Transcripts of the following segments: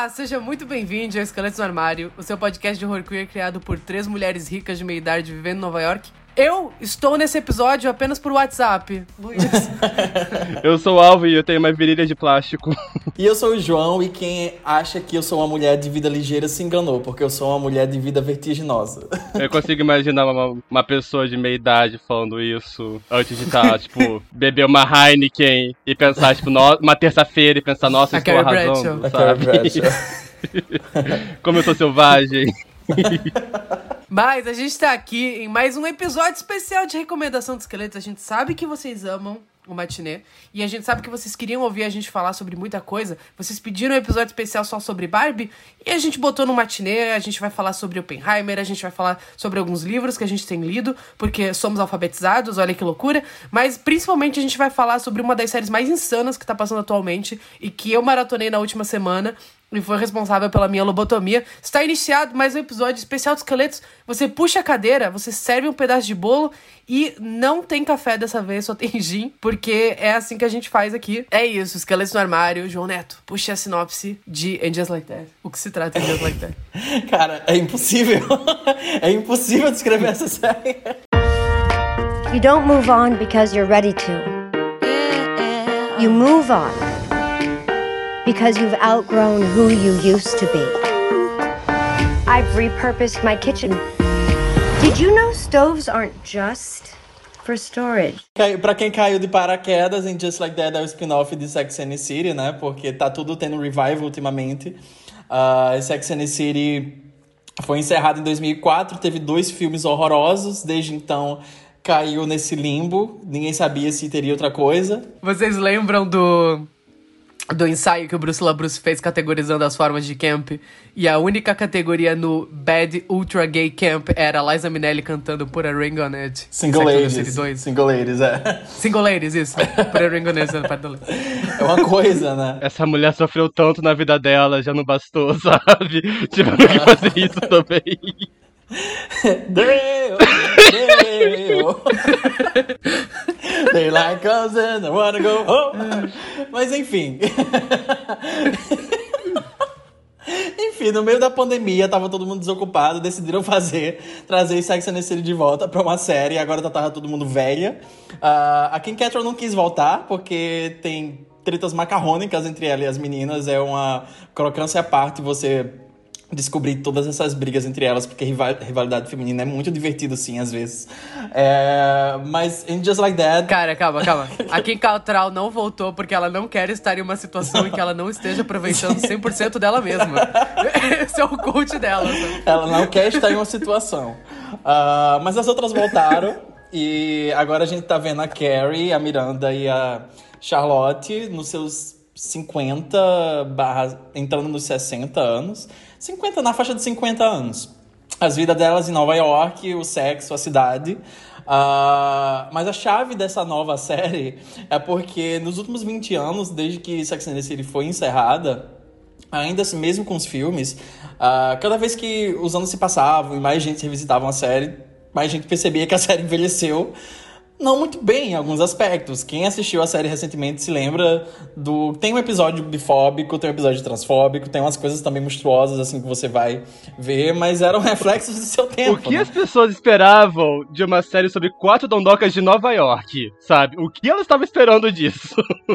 Seja muito bem-vindo ao Esqueletos no Armário, o seu podcast de horror queer criado por 3 mulheres ricas de meia idade vivendo em Nova York. Eu estou nesse episódio apenas por WhatsApp. Luiz. Eu sou o Alvo e eu tenho uma virilha de plástico. E eu sou o João, e quem acha que eu sou uma mulher de vida ligeira se enganou, porque eu sou uma mulher de vida vertiginosa. Eu consigo imaginar uma pessoa de meia idade falando isso antes de tipo, beber uma Heineken e pensar, tipo, uma terça-feira e pensar, nossa, estou arrasando, sabe? Como eu sou selvagem. Mas a gente tá aqui em mais um episódio especial de recomendação de esqueletos. A gente sabe que vocês amam o matinê e a gente sabe que vocês queriam ouvir a gente falar sobre muita coisa. Vocês pediram um episódio especial só sobre Barbie e a gente botou no matinê. A gente vai falar sobre Oppenheimer, a gente vai falar sobre alguns livros que a gente tem lido, porque somos alfabetizados, olha que loucura. Mas principalmente a gente vai falar sobre uma das séries mais insanas que tá passando atualmente e que eu maratonei na última semana e foi responsável pela minha lobotomia. Está iniciado mais um episódio especial de esqueletos. Você puxa a cadeira, você serve um pedaço de bolo e não tem café dessa vez, só tem gin, porque é assim que a gente faz aqui. É isso, Esqueletos no Armário. João Neto, puxa a sinopse de And Just Like That. O que se trata de And Just Like That? Cara, é impossível. É impossível descrever essa série. You don't move on because you're ready to. You move on because you've outgrown who you used to be. I've repurposed my kitchen. Did you know stoves aren't just for storage? Pra quem caiu de paraquedas, em Just Like That é o spin-off de Sex and the City, né? Porque tá tudo tendo revival ultimamente. Sex and the City foi encerrado em 2004, teve 2 filmes horrorosos. Desde então, caiu nesse limbo. Ninguém sabia se teria outra coisa. Vocês lembram do ensaio que o Bruce LaBruce fez categorizando as formas de camp, e a única categoria no Bad Ultra Gay Camp era a Liza Minnelli cantando Put a Ring on It. Single Ladies, é. Single Ladies, isso. Put a Ring on It. É uma coisa, né? Essa mulher sofreu tanto na vida dela, já não bastou, sabe? Tivemos que fazer isso também. Daylight comes and I wanna go home. Mas enfim. Enfim, no meio da pandemia, tava todo mundo desocupado, decidiram trazer Sex and the City de volta pra uma série, e agora tava todo mundo velha. A Kim Cattrall não quis voltar, porque tem tretas macarrônicas entre ela e as meninas, é uma crocância à parte você descobrir todas essas brigas entre elas, porque rivalidade feminina é muito divertido, sim, às vezes. Mas in Just Like That... Cara, calma. A Kim Cattrall não voltou porque ela não quer estar em uma situação em que ela não esteja aproveitando 100% dela mesma. Esse é o coach dela. Sabe? Ela não quer estar em uma situação. Mas as outras voltaram, e agora a gente tá vendo a Carrie, a Miranda e a Charlotte nos seus 50 entrando nos 60 anos. 50, na faixa de 50 anos. As vidas delas em Nova York, o sexo, a cidade. Mas a chave dessa nova série é porque nos últimos 20 anos, desde que Sex and the City foi encerrada, ainda assim, mesmo com os filmes, cada vez que os anos se passavam e mais gente revisitava a série, mais gente percebia que a série envelheceu não muito bem em alguns aspectos. Quem assistiu a série recentemente se lembra tem um episódio bifóbico, tem um episódio transfóbico, tem umas coisas também monstruosas, assim, que você vai ver, mas eram reflexos do seu tempo. O que as pessoas esperavam de uma série sobre 4 dondocas de Nova York, sabe? O que elas estavam esperando disso?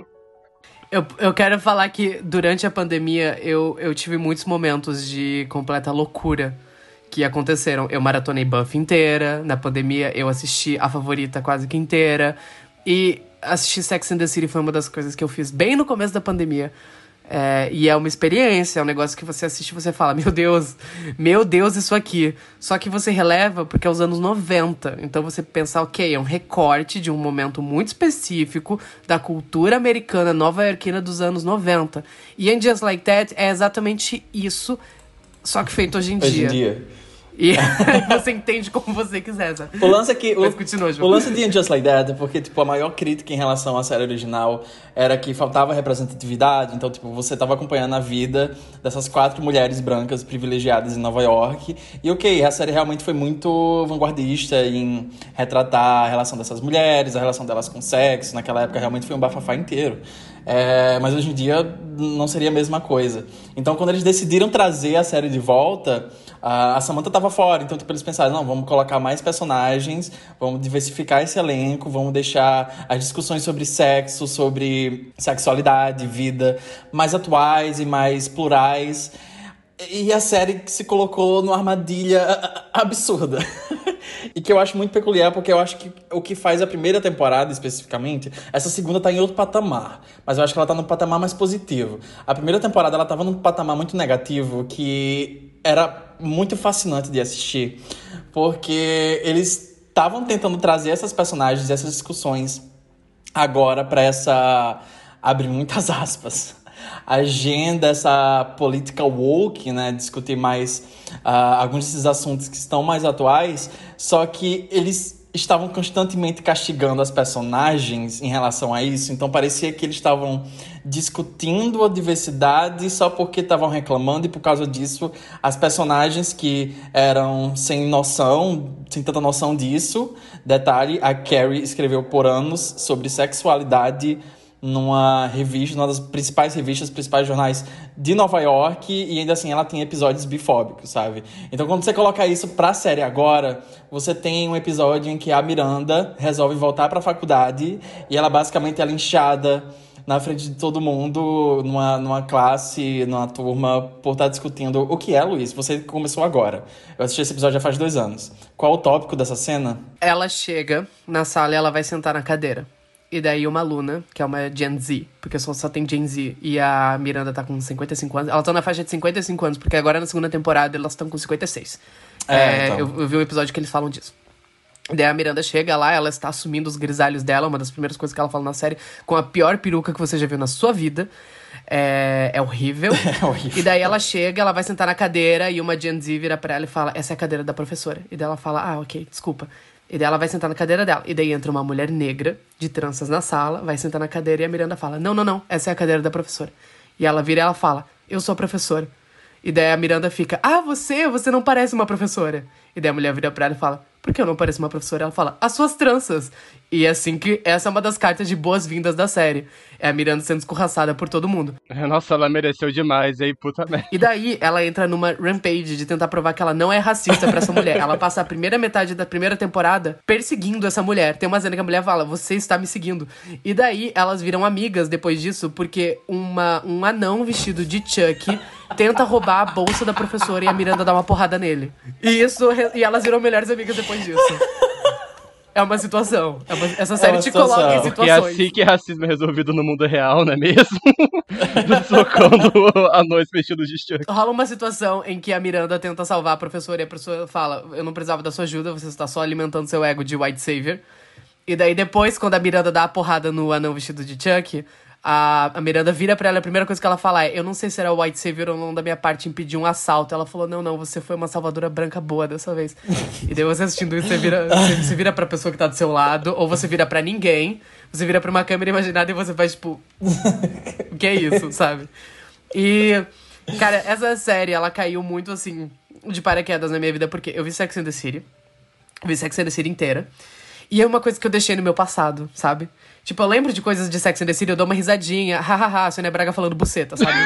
Eu quero falar que durante a pandemia eu tive muitos momentos de completa loucura que aconteceram. Eu maratonei Buffy inteira, na pandemia eu assisti A Favorita quase que inteira, e assistir Sex and the City foi uma das coisas que eu fiz bem no começo da pandemia. E é uma experiência, é um negócio que você assiste e você fala, meu Deus, isso aqui. Só que você releva porque é os anos 90, então você pensa, ok, é um recorte de um momento muito específico da cultura americana nova-iorquina dos anos 90. E And Just Like That é exatamente isso, só que feito hoje em dia. E você entende como você quiser, sabe? O lance é que... O lance de And Just Like That é porque, tipo, a maior crítica em relação à série original era que faltava representatividade. Então, tipo, você tava acompanhando a vida dessas 4 mulheres brancas privilegiadas em Nova York. E, ok, a série realmente foi muito vanguardista em retratar a relação dessas mulheres, a relação delas com o sexo. Naquela época, realmente foi um bafafá inteiro. Mas hoje em dia não seria a mesma coisa. Então, quando eles decidiram trazer a série de volta, a Samantha estava fora. Então, tipo, eles pensaram, não, vamos colocar mais personagens, vamos diversificar esse elenco, vamos deixar as discussões sobre sexo, sobre sexualidade, vida, mais atuais e mais plurais. E a série se colocou numa armadilha absurda. E que eu acho muito peculiar, porque eu acho que o que faz a primeira temporada, especificamente, essa segunda tá em outro patamar. Mas eu acho que ela tá num patamar mais positivo. A primeira temporada, ela tava num patamar muito negativo, que era muito fascinante de assistir. Porque eles estavam tentando trazer essas personagens, essas discussões, agora pra essa... abre muitas aspas... agenda, essa political woke, né? Discutir mais alguns desses assuntos que estão mais atuais, só que eles estavam constantemente castigando as personagens em relação a isso, então parecia que eles estavam discutindo a diversidade só porque estavam reclamando, e por causa disso as personagens que eram sem tanta noção disso. Detalhe, a Carrie escreveu por anos sobre sexualidade numa revista, numa das principais revistas, principais jornais de Nova York, e ainda assim ela tem episódios bifóbicos, sabe? Então, quando você coloca isso pra série agora, você tem um episódio em que a Miranda resolve voltar pra faculdade e ela basicamente é linchada na frente de todo mundo, numa classe, numa turma, por estar discutindo o que é, Luiz. Você começou agora. Eu assisti esse episódio já faz 2 anos. Qual o tópico dessa cena? Ela chega na sala e ela vai sentar na cadeira. E daí uma aluna, que é uma Gen Z, porque só tem Gen Z, e a Miranda tá com 55 anos. Elas estão na faixa de 55 anos, porque agora na segunda temporada elas estão com 56. Então. Eu vi um episódio que eles falam disso. Daí a Miranda chega lá, ela está assumindo os grisalhos dela, uma das primeiras coisas que ela fala na série, com a pior peruca que você já viu na sua vida. É horrível. É horrível. E daí ela chega, ela vai sentar na cadeira, e uma Gen Z vira pra ela e fala, essa é a cadeira da professora. E daí ela fala, ok, desculpa. E daí ela vai sentar na cadeira dela. E daí entra uma mulher negra, de tranças na sala, vai sentar na cadeira e a Miranda fala, não, essa é a cadeira da professora. E ela vira e ela fala, eu sou a professora. E daí a Miranda fica, você não parece uma professora. E daí a mulher vira pra ela e fala, por que eu não pareço uma professora? Ela fala, as suas tranças. E é assim que essa é uma das cartas de boas-vindas da série. É a Miranda sendo escorraçada por todo mundo. Nossa, ela mereceu demais, hein? Puta merda. E daí ela entra numa rampage de tentar provar que ela não é racista pra essa mulher. Ela passa a primeira metade da primeira temporada perseguindo essa mulher. Tem uma cena que a mulher fala, você está me seguindo. E daí elas viram amigas depois disso, porque um anão vestido de Chuck tenta roubar a bolsa da professora e a Miranda dá uma porrada nele. E elas viram melhores amigas depois disso. É uma situação. Essa série te coloca em situações. Porque é assim que racismo é resolvido no mundo real, não é mesmo? Socando anões vestidos de Chuck. Rola uma situação em que a Miranda tenta salvar a professora e a professora fala, eu não precisava da sua ajuda, você está só alimentando seu ego de white savior. E daí depois, quando a Miranda dá a porrada no anão vestido de Chuck, a Miranda vira pra ela, a primeira coisa que ela fala é, eu não sei se era o white savior ou não da minha parte impedir um assalto. Ela falou, não, você foi uma salvadora branca boa dessa vez. E daí você assistindo isso, você vira pra pessoa que tá do seu lado, ou você vira pra ninguém, você vira pra uma câmera imaginada e você faz tipo, o que é isso, sabe? E, cara, essa série, ela caiu muito, assim, de paraquedas na minha vida, porque eu vi Sex and the City, inteira, e é uma coisa que eu deixei no meu passado, sabe? Tipo, eu lembro de coisas de Sex and the City, eu dou uma risadinha, hahaha, Sônia Braga falando buceta, sabe?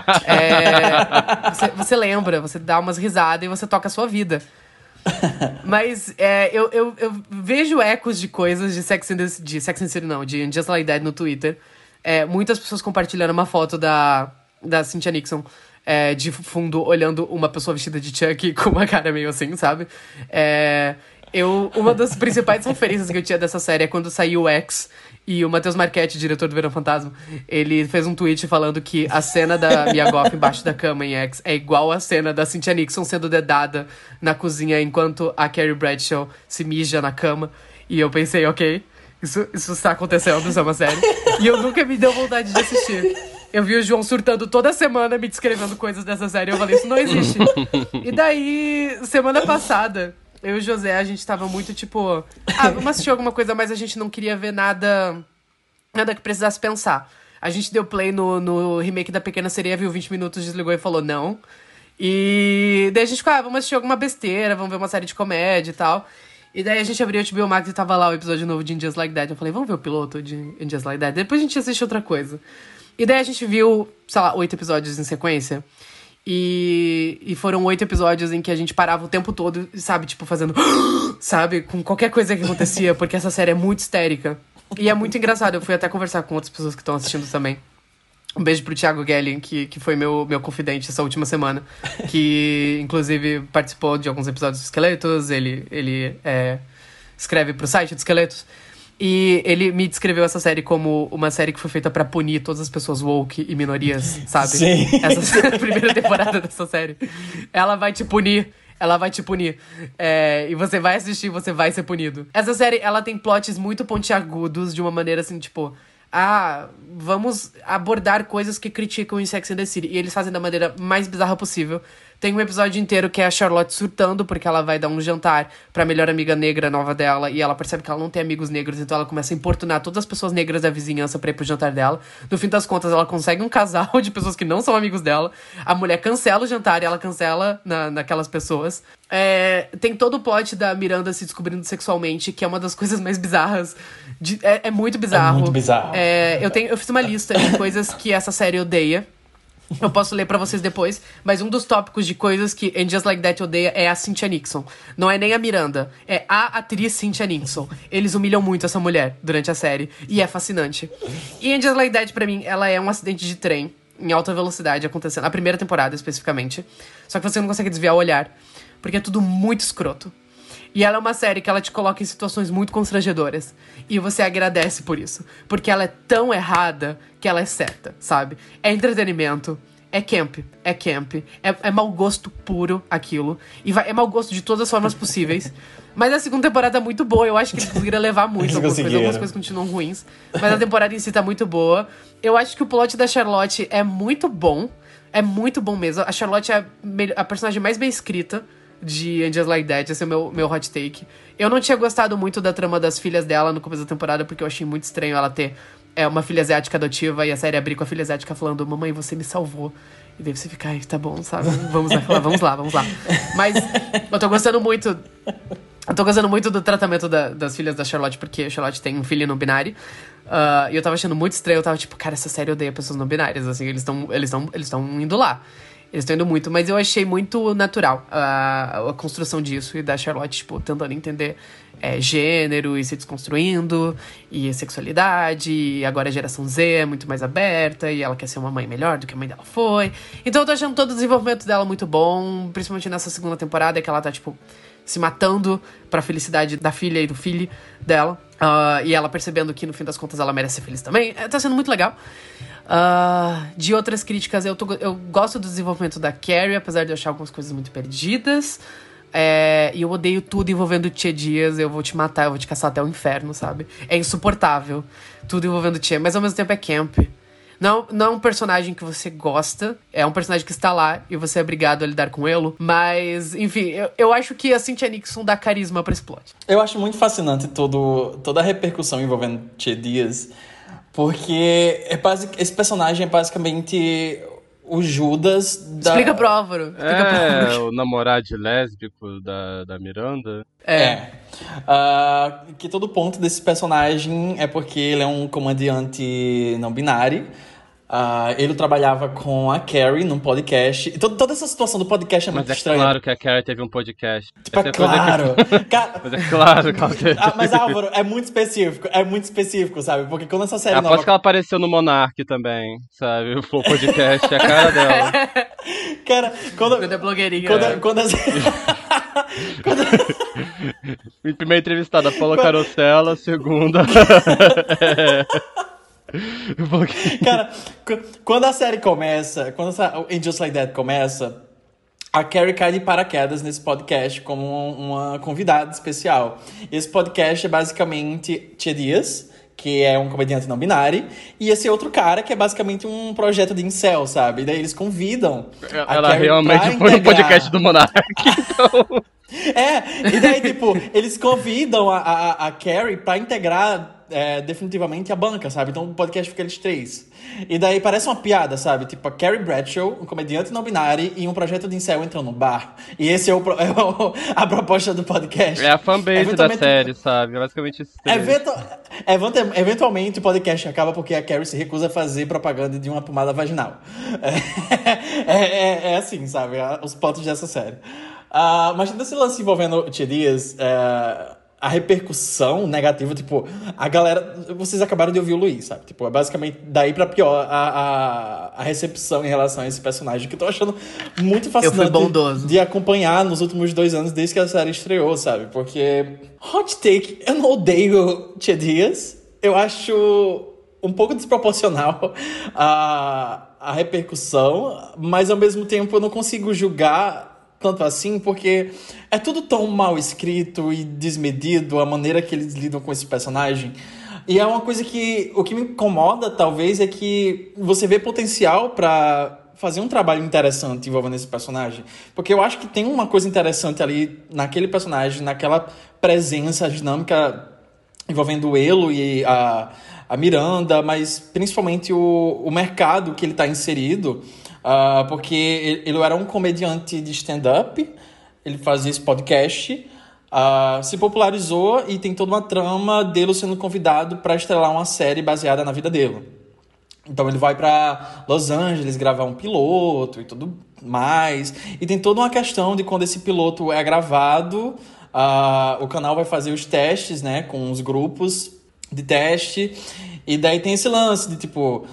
Você lembra, você dá umas risadas e você toca a sua vida. Mas eu vejo ecos de coisas de Sex and the City, não, de Just Like That no Twitter. Muitas pessoas compartilhando uma foto da Cynthia Nixon de fundo, olhando uma pessoa vestida de Chuck com uma cara meio assim, sabe? Uma das principais referências que eu tinha dessa série é quando saiu o X e o Matheus Marchetti, diretor do Verão Fantasma, ele fez um tweet falando que a cena da Mia Goth embaixo da cama em X é igual a cena da Cynthia Nixon sendo dedada na cozinha enquanto a Carrie Bradshaw se mija na cama. E eu pensei, ok, isso está acontecendo, isso é uma série. E eu nunca me deu vontade de assistir. Eu vi o João surtando toda semana me descrevendo coisas dessa série e eu falei, isso não existe. E daí, semana passada, eu e o José, a gente tava muito tipo, vamos assistir alguma coisa, mas a gente não queria ver nada que precisasse pensar. A gente deu play no remake da Pequena Sereia, viu 20 minutos, desligou e falou não. E daí a gente ficou, vamos assistir alguma besteira, vamos ver uma série de comédia e tal. E daí a gente abriu o HBO Max e tava lá o episódio novo de In Just Like That. Eu falei, vamos ver o piloto de In Just Like That? Depois a gente assiste outra coisa. E daí a gente viu, sei lá, 8 episódios em sequência. E foram 8 episódios em que a gente parava o tempo todo, sabe, tipo, fazendo... sabe, com qualquer coisa que acontecia, porque essa série é muito histérica. E é muito engraçado, eu fui até conversar com outras pessoas que estão assistindo também. Um beijo pro Thiago Gelling, que foi meu confidente essa última semana. Que, inclusive, participou de alguns episódios do Esqueletos. Ele escreve pro site do Esqueletos. E ele me descreveu essa série como uma série que foi feita pra punir todas as pessoas woke e minorias, sabe? Sim. Essa primeira temporada dessa série. Ela vai te punir. Ela vai te punir. E você vai assistir, você vai ser punido. Essa série, ela tem plots muito pontiagudos, de uma maneira assim, tipo... vamos abordar coisas que criticam em Sex and the City. E eles fazem da maneira mais bizarra possível. Tem um episódio inteiro que é a Charlotte surtando, porque ela vai dar um jantar pra melhor amiga negra nova dela, e ela percebe que ela não tem amigos negros, então ela começa a importunar todas as pessoas negras da vizinhança pra ir pro jantar dela. No fim das contas, ela consegue um casal de pessoas que não são amigos dela. A mulher cancela o jantar e ela cancela naquelas pessoas. Tem todo o plot da Miranda se descobrindo sexualmente, que é uma das coisas mais bizarras. É muito bizarro. É muito bizarro. Eu fiz uma lista de coisas que essa série odeia. Eu posso ler pra vocês depois, mas um dos tópicos de coisas que And Just Like That odeia é a Cynthia Nixon. Não é nem a Miranda, é a atriz Cynthia Nixon. Eles humilham muito essa mulher durante a série, e é fascinante. E And Just Like That, pra mim, ela é um acidente de trem em alta velocidade acontecendo, na primeira temporada especificamente. Só que você não consegue desviar o olhar, porque é tudo muito escroto. E ela é uma série que ela te coloca em situações muito constrangedoras. E você agradece por isso. Porque ela é tão errada que ela é certa, sabe? É entretenimento, é camp. É mau gosto puro aquilo. E é mau gosto de todas as formas possíveis. Mas a segunda temporada é muito boa. Eu acho que eles conseguiram levar muito algumas coisas continuam ruins. Mas a temporada em si tá muito boa. Eu acho que o plot da Charlotte é muito bom. É muito bom mesmo. A Charlotte é a personagem mais bem escrita de And Just Like That. Esse é o meu hot take. Eu não tinha gostado muito da trama das filhas dela no começo da temporada, porque eu achei muito estranho ela ter uma filha asiática adotiva e a série abrir com a filha asiática falando: mamãe, você me salvou. E daí você fica, ai, tá bom, sabe? Vamos lá. Mas eu tô gostando muito do tratamento das filhas da Charlotte, porque a Charlotte tem um filho não binário. E eu tava achando muito estranho. Eu tava tipo, cara, essa série odeia pessoas não binárias. Assim, eles estão indo lá. Eles estão indo muito, mas eu achei muito natural a construção disso. E da Charlotte, tipo, tentando entender gênero e se desconstruindo. E sexualidade. E agora a geração Z é muito mais aberta. E ela quer ser uma mãe melhor do que a mãe dela foi. Então eu tô achando todo o desenvolvimento dela muito bom. Principalmente nessa segunda temporada, que ela tá, tipo, se matando pra felicidade da filha e do filho dela. E ela percebendo que, no fim das contas, ela merece ser feliz também. Tá sendo muito legal. De outras críticas, eu gosto do desenvolvimento da Carrie, apesar de eu achar algumas coisas muito perdidas. E eu odeio tudo envolvendo Tia Diaz. Eu vou te matar, eu vou te caçar até o inferno, sabe? É insuportável tudo envolvendo Tia, mas ao mesmo tempo é camp. Não é um personagem que você gosta, é um personagem que está lá e você é obrigado a lidar com ele. Mas, enfim, eu acho que a Cynthia Nixon dá carisma pra esse plot. Eu acho muito fascinante toda a repercussão envolvendo Tia Diaz, porque esse personagem é basicamente o Judas da... Explica pro Álvaro. O namorado lésbico da Miranda. Que todo ponto desse personagem é porque ele é um comediante não binário. Ele trabalhava com a Carrie num podcast. E toda essa situação do podcast é muito estranha. Mas é claro que a Carrie teve um podcast. Tipo, é claro. Mas é claro que ela teve. Mas, Álvaro, é muito específico, sabe? Porque quando essa série Aposto que ela apareceu no Monark também, sabe? O podcast é a cara dela. Cara, quando é blogueirinha. Primeira entrevistada, Paula Carosella. Segunda... Cara, quando a série começa, quando And Just Like That começa, a Carrie cai de paraquedas nesse podcast como uma convidada especial. Esse podcast é basicamente Tia Diaz, que é um comediante não binário, e esse outro cara que é basicamente um projeto de incel, sabe? E daí eles convidam ela realmente foi no podcast do Monark, então... E daí, tipo, eles convidam a Carrie pra integrar definitivamente a banca, sabe? Então o podcast fica eles três. E daí parece uma piada, sabe? Tipo, a Carrie Bradshaw, um comediante não binário, e um projeto de incel entram no bar. E esse é a proposta do podcast. É a fanbase da série, sabe? É basicamente isso. Eventualmente o podcast acaba porque a Carrie se recusa a fazer propaganda de uma pomada vaginal. É assim, sabe? Os plots dessa série. Mas nesse lance envolvendo Tia Diaz, a repercussão negativa, tipo, a galera... Vocês acabaram de ouvir o Luiz, sabe? Tipo, é basicamente daí pra pior a recepção em relação a esse personagem, que eu tô achando muito fascinante de acompanhar nos últimos 2 anos, desde que a série estreou, sabe? Porque, hot take, eu não odeio Tia Diaz. Eu acho um pouco desproporcional a repercussão, mas ao mesmo tempo eu não consigo julgar tanto assim, porque é tudo tão mal escrito e desmedido, a maneira que eles lidam com esse personagem. E é uma coisa que... O que me incomoda, talvez, é que você vê potencial pra fazer um trabalho interessante envolvendo esse personagem. Porque eu acho que tem uma coisa interessante ali naquele personagem, naquela presença, a dinâmica envolvendo o Elo e a Miranda, mas principalmente o mercado que ele está inserido. Porque ele era um comediante de stand-up, ele fazia esse podcast, se popularizou e tem toda uma trama dele sendo convidado para estrelar uma série baseada na vida dele. Então ele vai para Los Angeles gravar um piloto e tudo mais. E tem toda uma questão de quando esse piloto é gravado, o canal vai fazer os testes, né, com os grupos de teste. E daí tem esse lance de tipo...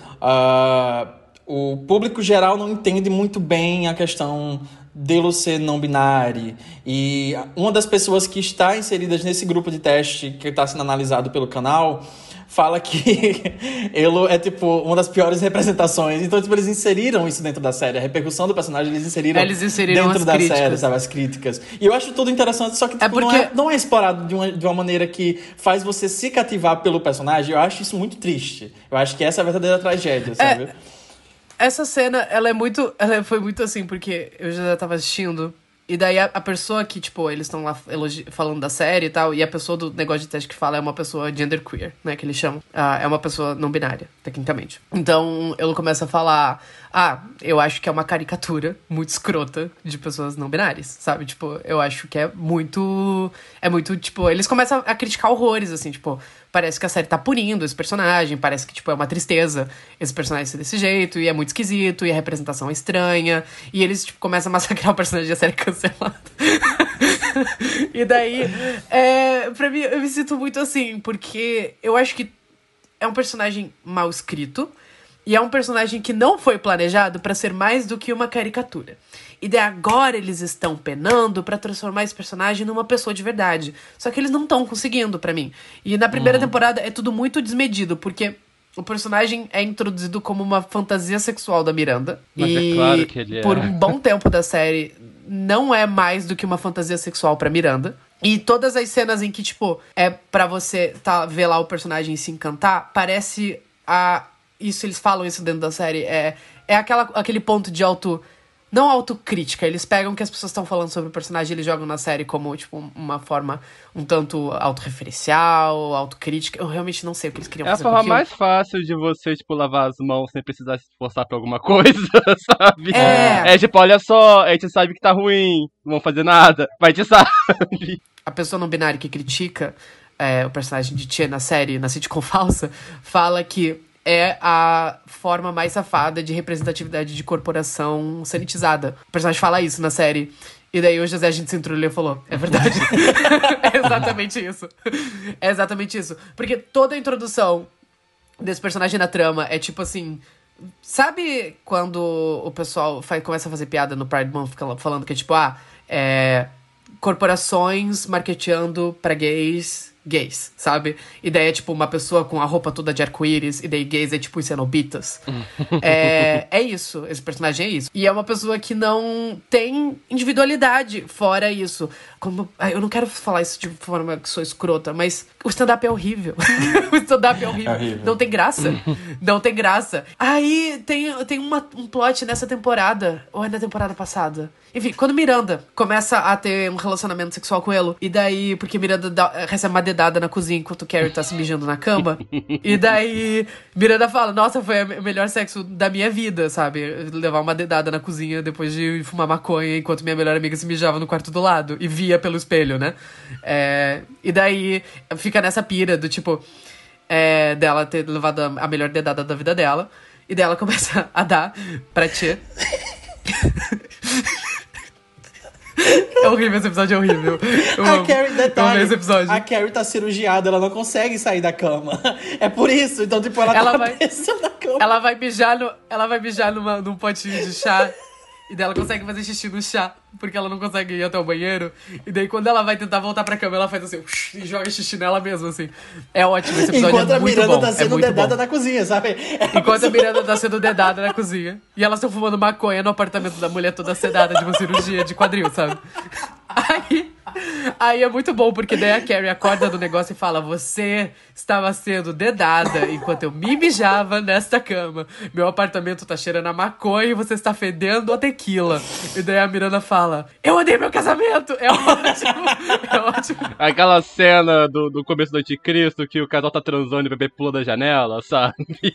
o público geral não entende muito bem a questão dele ser não binário. E uma das pessoas que está inserida nesse grupo de teste que está sendo analisado pelo canal fala que ele é, tipo, uma das piores representações. Então, tipo, eles inseriram isso dentro da série. A repercussão do personagem, eles inseriram dentro da série, sabe? As críticas. E eu acho tudo interessante, só que tipo, não é explorado de uma maneira que faz você se cativar pelo personagem. Eu acho isso muito triste. Eu acho que essa é a verdadeira tragédia, sabe? Essa cena, ela foi muito assim, porque eu já tava assistindo, e daí a pessoa que, tipo, eles estão lá falando da série e tal, e a pessoa do negócio de teste que fala é uma pessoa genderqueer, né, que eles chamam. É uma pessoa não binária, tecnicamente. Então, ele começa a falar, eu acho que é uma caricatura muito escrota de pessoas não binárias, sabe? Tipo, eu acho que é muito, tipo, eles começam a criticar horrores, assim, tipo... Parece que a série tá punindo esse personagem, parece que, tipo, é uma tristeza esse personagem ser desse jeito, e é muito esquisito, e a representação é estranha, e eles, tipo, começam a massacrar o personagem e a série cancelada. E daí, pra mim, eu me sinto muito assim, porque eu acho que é um personagem mal escrito, e é um personagem que não foi planejado pra ser mais do que uma caricatura. E daí agora eles estão penando pra transformar esse personagem numa pessoa de verdade. Só que eles não estão conseguindo, pra mim. E na primeira temporada é tudo muito desmedido, porque o personagem é introduzido como uma fantasia sexual da Miranda. Mas é claro que ele é. Por um bom tempo da série, não é mais do que uma fantasia sexual pra Miranda. E todas as cenas em que, tipo, é pra você ver lá o personagem se encantar, parece isso, eles falam isso dentro da série, é aquele ponto de não autocrítica, eles pegam o que as pessoas estão falando sobre o personagem e eles jogam na série como, tipo, uma forma um tanto autorreferencial, autocrítica. Eu realmente não sei o que eles queriam fazer. É a forma mais fácil de você, tipo, lavar as mãos sem precisar se esforçar pra alguma coisa, sabe? Tipo, olha só, a gente sabe que tá ruim, não vamos fazer nada, mas a gente sabe. A pessoa não binária que critica o personagem de Tia na série, na sitcom falsa, fala que é a forma mais safada de representatividade de corporação sanitizada. O personagem fala isso na série. E daí o José, a gente se entrulhou e falou, é verdade. É exatamente isso. É exatamente isso. Porque toda a introdução desse personagem na trama é tipo assim... Sabe quando o pessoal começa a fazer piada no Pride Month falando que é tipo, corporações marketeando pra gays gays, sabe? E daí é tipo uma pessoa com a roupa toda de arco-íris, e daí gays é tipo os cenobitas. É isso, esse personagem é isso. E é uma pessoa que não tem individualidade fora isso. Eu não quero falar isso de forma que sou escrota, mas o stand-up é horrível. O stand-up é horrível. Não tem graça. Não tem graça. Aí tem um plot nessa temporada, ou é na temporada passada? Enfim, quando Miranda começa a ter um relacionamento sexual com ele, e daí, porque Miranda recebe uma dedada na cozinha enquanto Carrie tá se mijando na cama, e daí Miranda fala, nossa, foi o melhor sexo da minha vida, sabe? Levar uma dedada na cozinha depois de fumar maconha enquanto minha melhor amiga se mijava no quarto do lado, e via pelo espelho, né? E daí fica nessa pira do tipo, dela ter levado a melhor dedada da vida dela, e daí ela começa a dar pra Tia. É horrível, esse episódio é horrível. A Carrie tá cirurgiada, ela não consegue sair da cama. É por isso, então tipo, ela tá presa na cama. Ela vai mijar num potinho de chá. E daí ela consegue fazer xixi no chá, porque ela não consegue ir até o banheiro. E daí quando ela vai tentar voltar pra cama, ela faz assim, e joga xixi nela mesma, assim. É ótimo, esse episódio é muito bom. Enquanto a Miranda tá sendo dedada na cozinha, sabe? Enquanto a Miranda tá sendo dedada na cozinha. E elas estão fumando maconha no apartamento da mulher toda sedada de uma cirurgia de quadril, sabe? Aí é muito bom, porque daí a Carrie acorda do negócio e fala, você estava sendo dedada enquanto eu me mijava nesta cama. Meu apartamento tá cheirando a maconha e você está fedendo a tequila. E daí a Miranda fala, eu odeio meu casamento. É ótimo. Aquela cena do começo do Anticristo, que o casal tá transando e o bebê pula da janela, sabe?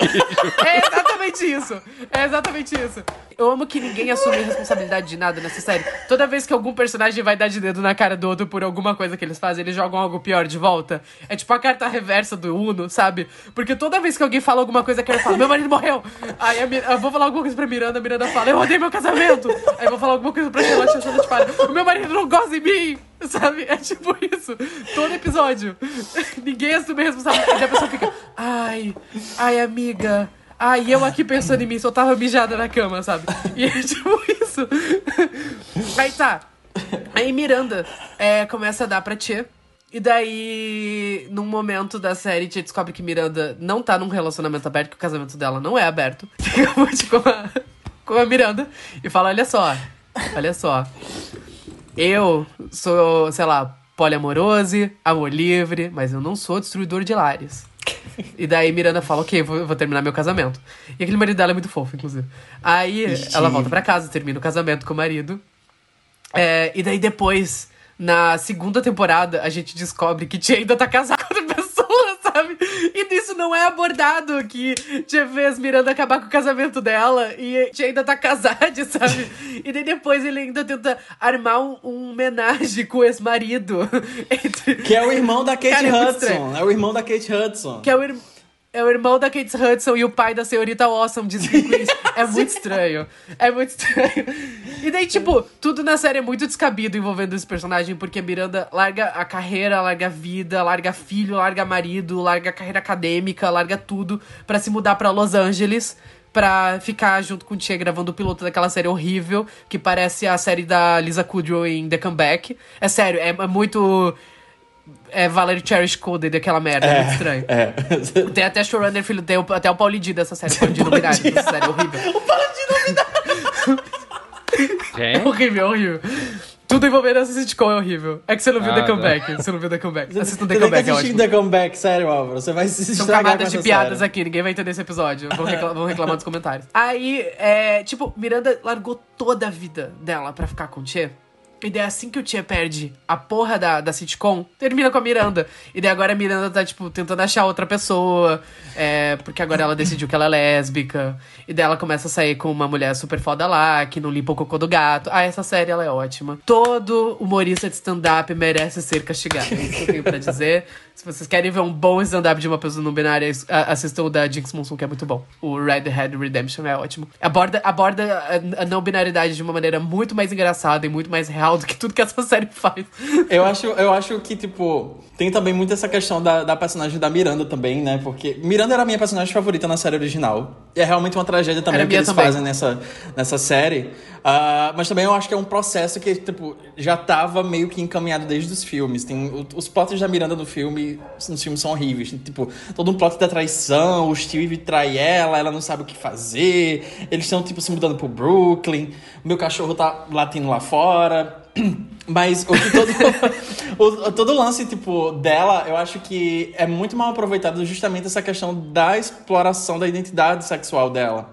É exatamente isso. Eu amo que ninguém assume responsabilidade de nada nessa série. Toda vez que algum personagem vai dar de dedo na cara do outro por alguma coisa que eles fazem, eles jogam algo pior de volta. É tipo a carta reversa do Uno, sabe? Porque toda vez que alguém fala alguma coisa, a Carrie fala, meu marido morreu. Aí eu vou falar alguma coisa pra Miranda, a Miranda fala, eu odeio meu casamento. Aí eu vou falar alguma coisa pra Charlotte, a Charlotte fala, o meu marido não gosta de mim. Sabe? É tipo isso. Todo episódio. Ninguém assume a responsabilidade. E a pessoa fica, ai, amiga... e eu aqui pensando em mim, só tava mijada na cama, sabe? E é tipo isso. Aí tá. Aí Miranda começa a dar pra Tia. E daí, num momento da série, Tia descobre que Miranda não tá num relacionamento aberto, que o casamento dela não é aberto. Fica com a Miranda e fala, olha só. Eu sou, sei lá, poliamorose, amor livre, mas eu não sou destruidor de lares. E daí Miranda fala, ok, vou terminar meu casamento. E aquele marido dela é muito fofo, inclusive. Aí ela volta pra casa, termina o casamento com o marido. E daí depois, na segunda temporada, a gente descobre que Tia ainda tá casada com outra pessoa, sabe? E isso não é abordado, que Tia fez Miranda acabar com o casamento dela e Tia ainda tá casada, sabe? E daí depois ele ainda tenta armar um homenagem com o ex-marido. Que é o irmão da Kate Hudson. É o irmão da Kate Hudson. Que é o irmão da Kate Hudson e o pai da senhorita Awesome de Scream Queens. É muito estranho. E daí, tipo, tudo na série é muito descabido envolvendo esse personagem, porque a Miranda larga a carreira, larga a vida, larga filho, larga marido, larga a carreira acadêmica, larga tudo pra se mudar pra Los Angeles, pra ficar junto com o Tia gravando o piloto daquela série horrível, que parece a série da Lisa Kudrow em The Comeback. É sério, é muito... Valerie Cherish Coded, aquela merda, é muito estranho. Tem até showrunner, filho, tem até o Paulo D dessa série, Paulo D novidade dessa série, é horrível. O Paulo D novidade! É horrível. Tudo envolvendo essa sitcom é horrível. É que você não viu The Comeback. Você não viu The Comeback. Assista The Comeback, é ótimo. The Comeback, sério, Álvaro. Você vai se estragar. São camadas de piadas aqui, ninguém vai entender esse episódio. Vão reclamar nos comentários. Aí, tipo, Miranda largou toda a vida dela pra ficar com o Tia. E daí assim que o Tia perde a porra da sitcom, termina com a Miranda. E daí agora a Miranda tá, tipo, tentando achar outra pessoa. Porque agora ela decidiu que ela é lésbica. E daí ela começa a sair com uma mulher super foda lá, que não limpa o cocô do gato. Essa série, ela é ótima. Todo humorista de stand-up merece ser castigado. É isso que eu tenho pra dizer. Se vocês querem ver um bom stand-up de uma pessoa não binária, assistam o da Jinx Monsoon, que é muito bom. O Redhead Redemption é ótimo. Aborda a não binaridade de uma maneira muito mais engraçada e muito mais real do que tudo que essa série faz. Eu acho que, tipo, tem também muito essa questão da personagem da Miranda também, né? Porque Miranda era a minha personagem favorita na série original. E é realmente uma tragédia também o que eles fazem nessa série. Mas também eu acho que é um processo que, tipo, já tava meio que encaminhado desde os filmes. Tem os plots da Miranda nos filmes são horríveis. Tipo, todo um plot da traição, o Steve trai ela não sabe o que fazer. Eles estão, tipo, se mudando pro Brooklyn. O meu cachorro tá latindo lá fora. Mas todo o lance, tipo, dela, eu acho que é muito mal aproveitado justamente essa questão da exploração da identidade sexual dela.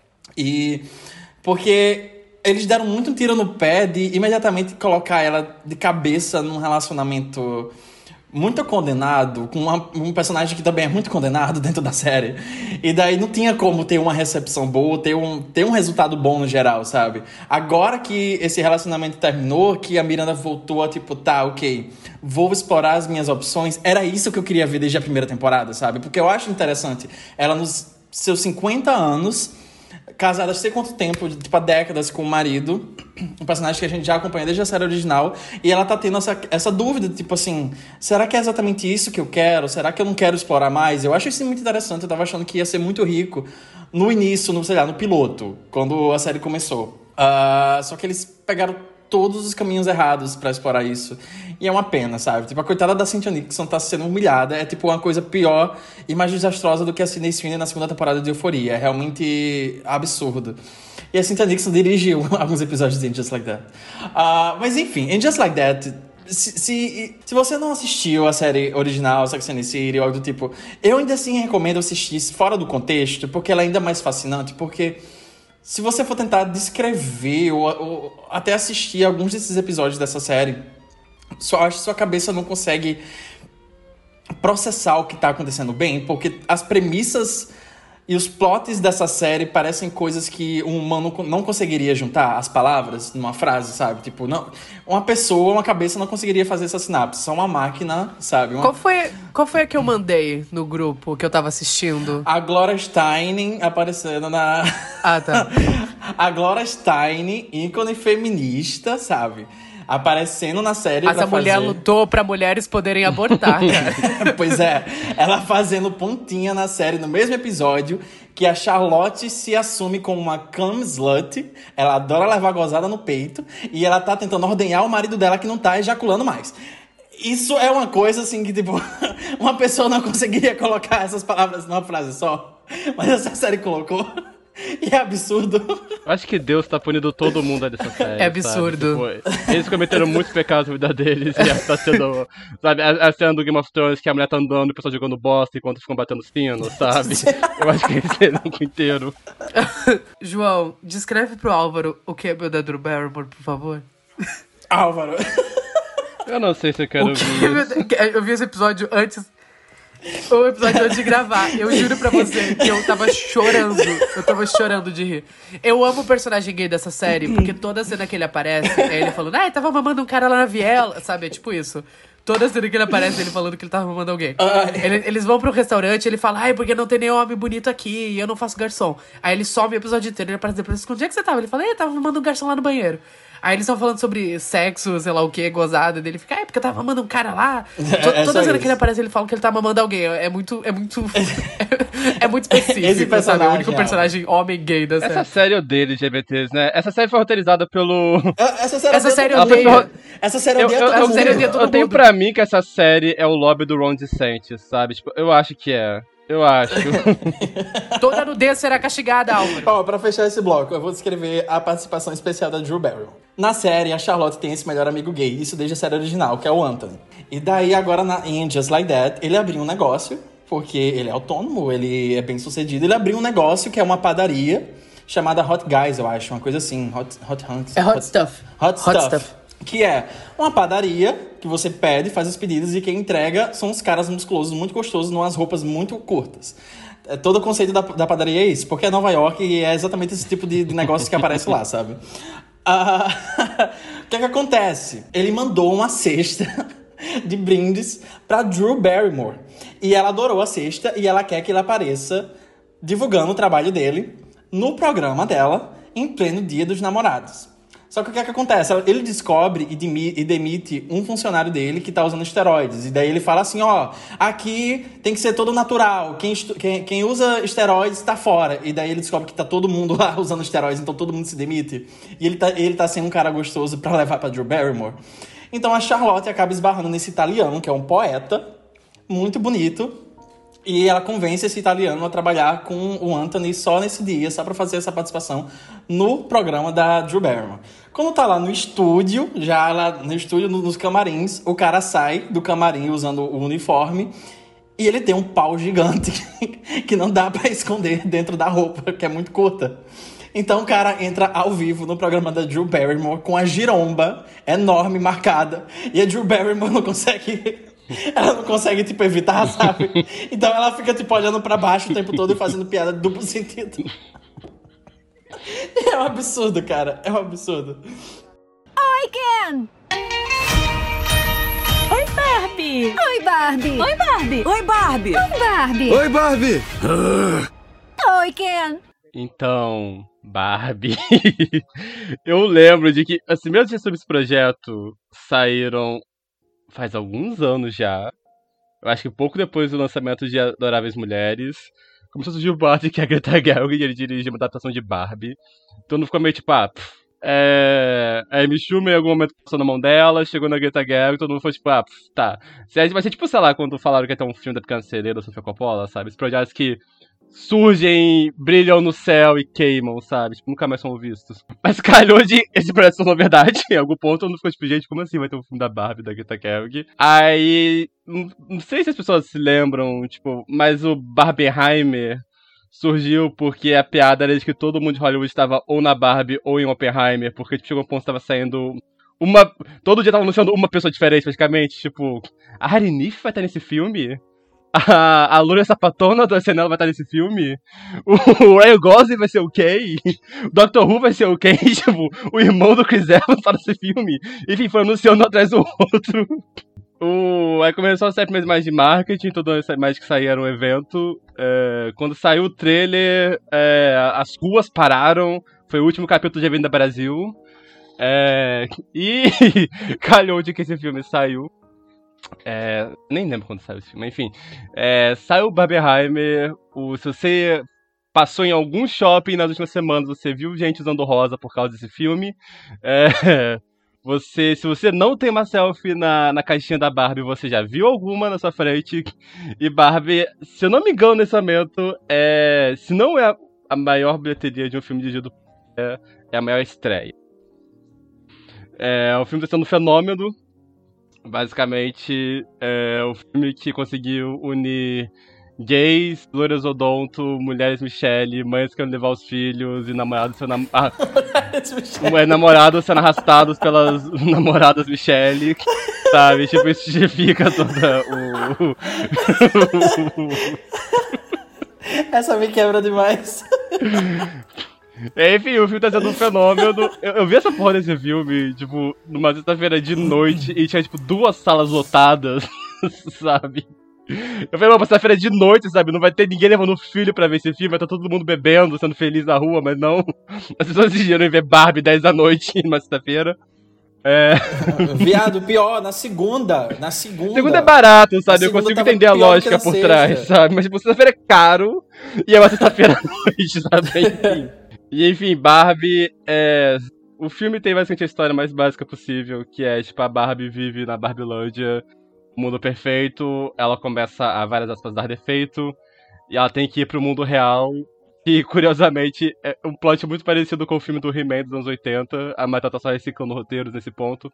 E porque eles deram muito um tiro no pé de imediatamente colocar ela de cabeça num relacionamento muito condenado, com um personagem que também é muito condenado dentro da série. E daí não tinha como ter uma recepção boa, ter um resultado bom no geral, sabe? Agora que esse relacionamento terminou, que a Miranda voltou a tipo, tá, ok, vou explorar as minhas opções. Era isso que eu queria ver desde a primeira temporada, sabe? Porque eu acho interessante ela nos seus 50 anos... casada há sei quanto tempo, tipo há décadas com o marido, um personagem que a gente já acompanha desde a série original, e ela tá tendo essa dúvida, tipo assim, será que é exatamente isso que eu quero? Será que eu não quero explorar mais? Eu acho isso muito interessante, eu tava achando que ia ser muito rico no início, no piloto, quando a série começou. Só que eles pegaram todos os caminhos errados pra explorar isso. E é uma pena, sabe? Tipo, a coitada da Cynthia Nixon tá sendo humilhada. É, tipo, uma coisa pior e mais desastrosa do que a Sydney Sweeney na segunda temporada de Euphoria. É realmente absurdo. E a Cynthia Nixon dirigiu alguns episódios de Just Like That. Mas, enfim, em Just Like That... Se você não assistiu a série original, Sex and the City, ou algo do tipo... Eu ainda assim recomendo assistir fora do contexto, porque ela é ainda mais fascinante, porque... Se você for tentar descrever ou até assistir alguns desses episódios dessa série, acho que sua cabeça não consegue processar o que tá acontecendo bem, porque as premissas e os plots dessa série parecem coisas que um humano não conseguiria juntar as palavras numa frase, sabe? Tipo, não, uma cabeça não conseguiria fazer essa sinapse, só uma máquina, sabe? Qual foi a que eu mandei no grupo que eu tava assistindo? A Gloria Steinem aparecendo na... Ah, tá. A Gloria Steinem, ícone feminista, sabe? Aparecendo na série Mas pra a mulher fazer... lutou pra mulheres poderem abortar, cara. Pois é, ela fazendo pontinha na série no mesmo episódio que a Charlotte se assume como uma cum slut. Ela adora levar gozada no peito e ela tá tentando ordenhar o marido dela que não tá ejaculando mais. Isso é uma coisa assim que, tipo, uma pessoa não conseguiria colocar essas palavras numa frase só. Mas essa série colocou. E é absurdo. Eu acho que Deus tá punindo todo mundo dessa série. É absurdo. Tipo, eles cometeram muitos pecados na vida deles. E essa tá sendo, sabe, a cena do Game of Thrones que a mulher tá andando e o pessoal jogando bosta enquanto ficam batendo sinos, sabe? Eu acho que é esse elenco inteiro. João, descreve pro Álvaro o que é meu da Drew Barrymore, por favor. Álvaro. Eu não sei se eu quero ouvir. Eu vi esse episódio antes. O episódio antes de gravar. Eu juro pra você que eu tava chorando. Eu tava chorando de rir. Eu amo o personagem gay dessa série, porque toda cena que ele aparece, é ele falando, ele tava mamando um cara lá na viela, sabe? É tipo isso. Toda cena que ele aparece, ele falando que ele tava mamando alguém. Eles vão pro restaurante, ele fala, porque não tem nenhum homem bonito aqui e eu não faço garçom. Aí ele sobe o episódio inteiro, ele aparece depois, onde é que você tava? Ele fala, tava mamando um garçom lá no banheiro. Aí eles estão falando sobre sexo, sei lá o que, gozada dele. Fica, porque eu tava mamando um cara lá. Toda vez que ele aparece, ele fala que ele tá mamando alguém. É muito específico. Esse personagem, sabe? É o único personagem homem gay da série. Essa série odeia LGBTs, né? Essa série foi roteirizada pelo... Essa série odeia todo mundo. Eu tenho pra mim que essa série é o lobby do Ron DeSantis, sabe? Tipo, eu acho que é. Eu acho. Toda nudez será castigada, Álvaro. Pra fechar esse bloco, eu vou descrever a participação especial da Drew Barrymore. Na série, a Charlotte tem esse melhor amigo gay, isso desde a série original, que é o Anthony. E daí, agora, em Just Like That, ele abriu um negócio, porque ele é autônomo, ele é bem sucedido. Ele abriu um negócio que é uma padaria, chamada Hot Guys, eu acho, uma coisa assim. Hot Stuff. Hot Stuff. Que é uma padaria que você pede, faz os pedidos e quem entrega são os caras musculosos, muito gostosos, numas roupas muito curtas. Todo o conceito da padaria é isso, porque é Nova York e é exatamente esse tipo de negócio que aparece lá, sabe? O que acontece? Ele mandou uma cesta de brindes pra Drew Barrymore. E ela adorou a cesta e ela quer que ele apareça divulgando o trabalho dele no programa dela em pleno Dia dos Namorados. Só que o que é que acontece? Ele descobre e demite um funcionário dele que tá usando esteroides. E daí ele fala assim, ó, aqui tem que ser todo natural. Quem usa esteroides tá fora. E daí ele descobre que tá todo mundo lá usando esteroides, então todo mundo se demite. E ele tá sendo um cara gostoso pra levar pra Drew Barrymore. Então a Charlotte acaba esbarrando nesse italiano, que é um poeta, muito bonito. E ela convence esse italiano a trabalhar com o Anthony só nesse dia, só pra fazer essa participação no programa da Drew Barrymore. Quando tá lá no estúdio, já lá no estúdio, nos camarins, o cara sai do camarim usando o uniforme e ele tem um pau gigante que não dá pra esconder dentro da roupa, que é muito curta. Então o cara entra ao vivo no programa da Drew Barrymore com a giromba enorme, marcada, e a Drew Barrymore não consegue... Ela não consegue, tipo, evitar, sabe? Então ela fica, tipo, olhando pra baixo o tempo todo e fazendo piada de duplo sentido. É um absurdo, cara. É um absurdo. Oi, Ken! Oi, Barbie! Oi, Barbie! Oi, Barbie! Oi, Barbie! Oi, Barbie! Oi, Barbie! Oi, Ken! Então, Barbie... Eu lembro de que as primeiras versões desse projeto saíram... faz alguns anos já. Eu acho que pouco depois do lançamento de Adoráveis Mulheres. Começou a surgir o boato que a Greta Gerwig ele dirigiu uma adaptação de Barbie. Então não ficou meio tipo, a Amy Schumer em algum momento passou na mão dela, chegou na Greta Gerwig, todo mundo foi tipo, tá. Vai ser tipo, sei lá, quando falaram que ia ter um filme da Pequena Sereia da Sofia Coppola, sabe? Esses projetos que surgem, brilham no céu e queimam, sabe? Tipo, nunca mais são vistos. Mas calhou de esse projeto se tornou verdade. Em algum ponto, todo mundo ficou tipo, gente, como assim vai ter um filme da Barbie, da Greta Gerwig? Aí, não sei se as pessoas se lembram, tipo, mas o Barbenheimer surgiu porque a piada era de que todo mundo de Hollywood estava ou na Barbie ou em Oppenheimer, porque tipo, chegou um ponto que estava saindo todo dia tava anunciando uma pessoa diferente, praticamente. Tipo, a Harry Neef vai estar nesse filme? A Loura Sapatona do SNL vai estar nesse filme? O Ryan Gosling vai ser o Kay? O Dr. Who vai ser o Kay? Tipo, o irmão do Chris Evans tá nesse filme? Enfim, foi anunciando um atrás do outro. Aí começou a sair primeiras imagens de marketing, todas as imagens que saíram no evento. Quando saiu o trailer, as ruas pararam. Foi o último capítulo de Avenida Brasil. E calhou de que esse filme saiu. Nem lembro quando saiu esse filme, enfim. Saiu o Barbenheimer. Se você passou em algum shopping nas últimas semanas, você viu gente usando rosa por causa desse filme. Se você não tem uma selfie na caixinha da Barbie, você já viu alguma na sua frente. E Barbie, se eu não me engano nesse momento, se não é a maior bilheteria de um filme dirigido, é a maior estreia. O filme está sendo um fenômeno. Basicamente, é o filme que conseguiu unir gays, loiras odonto, mulheres Michelle, mães que querem levar os filhos e namorados sendo namorados sendo arrastados pelas namoradas Michelle, sabe? Tipo, isso justifica toda Essa me quebra demais. Enfim, o filme tá sendo um fenômeno. Eu vi essa porra desse filme, tipo, numa sexta-feira de noite e tinha, tipo, 2 salas lotadas, sabe? Eu falei, não, sexta-feira de noite, sabe? Não vai ter ninguém levando o filho pra ver esse filme, vai estar todo mundo bebendo, sendo feliz na rua, mas não. As pessoas decidiram ver Barbie 10 da noite numa sexta-feira. Viado, pior, na segunda. Segunda é barato, sabe? Eu consigo entender a lógica por trás, sabe? Mas, tipo, sexta-feira é caro e é uma sexta-feira à noite, sabe? Enfim. E enfim, Barbie o filme tem basicamente a história mais básica possível, que é, tipo, a Barbie vive na Barbilândia, mundo perfeito, ela começa a, várias aspas, dar defeito, e ela tem que ir pro mundo real, que, curiosamente, é um plot muito parecido com o filme do He-Man dos anos 80, a Matata tá só reciclando roteiros nesse ponto.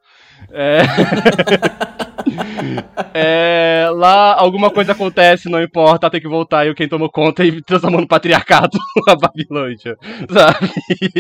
Lá alguma coisa acontece, não importa, ela tem que voltar e quem tomou conta e transformando no patriarcado a Babilônia, sabe?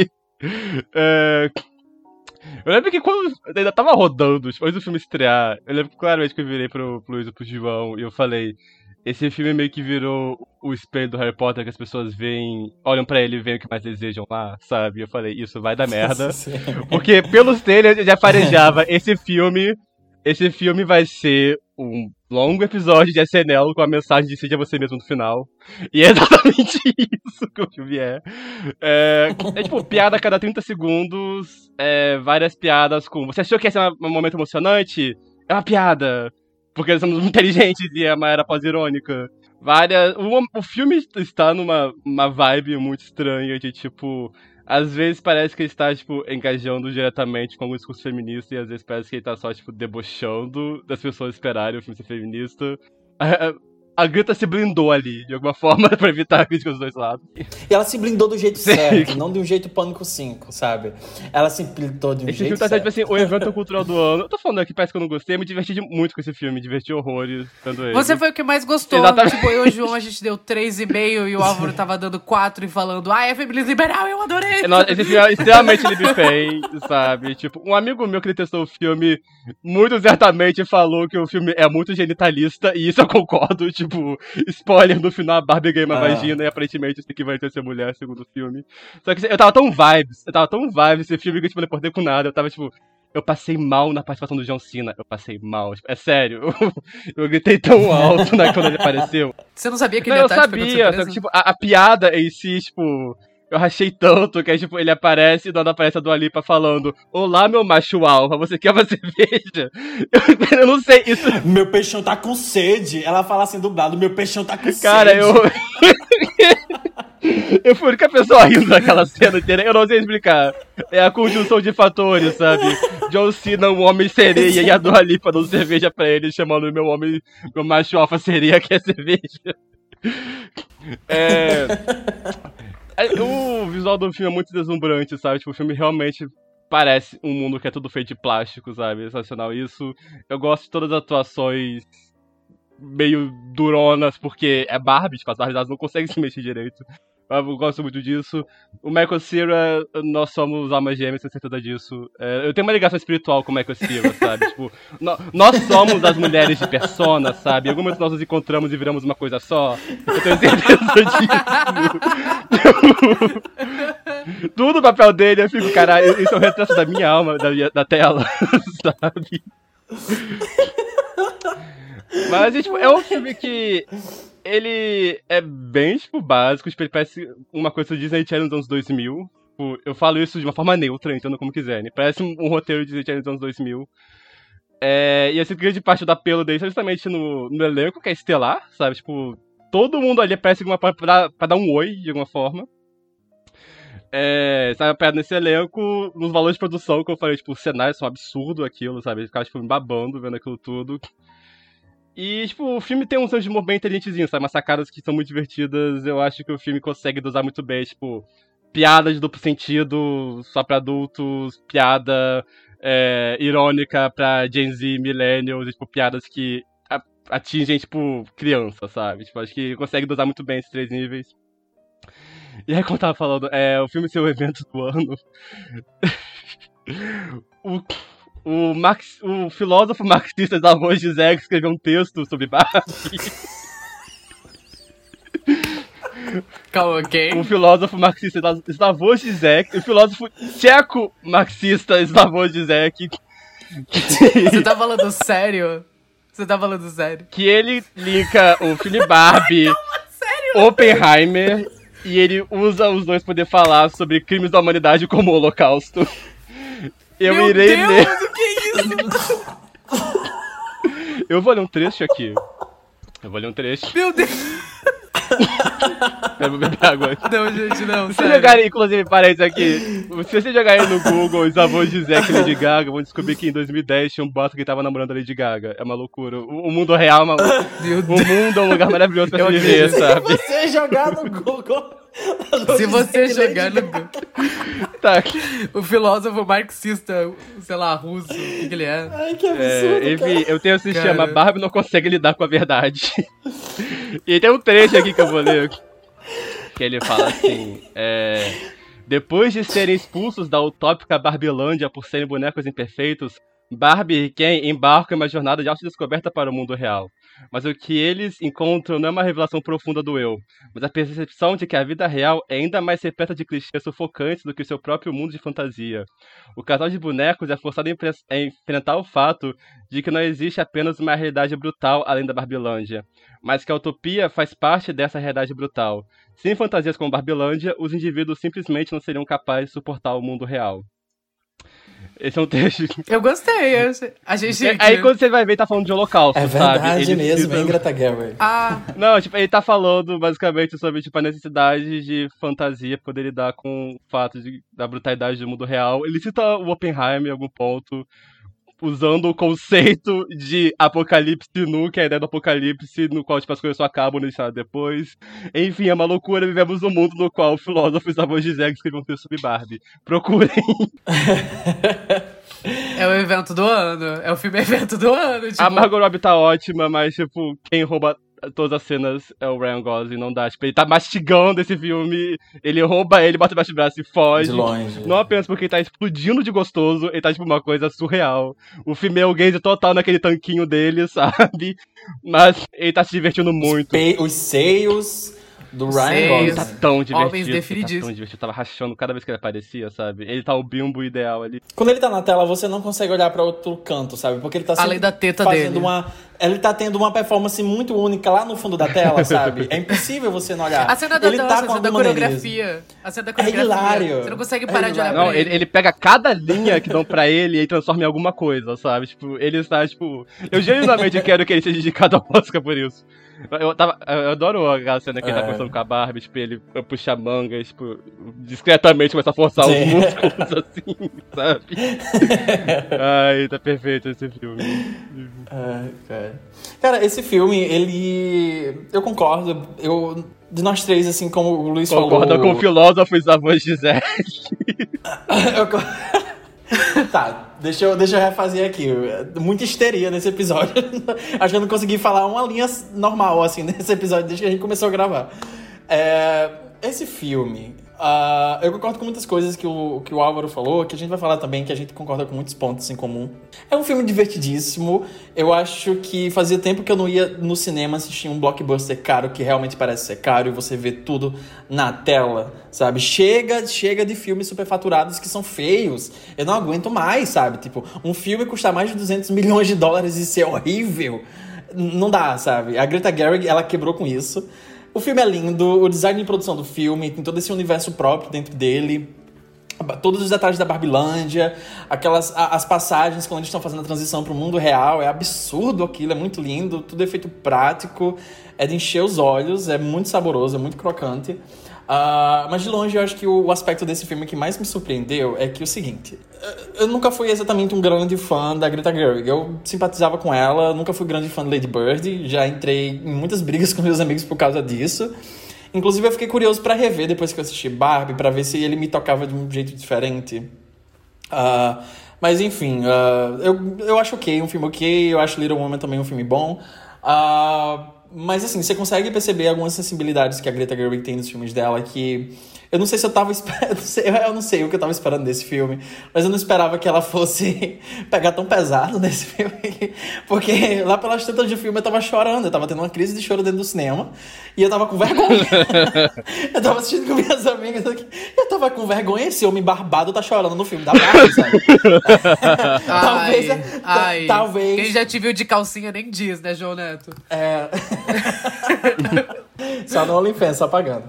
Eu lembro que quando ainda tava rodando, depois do filme estrear, eu lembro claramente que eu virei pro Luiz e pro João e eu falei: esse filme meio que virou o espelho do Harry Potter, que as pessoas veem, olham pra ele e veem o que mais desejam lá, sabe? E eu falei, isso vai dar merda. Porque pelos trailers eu já farejava, esse filme vai ser um longo episódio de SNL com a mensagem de seja você mesmo no final. E é exatamente isso que o filme é. É tipo, piada a cada 30 segundos, várias piadas com... Você achou que ia ser um momento emocionante? É uma piada, porque nós somos inteligentes e é uma era pós-irônica. O filme está numa vibe muito estranha de, tipo... Às vezes parece que ele está, tipo, engajando diretamente com o discurso feminista e às vezes parece que ele está só, tipo, debochando das pessoas esperarem o filme ser feminista. A Greta se blindou ali, de alguma forma, pra evitar a crítica dos dois lados. E ela se blindou do jeito certo, não de um jeito Pânico 5, sabe? Ela se blindou de um jeito certo. Esse filme tá tipo assim, o evento cultural do ano. Eu tô falando aqui, parece que eu não gostei, eu me diverti muito com esse filme, me diverti horrores vendo ele. Você foi o que mais gostou. Exatamente. Tipo, eu e o João, a gente deu 3,5 e o Álvaro tava dando 4 e falando, é feminismo liberal, eu adorei. Esse filme é extremamente libifem, sabe? Tipo, um amigo meu que ele testou o filme, muito certamente falou que o filme é muito genitalista, e isso eu concordo, tipo... Spoiler, no final a Barbie ganha uma vagina e aparentemente isso aqui vai ter ser mulher, segundo o filme. Só que eu tava tão vibes esse filme que tipo, eu não importei com nada. Eu tava tipo, eu passei mal na participação do John Cena. Eu passei mal, tipo, é sério. Eu gritei tão alto quando ele apareceu. Você não sabia que ele ia estar? Eu sabia, só que tipo, a piada em si, tipo... Eu rachei tanto que tipo, ele aparece e do nada aparece a Dua Lipa falando: Olá, meu macho alfa, você quer uma cerveja? Eu não sei, isso... Meu peixão tá com sede. Ela fala assim dublado, meu peixão tá com Cara, sede. Eu fui a única pessoa rindo daquela cena inteira. Eu não sei explicar. É a conjunção de fatores, sabe? John Cena, um homem sereia, e a Dua Lipa dando cerveja pra ele, chamando meu macho alfa sereia, que é cerveja. O visual do filme é muito deslumbrante, sabe? Tipo, o filme realmente parece um mundo que é tudo feito de plástico, sabe? Sensacional isso. Eu gosto de todas as atuações meio duronas, porque é Barbie, tipo, as Barbies não conseguem se mexer direito. Eu gosto muito disso. O Michael Cera, nós somos almas gêmeas, tenho certeza disso. Eu tenho uma ligação espiritual com o Michael Cera, sabe? Tipo, nós somos as mulheres de Persona, sabe? Em algum momento nós nos encontramos e viramos uma coisa só. Eu tenho certeza disso. Tudo o papel dele, eu fico, caralho, isso é um retrato da minha alma, da tela, sabe? Mas, tipo, é um filme que... Ele é bem, tipo, básico, tipo, ele parece uma coisa do Disney Channel dos anos 2000. Tipo, eu falo isso de uma forma neutra, entendo como quiserem. Parece um roteiro de Disney Channel dos anos 2000. E essa grande parte do apelo dele é justamente no elenco, que é estelar, sabe? Tipo, todo mundo ali parece pra dar um oi, de alguma forma. Sabe, pegado nesse elenco, nos valores de produção, que eu falei, tipo, os cenários são absurdos aquilo, sabe? Eu ficava, tipo, me babando vendo aquilo tudo. E, tipo, o filme tem uns de humor bem inteligentzinho, sabe? Umas sacadas que são muito divertidas. Eu acho que o filme consegue dosar muito bem, tipo, piada de duplo sentido só pra adultos, piada irônica pra Gen Z, millennials, e, tipo, piadas que atingem, tipo, criança, sabe? Tipo, acho que consegue dosar muito bem esses 3 níveis. E aí, como eu tava falando, o filme ser o evento do ano... O filósofo marxista Slavoj Zizek escreveu um texto sobre Barbie. Calma, ok. O filósofo marxista Slavoj Zizek, o filósofo tcheco-marxista Slavoj Zizek. Você tá falando sério? Você tá falando sério? Que ele linka o filme Barbie, Oppenheimer, e ele usa os dois pra poder falar sobre crimes da humanidade como o Holocausto. Meu irei Deus, ler. O que é isso? Eu vou ler um trecho aqui. Meu Deus. Eu vou beber água. Não, gente, não. Se vocês jogarem, inclusive, parênteses aqui. Se vocês jogarem no Google os avós de Zeke e Lady Gaga, vão descobrir que em 2010 tinha um boato que tava namorando a Lady Gaga. É uma loucura. O mundo real é O mundo é um lugar maravilhoso pra se viver, sabe? Se você jogar no Google... Se você jogar no Google... Tá. O filósofo marxista, sei lá, russo, o que ele é? Ai, que absurdo, enfim, eu tenho esse chama Barbie não consegue lidar com a verdade. E tem um trecho aqui que eu vou ler. Que ele fala assim, depois de serem expulsos da utópica Barbilândia por serem bonecos imperfeitos, Barbie e Ken embarcam em uma jornada de autodescoberta para o mundo real. mas o que eles encontram não é uma revelação profunda do eu, mas a percepção de que a vida real é ainda mais repleta de clichês sufocantes do que o seu próprio mundo de fantasia. O casal de bonecos é forçado a enfrentar o fato de que não existe apenas uma realidade brutal além da Barbilândia, mas que a utopia faz parte dessa realidade brutal. Sem fantasias como Barbilândia, os indivíduos simplesmente não seriam capazes de suportar o mundo real. Esse é um trecho. Eu gostei. A gente... Aí quando você vai ver, tá falando de holocausto, sabe? É verdade mesmo, hein, Greta Gerwig? Não, tipo, ele tá falando basicamente sobre tipo, a necessidade de fantasia poder lidar com o fato da brutalidade do mundo real. Ele cita o Oppenheimer em algum ponto, usando o conceito de apocalipse nu, que é a ideia do apocalipse, no qual tipo, as coisas só acabam no instante depois. Enfim, é uma loucura, vivemos num mundo no qual filósofos Slavoj Žižek escreveram um texto sobre Barbie. Procurem! É o evento do ano, é o filme evento do ano. Tipo... A Margot Robbie tá ótima, mas tipo, quem rouba todas as cenas é o Ryan Gosling, não dá. Tipo, ele tá mastigando esse filme, ele rouba ele, bota embaixo do braço e foge. De longe. Não apenas porque ele tá explodindo de gostoso, ele tá tipo uma coisa surreal. O filme é o gaze total naquele tanquinho dele, sabe? Mas ele tá se divertindo muito. Os seios do Ryan Gosling. Tá tão divertido. Homens definidíssimos. Tá tão divertido. Eu tava rachando cada vez que ele aparecia, sabe? Ele tá o bimbo ideal ali. Quando ele tá na tela, você não consegue olhar pra outro canto, sabe? Porque ele tá sempre além da teta fazendo dele. Ele tá tendo uma performance muito única lá no fundo da tela, sabe? É impossível você não olhar. A cena da dança, a cena da coreografia. A cena da coreografia. É hilário. Você não consegue parar de olhar pra não, ele pega cada linha que dão pra ele e transforma em alguma coisa, sabe? Tipo, ele está, tipo... Eu genuinamente quero que ele seja indicado ao Oscar por isso. Eu adoro aquela cena que ele tá conversando com a Barbie, tipo, ele puxa a manga, tipo, discretamente começa a forçar os músculos, assim, sabe? Ai, tá perfeito esse filme. Cara, esse filme, ele... Eu concordo, de nós três, assim, como o Luiz falou... Concorda com o filósofo Slavoj Žižek. Tá, deixa eu refazer aqui. Muita histeria nesse episódio. Acho que eu não consegui falar uma linha normal, assim, nesse episódio, desde que a gente começou a gravar. Esse filme... eu concordo com muitas coisas que o Álvaro falou, que a gente vai falar também, que a gente concorda com muitos pontos em comum. É um filme divertidíssimo. Eu acho que fazia tempo que eu não ia no cinema assistir um blockbuster caro, que realmente parece ser caro, e você vê tudo na tela, sabe? Chega de filmes superfaturados que são feios. Eu não aguento mais, sabe? Tipo, um filme custar mais de $200 milhões e ser horrível. Não dá, sabe? A Greta Gerwig, ela quebrou com isso. O filme é lindo, o design de produção do filme, tem todo esse universo próprio dentro dele, todos os detalhes da Barbilândia, as passagens quando eles estão fazendo a transição para o mundo real, é absurdo aquilo, é muito lindo, tudo é feito prático, é de encher os olhos, é muito saboroso, é muito crocante. Mas de longe eu acho que o aspecto desse filme que mais me surpreendeu é que o seguinte, eu nunca fui exatamente um grande fã da Greta Gerwig, eu simpatizava com ela, nunca fui grande fã de Lady Bird, já entrei em muitas brigas com meus amigos por causa disso, inclusive eu fiquei curioso pra rever depois que eu assisti Barbie, pra ver se ele me tocava de um jeito diferente. Mas enfim, eu acho um filme ok, eu acho Little Woman também um filme bom. Mas assim, você consegue perceber algumas sensibilidades que a Greta Gerwig tem nos filmes dela que... Eu não sei se eu tava esperando... Eu não sei o que eu tava esperando desse filme, mas eu não esperava que ela fosse pegar tão pesado nesse filme. Porque lá pelas tantas de filme eu tava chorando, eu tava tendo uma crise de choro dentro do cinema e eu tava com vergonha. Eu tava assistindo com minhas amigas aqui, eu tava com vergonha, esse homem barbado tá chorando no filme da Barbie, sabe? Talvez... Quem já te viu de calcinha nem diz, né, João Neto? Só no OnlyFans, só pagando.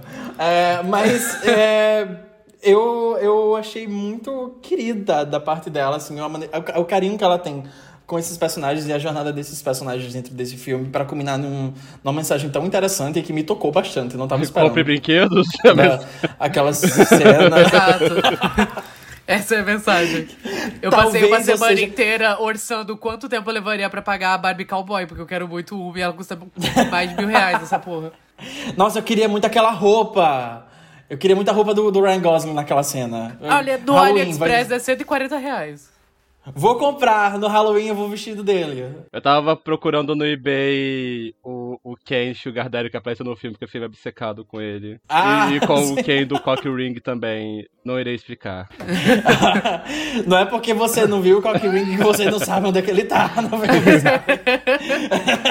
Eu achei muito querida da parte dela, assim, o carinho que ela tem com esses personagens e a jornada desses personagens dentro desse filme pra culminar numa mensagem tão interessante e que me tocou bastante, não tava esperando. Compre brinquedos. Aquelas cenas... Exato. Essa é a mensagem. Eu passei uma semana inteira orçando quanto tempo eu levaria pra pagar a Barbie Cowboy, porque eu quero muito uma e ela custa mais de R$1.000, essa porra. Nossa, eu queria muito aquela roupa. Eu queria muito a roupa do Ryan Gosling naquela cena. Olha, do AliExpress é R$140. Vou comprar, no Halloween eu vou vestido dele. Eu tava procurando no eBay o Ken Sugar Daddy que apareceu no filme, porque eu fiquei obcecado com ele. E com o Ken do Cock Ring também. Não irei explicar. Não é porque você não viu o Cock Ring que você não sabe onde é que ele tá. Não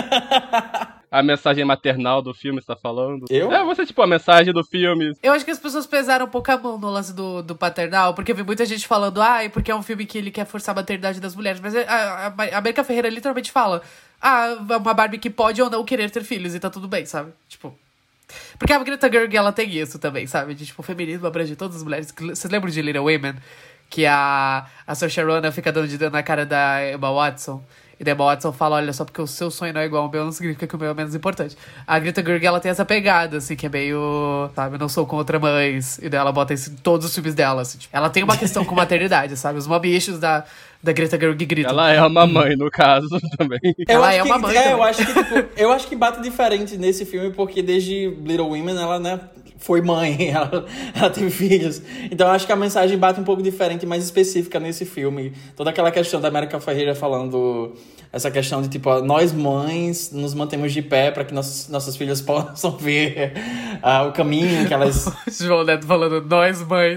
A mensagem maternal do filme, você tá falando? Eu? Você, tipo, a mensagem do filme. Eu acho que as pessoas pesaram um pouco a mão no lance do paternal, porque eu vi muita gente falando, porque é um filme que ele quer forçar a maternidade das mulheres. Mas a América Ferreira literalmente fala, uma Barbie que pode ou não querer ter filhos, e tá tudo bem, sabe? Tipo... Porque a Greta Gerwig, ela tem isso também, sabe? De, tipo, o feminismo abrange todas as mulheres. Vocês lembram de Little Women? Que a Saoirse Ronan fica dando de dano na cara da Emma Watson. E daí a Emma Watson fala, olha, só porque o seu sonho não é igual ao meu, não significa que o meu é menos importante. A Greta Gerwig, ela tem essa pegada, assim, que é meio... Sabe, eu não sou contra mães. E daí ela bota isso em todos os filmes dela, assim. Tipo, ela tem uma questão com maternidade, sabe? Os mom issues da Greta Gerwig gritam. Ela é uma mãe, no caso, também. Ela é uma mãe também. Eu acho que bate diferente nesse filme, porque desde Little Women, ela, né... foi mãe, ela teve filhos. Então eu acho que a mensagem bate um pouco diferente, mais específica nesse filme. Toda aquela questão da América Ferreira falando essa questão de, tipo, nós mães nos mantemos de pé para que nossas filhas possam ver o caminho que elas... João Neto falando, nós mães.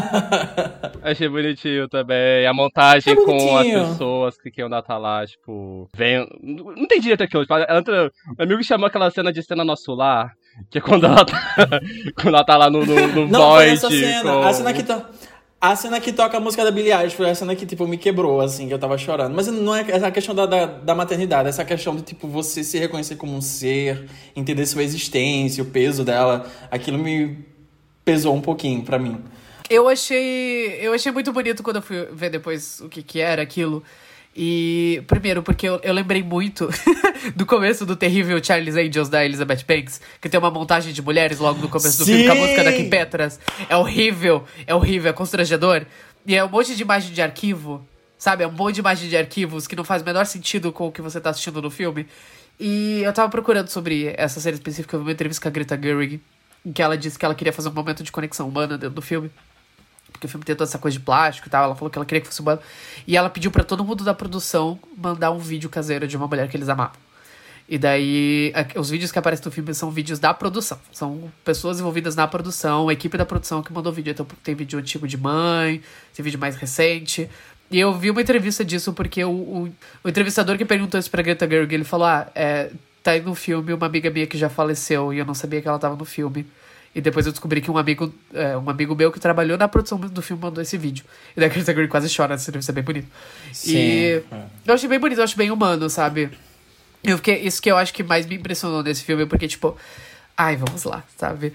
Achei bonitinho também. A montagem com as pessoas que iam estar lá, tipo... Não entendi direito aquilo. Tipo, meu amigo chamou aquela cena de Cena Nosso Lar, que é quando ela tá lá no não, Void. Essa cena, a cena que toca a música da Billie Eilish foi a cena que, tipo, me quebrou, assim, que eu tava chorando. Mas não é essa questão da maternidade, essa questão de, tipo, você se reconhecer como um ser, entender sua existência, o peso dela. Aquilo me pesou um pouquinho pra mim. Eu achei muito bonito quando eu fui ver depois o que era aquilo. E, primeiro, porque eu lembrei muito do começo do terrível Charlie's Angels da Elizabeth Banks, que tem uma montagem de mulheres logo no começo do filme, com a música da Kim Petras. É horrível, é constrangedor. E é um monte de imagem de arquivo, sabe? É um monte de imagem de arquivos que não faz o menor sentido com o que você tá assistindo no filme. E eu tava procurando sobre essa série específica, eu vi uma entrevista com a Greta Gerwig, em que ela disse que ela queria fazer um momento de conexão humana dentro do filme. Porque o filme tem toda essa coisa de plástico e tal. Ela falou que ela queria que fosse humano. E ela pediu pra todo mundo da produção mandar um vídeo caseiro de uma mulher que eles amavam. E daí, os vídeos que aparecem no filme são vídeos da produção. São pessoas envolvidas na produção, a equipe da produção que mandou vídeo. Então tem vídeo antigo de mãe, tem vídeo mais recente. E eu vi uma entrevista disso porque o entrevistador que perguntou isso pra Greta Gerwig, ele falou, tá aí no filme uma amiga minha que já faleceu e eu não sabia que ela tava no filme. E depois eu descobri que um amigo meu que trabalhou na produção do filme mandou esse vídeo. E daí a Greta Gerwig quase chora, essa entrevista é bem bonito. Sim, e eu achei bem bonito, eu acho bem humano, sabe? Isso que eu acho que mais me impressionou nesse filme, porque, tipo... vamos lá, sabe?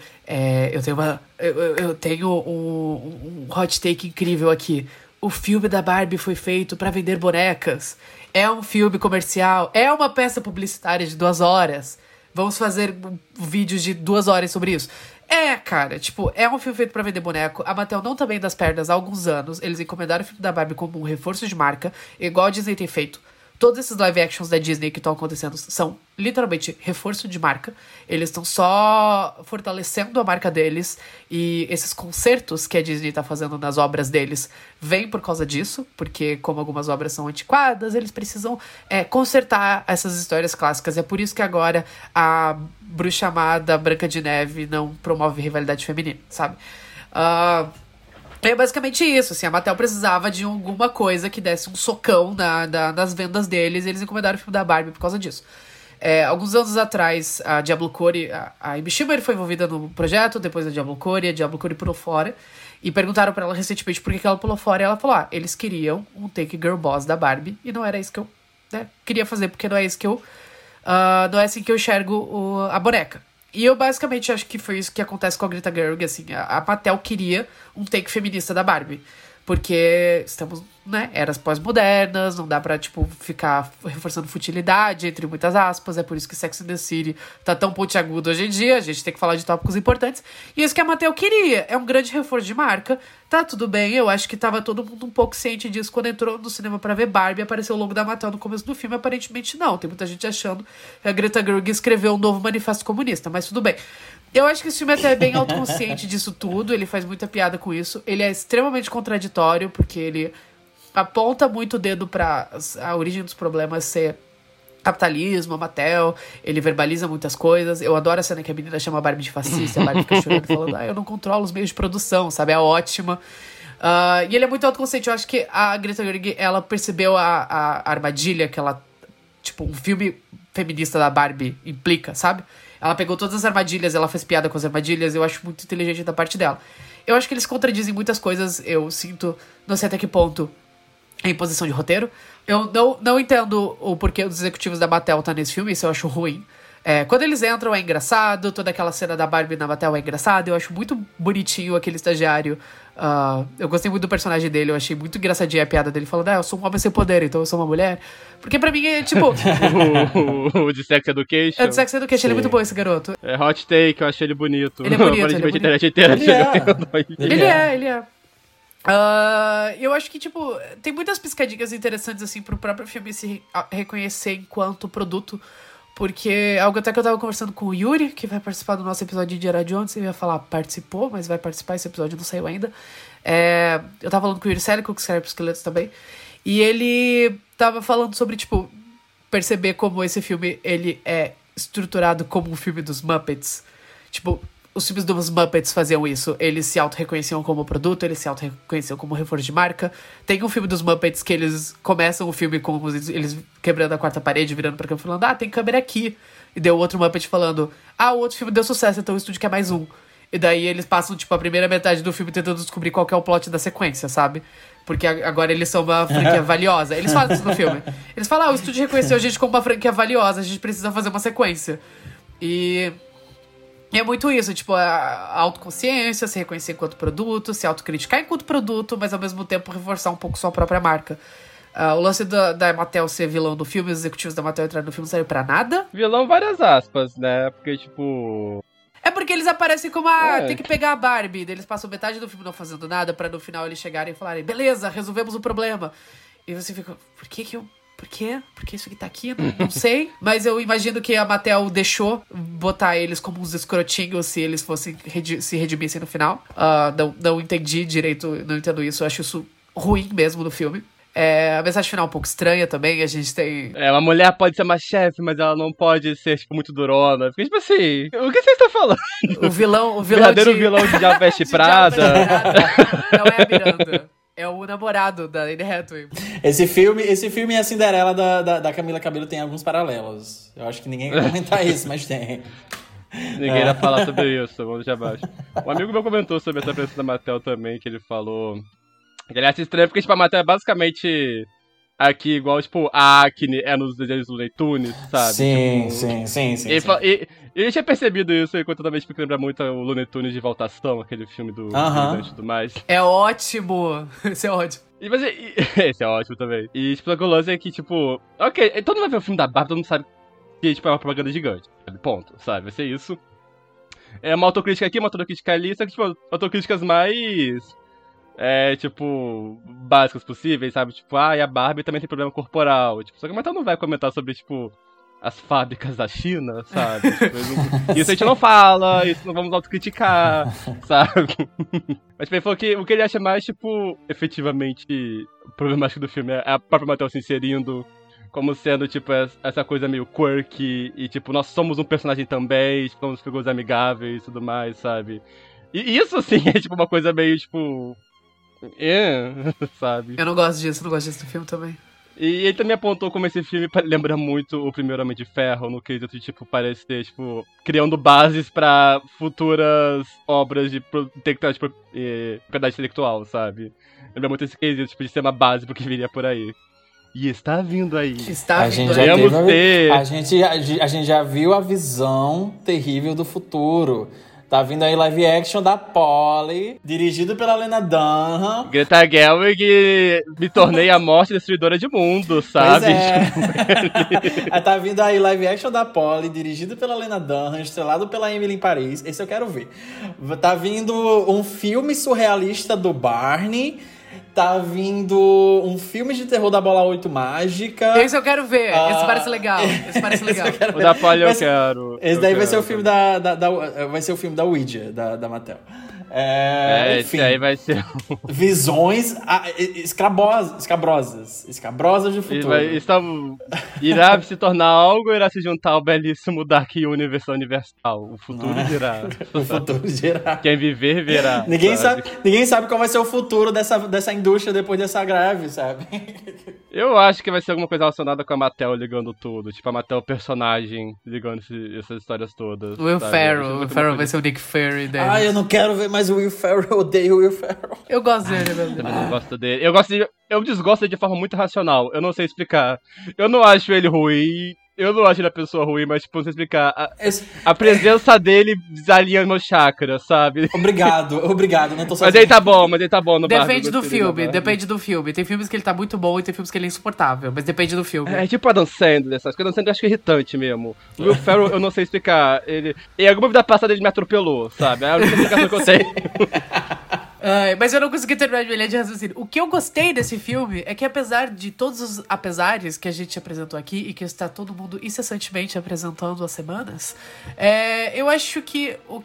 Eu tenho um hot take incrível aqui. O filme da Barbie foi feito pra vender bonecas. É um filme comercial. É uma peça publicitária de 2 horas. Vamos fazer vídeos de 2 horas sobre isso. Cara, tipo, é um filme feito pra vender boneco. A Mattel não tá bem das pernas há alguns anos. Eles encomendaram o filme da Barbie como um reforço de marca, igual a Disney tem feito. Todos esses live actions da Disney que estão acontecendo são literalmente reforço de marca. Eles estão só fortalecendo a marca deles. E esses concertos que a Disney tá fazendo nas obras deles vêm por causa disso. Porque como algumas obras são antiquadas, eles precisam consertar essas histórias clássicas. É por isso que agora a bruxa amada Branca de Neve não promove rivalidade feminina, sabe? É basicamente isso, assim, a Mattel precisava de alguma coisa que desse um socão nas vendas deles, e eles encomendaram o filme da Barbie por causa disso. Alguns anos atrás, a Diablo Cody, a Amy Schumer foi envolvida no projeto, depois a Diablo Cody pulou fora, e perguntaram pra ela recentemente por que ela pulou fora, e ela falou, eles queriam um take girl boss da Barbie, e não era isso que eu queria fazer, porque não é isso que não é assim que eu enxergo a boneca. E eu basicamente acho que foi isso que acontece com a Greta Gerwig, assim, a Mattel queria um take feminista da Barbie, porque estamos, eras pós-modernas, não dá pra, tipo, ficar reforçando futilidade, entre muitas aspas, é por isso que Sex and the City tá tão pontiagudo hoje em dia, a gente tem que falar de tópicos importantes, e isso que a Mattel queria, é um grande reforço de marca, tá tudo bem, eu acho que tava todo mundo um pouco ciente disso quando entrou no cinema pra ver Barbie, apareceu o logo da Mattel no começo do filme, aparentemente não, tem muita gente achando que a Greta Gerwig escreveu um novo manifesto comunista, mas tudo bem. Eu acho que esse filme até é bem autoconsciente disso tudo, ele faz muita piada com isso, ele é extremamente contraditório, porque ele aponta muito o dedo pra a origem dos problemas ser capitalismo, a Mattel, ele verbaliza muitas coisas. Eu adoro a cena que a menina chama a Barbie de fascista, a Barbie fica chorando falando, eu não controlo os meios de produção, sabe, é ótima. E ele é muito autoconsciente, eu acho que a Greta Gerwig, ela percebeu a armadilha que ela, tipo, um filme feminista da Barbie implica, sabe? Ela pegou todas as armadilhas, ela fez piada com as armadilhas, eu acho muito inteligente da parte dela. Eu acho que eles contradizem muitas coisas, eu sinto, não sei até que ponto, a imposição de roteiro. Eu não entendo o porquê dos executivos da Mattel tá nesse filme, isso eu acho ruim. Quando eles entram é engraçado, toda aquela cena da Barbie na Mattel é engraçada, eu acho muito bonitinho aquele estagiário. Eu gostei muito do personagem dele, eu achei muito engraçadinha a piada dele falando, eu sou um homem sem poder, então eu sou uma mulher. Porque pra mim é tipo... o de Sex Education. É de Sex Education, ele é muito bom esse garoto. É hot take, eu achei ele bonito. Ele é bonito, ele é bonito. Ele é. Eu acho que, tipo, tem muitas piscadinhas interessantes, assim, pro próprio filme se reconhecer enquanto produto. Porque algo até que eu tava conversando com o Yuri, que vai participar do nosso episódio de Indiana Jones, eu ia falar participou, mas vai participar, esse episódio não saiu ainda. Eu tava falando com o Yuri Celico, que escreve pros esqueletos também, e ele tava falando sobre, tipo, perceber como esse filme, ele é estruturado como um filme dos Muppets. Tipo, os filmes dos Muppets faziam isso. Eles se auto-reconheciam como produto, eles se auto-reconheciam como reforço de marca. Tem um filme dos Muppets que eles começam o filme com eles quebrando a quarta parede, virando pra câmera, falando, tem câmera aqui. E deu outro Muppet falando, o outro filme deu sucesso, então o estúdio quer mais um. E daí eles passam, tipo, a primeira metade do filme tentando descobrir qual que é o plot da sequência, sabe? Porque agora eles são uma franquia valiosa. Eles falam isso no filme. Eles falam, o estúdio reconheceu a gente como uma franquia valiosa, a gente precisa fazer uma sequência. E é muito isso, tipo, a autoconsciência, se reconhecer enquanto produto, se autocriticar enquanto produto, mas ao mesmo tempo reforçar um pouco sua própria marca. O lance da Mattel ser vilão do filme, os executivos da Mattel entrarem no filme, não serve pra nada. Vilão, várias aspas, né? Porque, tipo... É porque eles aparecem como, tem que pegar a Barbie. Daí eles passam metade do filme não fazendo nada, pra no final eles chegarem e falarem, beleza, resolvemos o problema. E você fica, por quê? Por que isso aqui tá aqui? Não sei. Mas eu imagino que a Mattel deixou botar eles como uns escrotinhos se eles fossem se redimissem no final. Não entendi direito, não entendo isso. Eu acho isso ruim mesmo no filme. A mensagem final é um pouco estranha também, a gente tem... uma mulher pode ser uma chefe, mas ela não pode ser, tipo, muito durona. Fica tipo assim, o que vocês estão falando? O vilão verdadeiro vilão de Diabo Veste Prada. Não é a Miranda. É o namorado da Anne Hathaway. Esse filme e a Cinderela da Camila Cabello tem alguns paralelos. Eu acho que ninguém vai comentar isso, mas tem. Ninguém vai falar sobre isso, vamos deixar abaixo. Um amigo meu comentou sobre essa presença da Mattel também, que ele falou... Ele acha estranho porque, tipo, a Mattel é basicamente aqui igual, tipo, a Acne é nos desenhos do Looney Tunes, sabe? Sim, tipo, sim. E eu tinha percebido isso enquanto também, tipo, que lembra muito o Looney Tunes de Voltação, aquele filme do e tudo mais. É ótimo! Esse é ótimo. Esse é ótimo também. E, tipo, o lance é que, tipo... Ok, todo mundo vai ver o filme da Barbie, todo mundo sabe que, tipo, é uma propaganda gigante. Ponto, sabe? Vai ser isso. É uma autocrítica aqui, uma autocrítica ali, só que, tipo, autocríticas mais... tipo, básicas possíveis, sabe? Tipo, e a Barbie também tem problema corporal. Tipo, só que a Mattel não vai comentar sobre, tipo, as fábricas da China, sabe? Tipo, isso a gente não fala, isso não vamos autocriticar, sabe? Mas tipo, ele falou que o que ele acha mais, tipo, efetivamente problemático do filme é a própria Mattel se inserindo como sendo, tipo, essa coisa meio quirky e, tipo, nós somos um personagem também, tipo, somos figuras amigáveis e tudo mais, sabe? E isso, assim, é, tipo, uma coisa meio, tipo... sabe? Eu não gosto disso no filme também. E ele também apontou como esse filme lembra muito o primeiro Homem de Ferro, no quesito de, tipo, parecer, tipo, criando bases pra futuras obras de propriedade intelectual, sabe? Lembra muito esse quesito, tipo, de ser uma base pro que viria por aí. E está vindo aí. Está vindo aí. A gente já viu a visão terrível do futuro. Tá vindo aí live action da Polly, dirigido pela Lena Dunham. Greta Gerwig, me tornei a morte destruidora de mundo, sabe? Pois é. Tá vindo aí live action da Polly, dirigido pela Lena Dunham, estrelado pela Emily em Paris. Esse eu quero ver. Tá vindo um filme surrealista do Barney. Tá vindo um filme de terror da Bola 8 Mágica. Esse eu quero ver. Esse parece legal. O da Polly eu quero. Esse daí vai ser o filme vai ser o filme da Ouija, da Mattel. Enfim, esse aí vai ser... visões escabrosas do futuro. Irá se tornar algo ou irá se juntar ao belíssimo Dark Universe Universal? O futuro dirá. O futuro dirá. Quem viver, verá. Ninguém sabe qual vai ser o futuro dessa indústria depois dessa greve, sabe? Eu acho que vai ser alguma coisa relacionada com a Mattel ligando tudo. Tipo, a Mattel personagem ligando essas histórias todas. Will Ferrell vai ser o Nick Fury dele. Eu não quero ver mais o Will Ferrell. Eu odeio o Will Ferrell. Eu gosto dele, velho. Também não gosto dele. Eu desgosto dele de forma muito racional. Eu não sei explicar. Eu não acho ele ruim. Eu não acho ele a pessoa ruim, mas, tipo, não sei explicar. A presença dele desalinha meu chakra, sabe? Obrigado, não tô sozinho. Mas ele tá bom no Depende do filme. Tem filmes que ele tá muito bom e tem filmes que ele é insuportável, mas depende do filme. É tipo Adam Sandler, sabe? Porque Adam Sandler eu acho que é irritante mesmo. O Will Ferrell, eu não sei explicar. Em alguma vida passada ele me atropelou, sabe? É a única explicação que eu tenho. Mas eu não consegui terminar de minha de raciocínio. O que eu gostei desse filme é que, apesar de todos os apesares que a gente apresentou aqui e que está todo mundo incessantemente apresentando há semanas, eu acho que o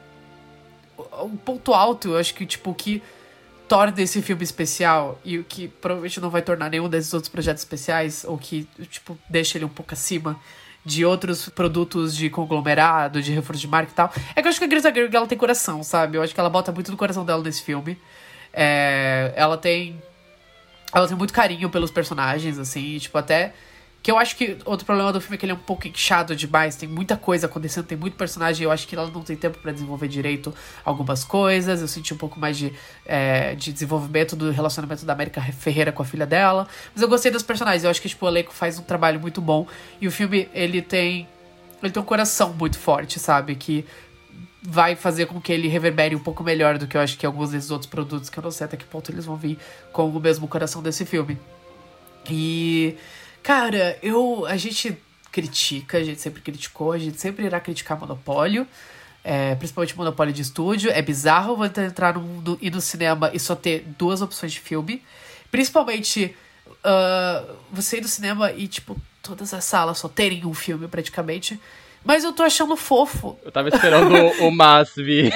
ponto alto, eu acho que tipo, o que torna esse filme especial e o que provavelmente não vai tornar nenhum desses outros projetos especiais, ou que tipo, deixa ele um pouco acima de outros produtos de conglomerado, de reforço de marca e tal, é que eu acho que a Greta Gerwig, ela tem coração, sabe? Eu acho que ela bota muito do coração dela nesse filme. Ela tem muito carinho pelos personagens, assim, e, tipo, até... Que eu acho que outro problema do filme é que ele é um pouco inchado demais, tem muita coisa acontecendo, tem muito personagem, eu acho que ela não tem tempo pra desenvolver direito algumas coisas, eu senti um pouco mais de desenvolvimento do relacionamento da América Ferreira com a filha dela, mas eu gostei dos personagens, eu acho que tipo, o elenco faz um trabalho muito bom, e o filme, ele tem um coração muito forte, sabe, que vai fazer com que ele reverbere um pouco melhor do que eu acho que alguns desses outros produtos, que eu não sei até que ponto eles vão vir com o mesmo coração desse filme. E... Cara, a gente critica, a gente sempre criticou, a gente sempre irá criticar monopólio, principalmente monopólio de estúdio. É bizarro você entrar ir no cinema e só ter 2 opções de filme. Principalmente você ir no cinema e, tipo, todas as salas só terem um filme praticamente. Mas eu tô achando fofo. Eu tava esperando o Mas vir.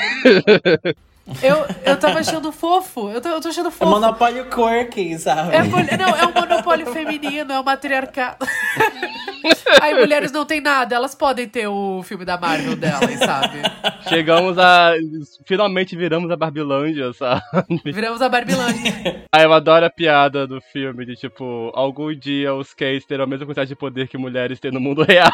Eu tava achando fofo. Eu tô achando fofo. É monopólio quirky, sabe? É um monopólio feminino, é um matriarcado. Aí mulheres não tem nada, elas podem ter o filme da Marvel delas, sabe? Finalmente viramos a Barbilândia, sabe? Viramos a Barbilândia. Eu adoro a piada do filme de, tipo, algum dia os gays terão a mesma quantidade de poder que mulheres têm no mundo real.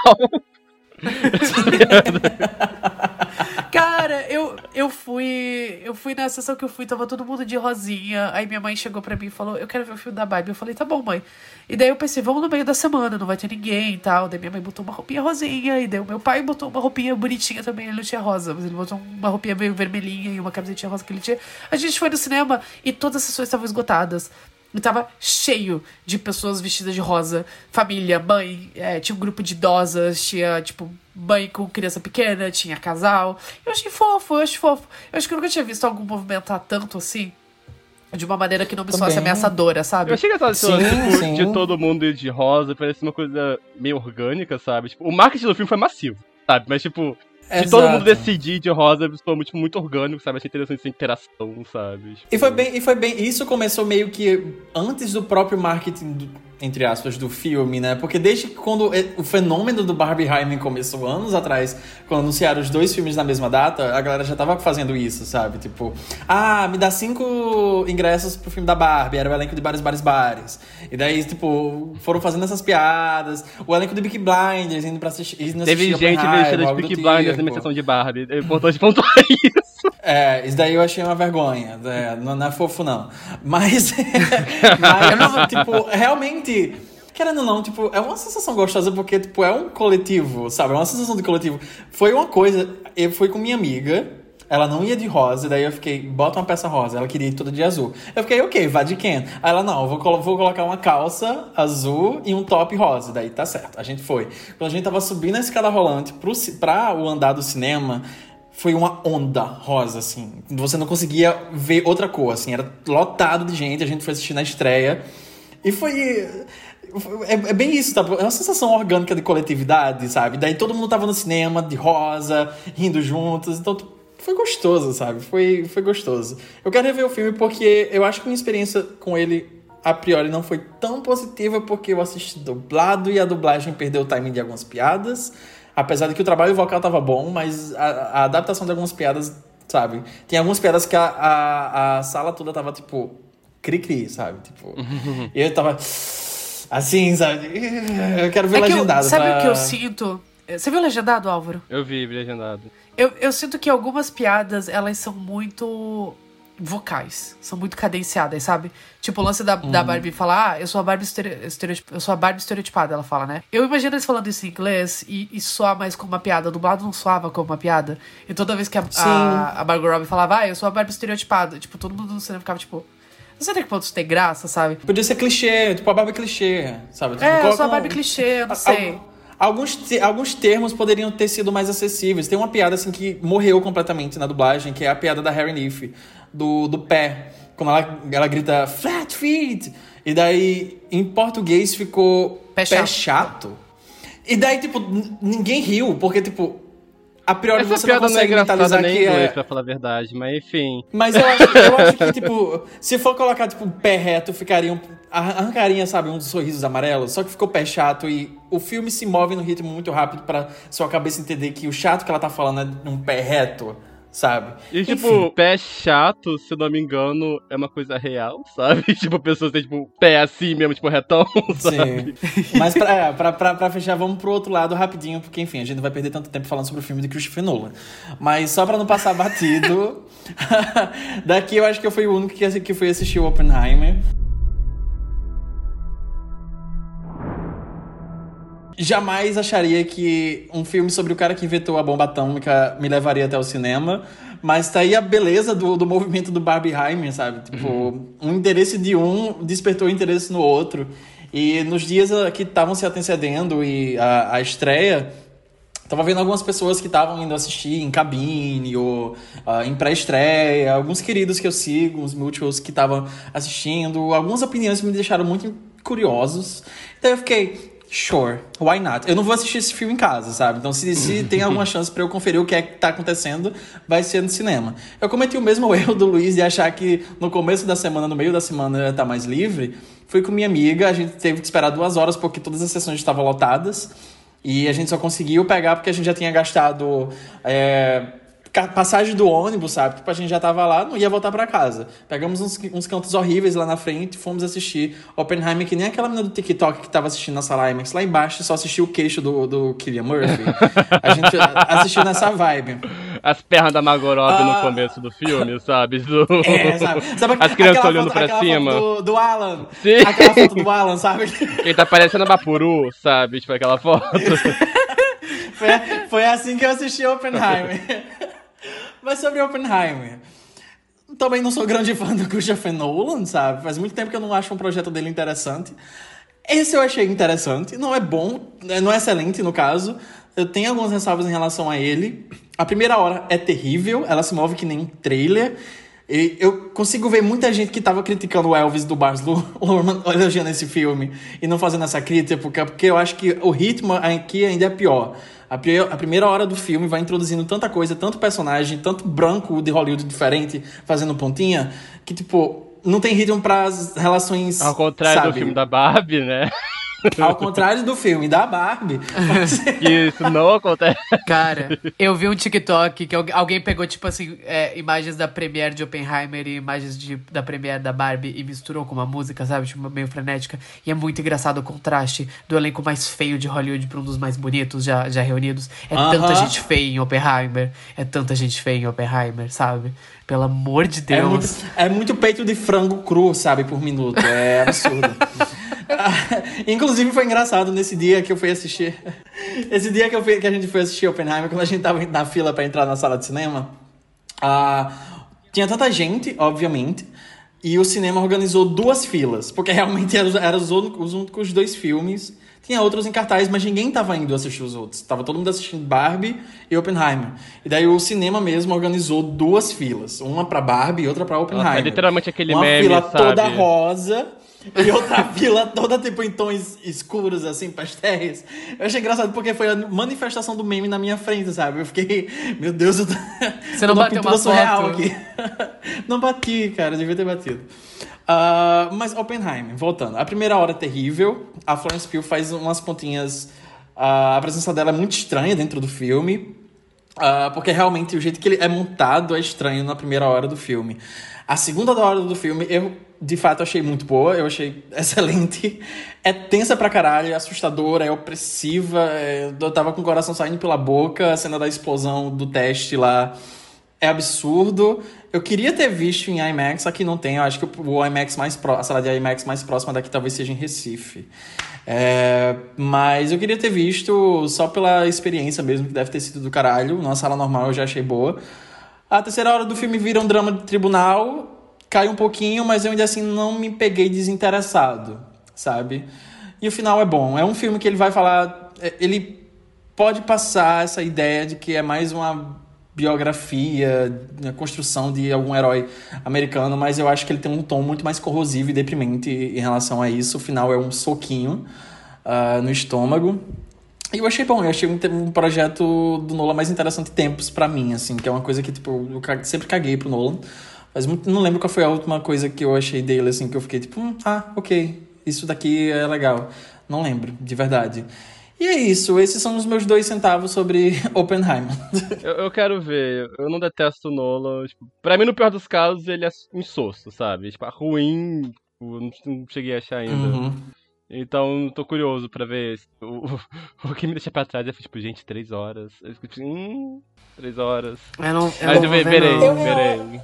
Cara, eu fui na sessão que eu fui, tava todo mundo de rosinha. Aí minha mãe chegou pra mim e falou, eu quero ver o filme da Barbie. Eu falei, tá bom, mãe. E daí eu pensei, vamos no meio da semana, não vai ter ninguém e tal. Daí minha mãe botou uma roupinha rosinha. E daí o meu pai botou uma roupinha bonitinha também. Ele não tinha rosa, mas ele botou uma roupinha meio vermelhinha e uma camisetinha rosa que ele tinha. A gente foi no cinema e todas as sessões estavam esgotadas. E tava cheio de pessoas vestidas de rosa. Família, mãe, tinha um grupo de idosas, tinha, tipo, mãe com criança pequena, tinha casal. Eu achei fofo, eu acho que eu nunca tinha visto algum movimentar tanto assim, de uma maneira que não me soasse ameaçadora, sabe? Eu achei que essa de todo mundo ir de rosa, parece uma coisa meio orgânica, sabe? Tipo, o marketing do filme foi massivo, sabe? Mas, tipo... De todo mundo decidir de rosa, foi muito orgânico, sabe? Achei interessante essa interação, sabe? E foi bem. Isso começou meio que antes do próprio marketing, entre aspas, do filme, né? Porque desde quando o fenômeno do Barbenheimer começou anos atrás, quando anunciaram os 2 filmes na mesma data, a galera já tava fazendo isso, sabe? Tipo, me dá 5 ingressos pro filme da Barbie, era o elenco de Bares. E daí, tipo, foram fazendo essas piadas, o elenco de Peaky Blinders indo pra assistir. Teve gente vestida de Peaky Blinders na sessão de Barbie. É importante pontuar isso. Isso daí eu achei uma vergonha. Não é fofo, não. Mas tipo, realmente, querendo ou não, tipo, é uma sensação gostosa porque, tipo, é um coletivo, sabe? É uma sensação de coletivo. Foi uma coisa, eu fui com minha amiga, ela não ia de rosa, daí eu fiquei, bota uma peça rosa, ela queria ir toda de azul. Eu fiquei, ok, vá de Ken. Aí ela, não, eu vou colocar uma calça azul e um top rosa, daí tá certo. A gente foi. Quando a gente tava subindo a escada rolante pra o andar do cinema, foi uma onda rosa, assim. Você não conseguia ver outra cor, assim. Era lotado de gente, a gente foi assistir na estreia. E foi... É bem isso, tá? É uma sensação orgânica de coletividade, sabe? Daí todo mundo tava no cinema, de rosa, rindo juntos. Então, foi gostoso, sabe? Foi gostoso. Eu quero rever o filme porque eu acho que minha experiência com ele, a priori, não foi tão positiva porque eu assisti dublado e a dublagem perdeu o timing de algumas piadas. Apesar de que o trabalho vocal tava bom, mas a adaptação de algumas piadas, sabe? Tem algumas piadas que a sala toda tava, tipo, cri-cri, sabe? Tipo, e eu tava assim, sabe? Eu quero ver legendado. Sabe o que eu sinto? Você viu legendado, Álvaro? Eu vi legendado. Eu sinto que algumas piadas, elas são muito vocais. São muito cadenciadas, sabe? Tipo, o lance da Barbie falar, eu sou a Barbie estereotipada, ela fala, né? Eu imagino eles falando isso em inglês e soar mais como uma piada. Dublado não soava como uma piada. E toda vez que a Margot Robbie falava, eu sou a Barbie estereotipada, tipo, todo mundo no cinema ficava, tipo... Não sei até que ponto isso tem graça, sabe? Podia ser clichê, tipo, a Barbie clichê, sabe? Tipo, eu sou a Barbie clichê, eu não sei. Alguns termos poderiam ter sido mais acessíveis. Tem uma piada, assim, que morreu completamente na dublagem, que é a piada da Harry Neff, do pé. Quando ela grita, flat feet! E daí, em português, ficou pé chato. E daí, tipo, ninguém riu, porque, tipo... A priori essa você não consegue mentalizar nem que é... pra falar a verdade, mas enfim. Mas eu acho que, tipo, se for colocar, tipo, pé reto, arrancaria, sabe, uns sorrisos amarelos, só que ficou pé chato e o filme se move no ritmo muito rápido pra sua cabeça entender que o chato que ela tá falando é um pé reto, sabe? E, tipo, pé chato, se não me engano, é uma coisa real, sabe? Tipo, pessoas têm, tipo, pé assim mesmo, tipo, retão, sabe? Sim. Mas pra fechar, vamos pro outro lado rapidinho, porque, enfim, a gente não vai perder tanto tempo falando sobre o filme de Christopher Nolan. Mas só pra não passar batido, daqui eu acho que eu fui o único que fui assistir o Oppenheimer. Jamais acharia que um filme sobre o cara que inventou a bomba atômica me levaria até o cinema, mas tá aí a beleza do movimento do Barbieheimer, sabe? Tipo, um interesse de um despertou interesse no outro. E nos dias que estavam se antecedendo e a estreia, tava vendo algumas pessoas que estavam indo assistir em cabine ou em pré-estreia, alguns queridos que eu sigo, uns mutuals que estavam assistindo, algumas opiniões que me deixaram muito curiosos. Então eu fiquei... Sure, why not? Eu não vou assistir esse filme em casa, sabe? Então, se tem alguma chance pra eu conferir o que é que tá acontecendo, vai ser no cinema. Eu cometi o mesmo erro do Luiz de achar que no começo da semana, no meio da semana, eu ia estar mais livre. Fui com minha amiga, a gente teve que esperar 2 horas porque todas as sessões estavam lotadas. E a gente só conseguiu pegar porque a gente já tinha gastado... passagem do ônibus, sabe? Tipo, a gente já tava lá, não ia voltar pra casa. Pegamos uns cantos horríveis lá na frente, fomos assistir Oppenheimer, que nem aquela menina do TikTok que tava assistindo na sala IMAX. Lá embaixo, só assistiu o queixo do Cillian Murphy. A gente assistiu nessa vibe. As pernas da Margot Robbie no começo do filme, sabe? Sabe as crianças olhando pra cima. Foto do Alan. Sim. Aquela foto do Alan, sabe? Ele tá parecendo a Bapuru, sabe? Tipo, aquela foto. Foi assim que eu assisti Oppenheimer. Mas sobre Oppenheimer, também não sou grande fã do Christopher Nolan, sabe? Faz muito tempo que eu não acho um projeto dele interessante. Esse eu achei interessante. Não é bom, não é excelente no caso. Eu tenho algumas ressalvas em relação a ele. A primeira hora é terrível, ela se move que nem um trailer. E eu consigo ver muita gente que tava criticando o Elvis do Baz Luhrmann elogiando esse filme e não fazendo essa crítica, porque eu acho que o ritmo aqui ainda é pior. A primeira hora do filme vai introduzindo tanta coisa, tanto personagem, tanto branco de Hollywood diferente, fazendo pontinha, que, tipo, não tem ritmo pras relações, ao contrário, sabe? Do filme da Barbie, né? Ao contrário do filme da Barbie. Isso não acontece. Cara, eu vi um TikTok que alguém pegou, tipo assim, imagens da premiere de Oppenheimer e imagens da premiere da Barbie e misturou com uma música, sabe? Tipo, meio frenética. E é muito engraçado o contraste do elenco mais feio de Hollywood pra um dos mais bonitos já reunidos. Tanta gente feia em Oppenheimer. É tanta gente feia em Oppenheimer, sabe? Pelo amor de Deus. É muito peito de frango cru, sabe? Por minuto. É absurdo. Inclusive foi engraçado nesse dia que eu fui assistir. Esse dia que a gente foi assistir Oppenheimer, quando a gente tava na fila pra entrar na sala de cinema, tinha tanta gente, obviamente, e o cinema organizou 2 filas, porque realmente eram os únicos 2 filmes. Tinha outros em cartaz, mas ninguém tava indo assistir os outros. Tava todo mundo assistindo Barbie e Oppenheimer. E daí o cinema mesmo organizou 2 filas. Uma pra Barbie e outra pra Oppenheimer. É literalmente aquele uma meme, fila sabe? toda rosa. E outra vila toda, tipo, em tons escuros, assim, pastéis. Eu achei engraçado porque foi a manifestação do meme na minha frente, sabe? Eu fiquei, meu Deus, eu tô... Você não bateu uma surreal foto? Aqui. Não bati, cara, devia ter batido. Mas Oppenheimer, voltando. A primeira hora é terrível. A Florence Pugh faz umas pontinhas... a presença dela é muito estranha dentro do filme. Porque realmente o jeito que ele é montado é estranho na primeira hora do filme. A segunda hora do filme, eu de fato achei muito boa, eu achei excelente. É tensa pra caralho, é assustadora, é opressiva. Eu tava com o coração saindo pela boca, a cena da explosão do teste lá é absurdo. Eu queria ter visto em IMAX, aqui não tem. Eu acho que o IMAX a sala de IMAX mais próxima daqui talvez seja em Recife. Mas eu queria ter visto só pela experiência mesmo, que deve ter sido do caralho. Numa sala normal eu já achei boa. A terceira hora do filme vira um drama de tribunal, cai um pouquinho, mas eu ainda assim não me peguei desinteressado, sabe? E o final é bom. É um filme que ele vai falar... Ele pode passar essa ideia de que é mais uma biografia, a construção de algum herói americano, mas eu acho que ele tem um tom muito mais corrosivo e deprimente em relação a isso. O final é um soquinho no estômago. E eu achei bom, eu achei um projeto do Nolan mais interessante de tempos pra mim, assim, que é uma coisa que, tipo, eu sempre caguei pro Nolan. Mas não lembro qual foi a última coisa que eu achei dele, assim, que eu fiquei tipo, ok, isso daqui é legal. Não lembro, de verdade. E é isso, esses são os meus 2 centavos sobre Oppenheimer. Eu quero ver, eu não detesto o Nolan. Tipo, pra mim, no pior dos casos, ele é insosso, sabe? Tipo, ruim, tipo, não cheguei a achar ainda. Uhum. Então, tô curioso pra ver. O que me deixa pra trás é, tipo, gente, 3 horas. Eu fico, 3 horas. Mas eu verei.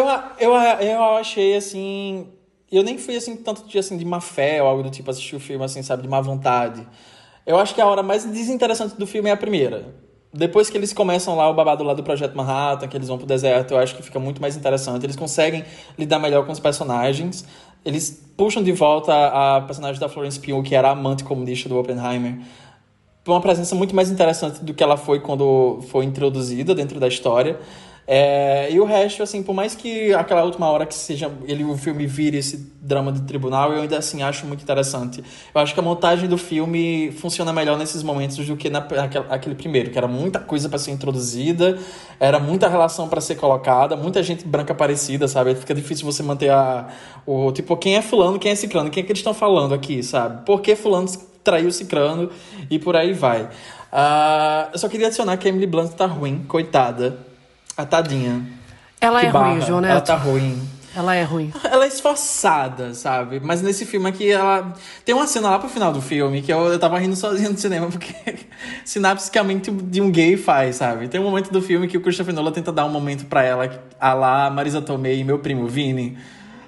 Eu achei, assim... Eu nem fui, assim, tanto de má fé ou algo do tipo, assistir o filme, assim, sabe, de má vontade. Eu acho que a hora mais desinteressante do filme é a primeira. Depois que eles começam lá o babado lá do Projeto Manhattan, que eles vão pro deserto, eu acho que fica muito mais interessante. Eles conseguem lidar melhor com os personagens. Eles puxam de volta a personagem da Florence Pugh, que era a amante comunista do Oppenheimer, por uma presença muito mais interessante do que ela foi quando foi introduzida dentro da história. E o resto, assim, por mais que aquela última hora que seja o filme vire esse drama de tribunal, eu ainda assim acho muito interessante. Eu acho que a montagem do filme funciona melhor nesses momentos do que naquele primeiro, que era muita coisa para ser introduzida, era muita relação para ser colocada, muita gente branca parecida, sabe? Fica difícil você manter tipo, quem é fulano, quem é ciclano, quem é que eles estão falando aqui, sabe? Por que fulano traiu o ciclano e por aí vai. Eu só queria adicionar que a Emily Blunt tá ruim, coitada. A tadinha. Ela é ruim, João Neto. Ela tá ruim. Ela é ruim. Ela é esforçada, sabe? Mas nesse filme aqui, ela... Tem uma cena lá pro final do filme que eu tava rindo sozinho no cinema, porque sinapsicamente de um gay faz, sabe? Tem um momento do filme que o Christopher Nolan tenta dar um momento pra ela, a lá Marisa Tomei e meu primo Vini.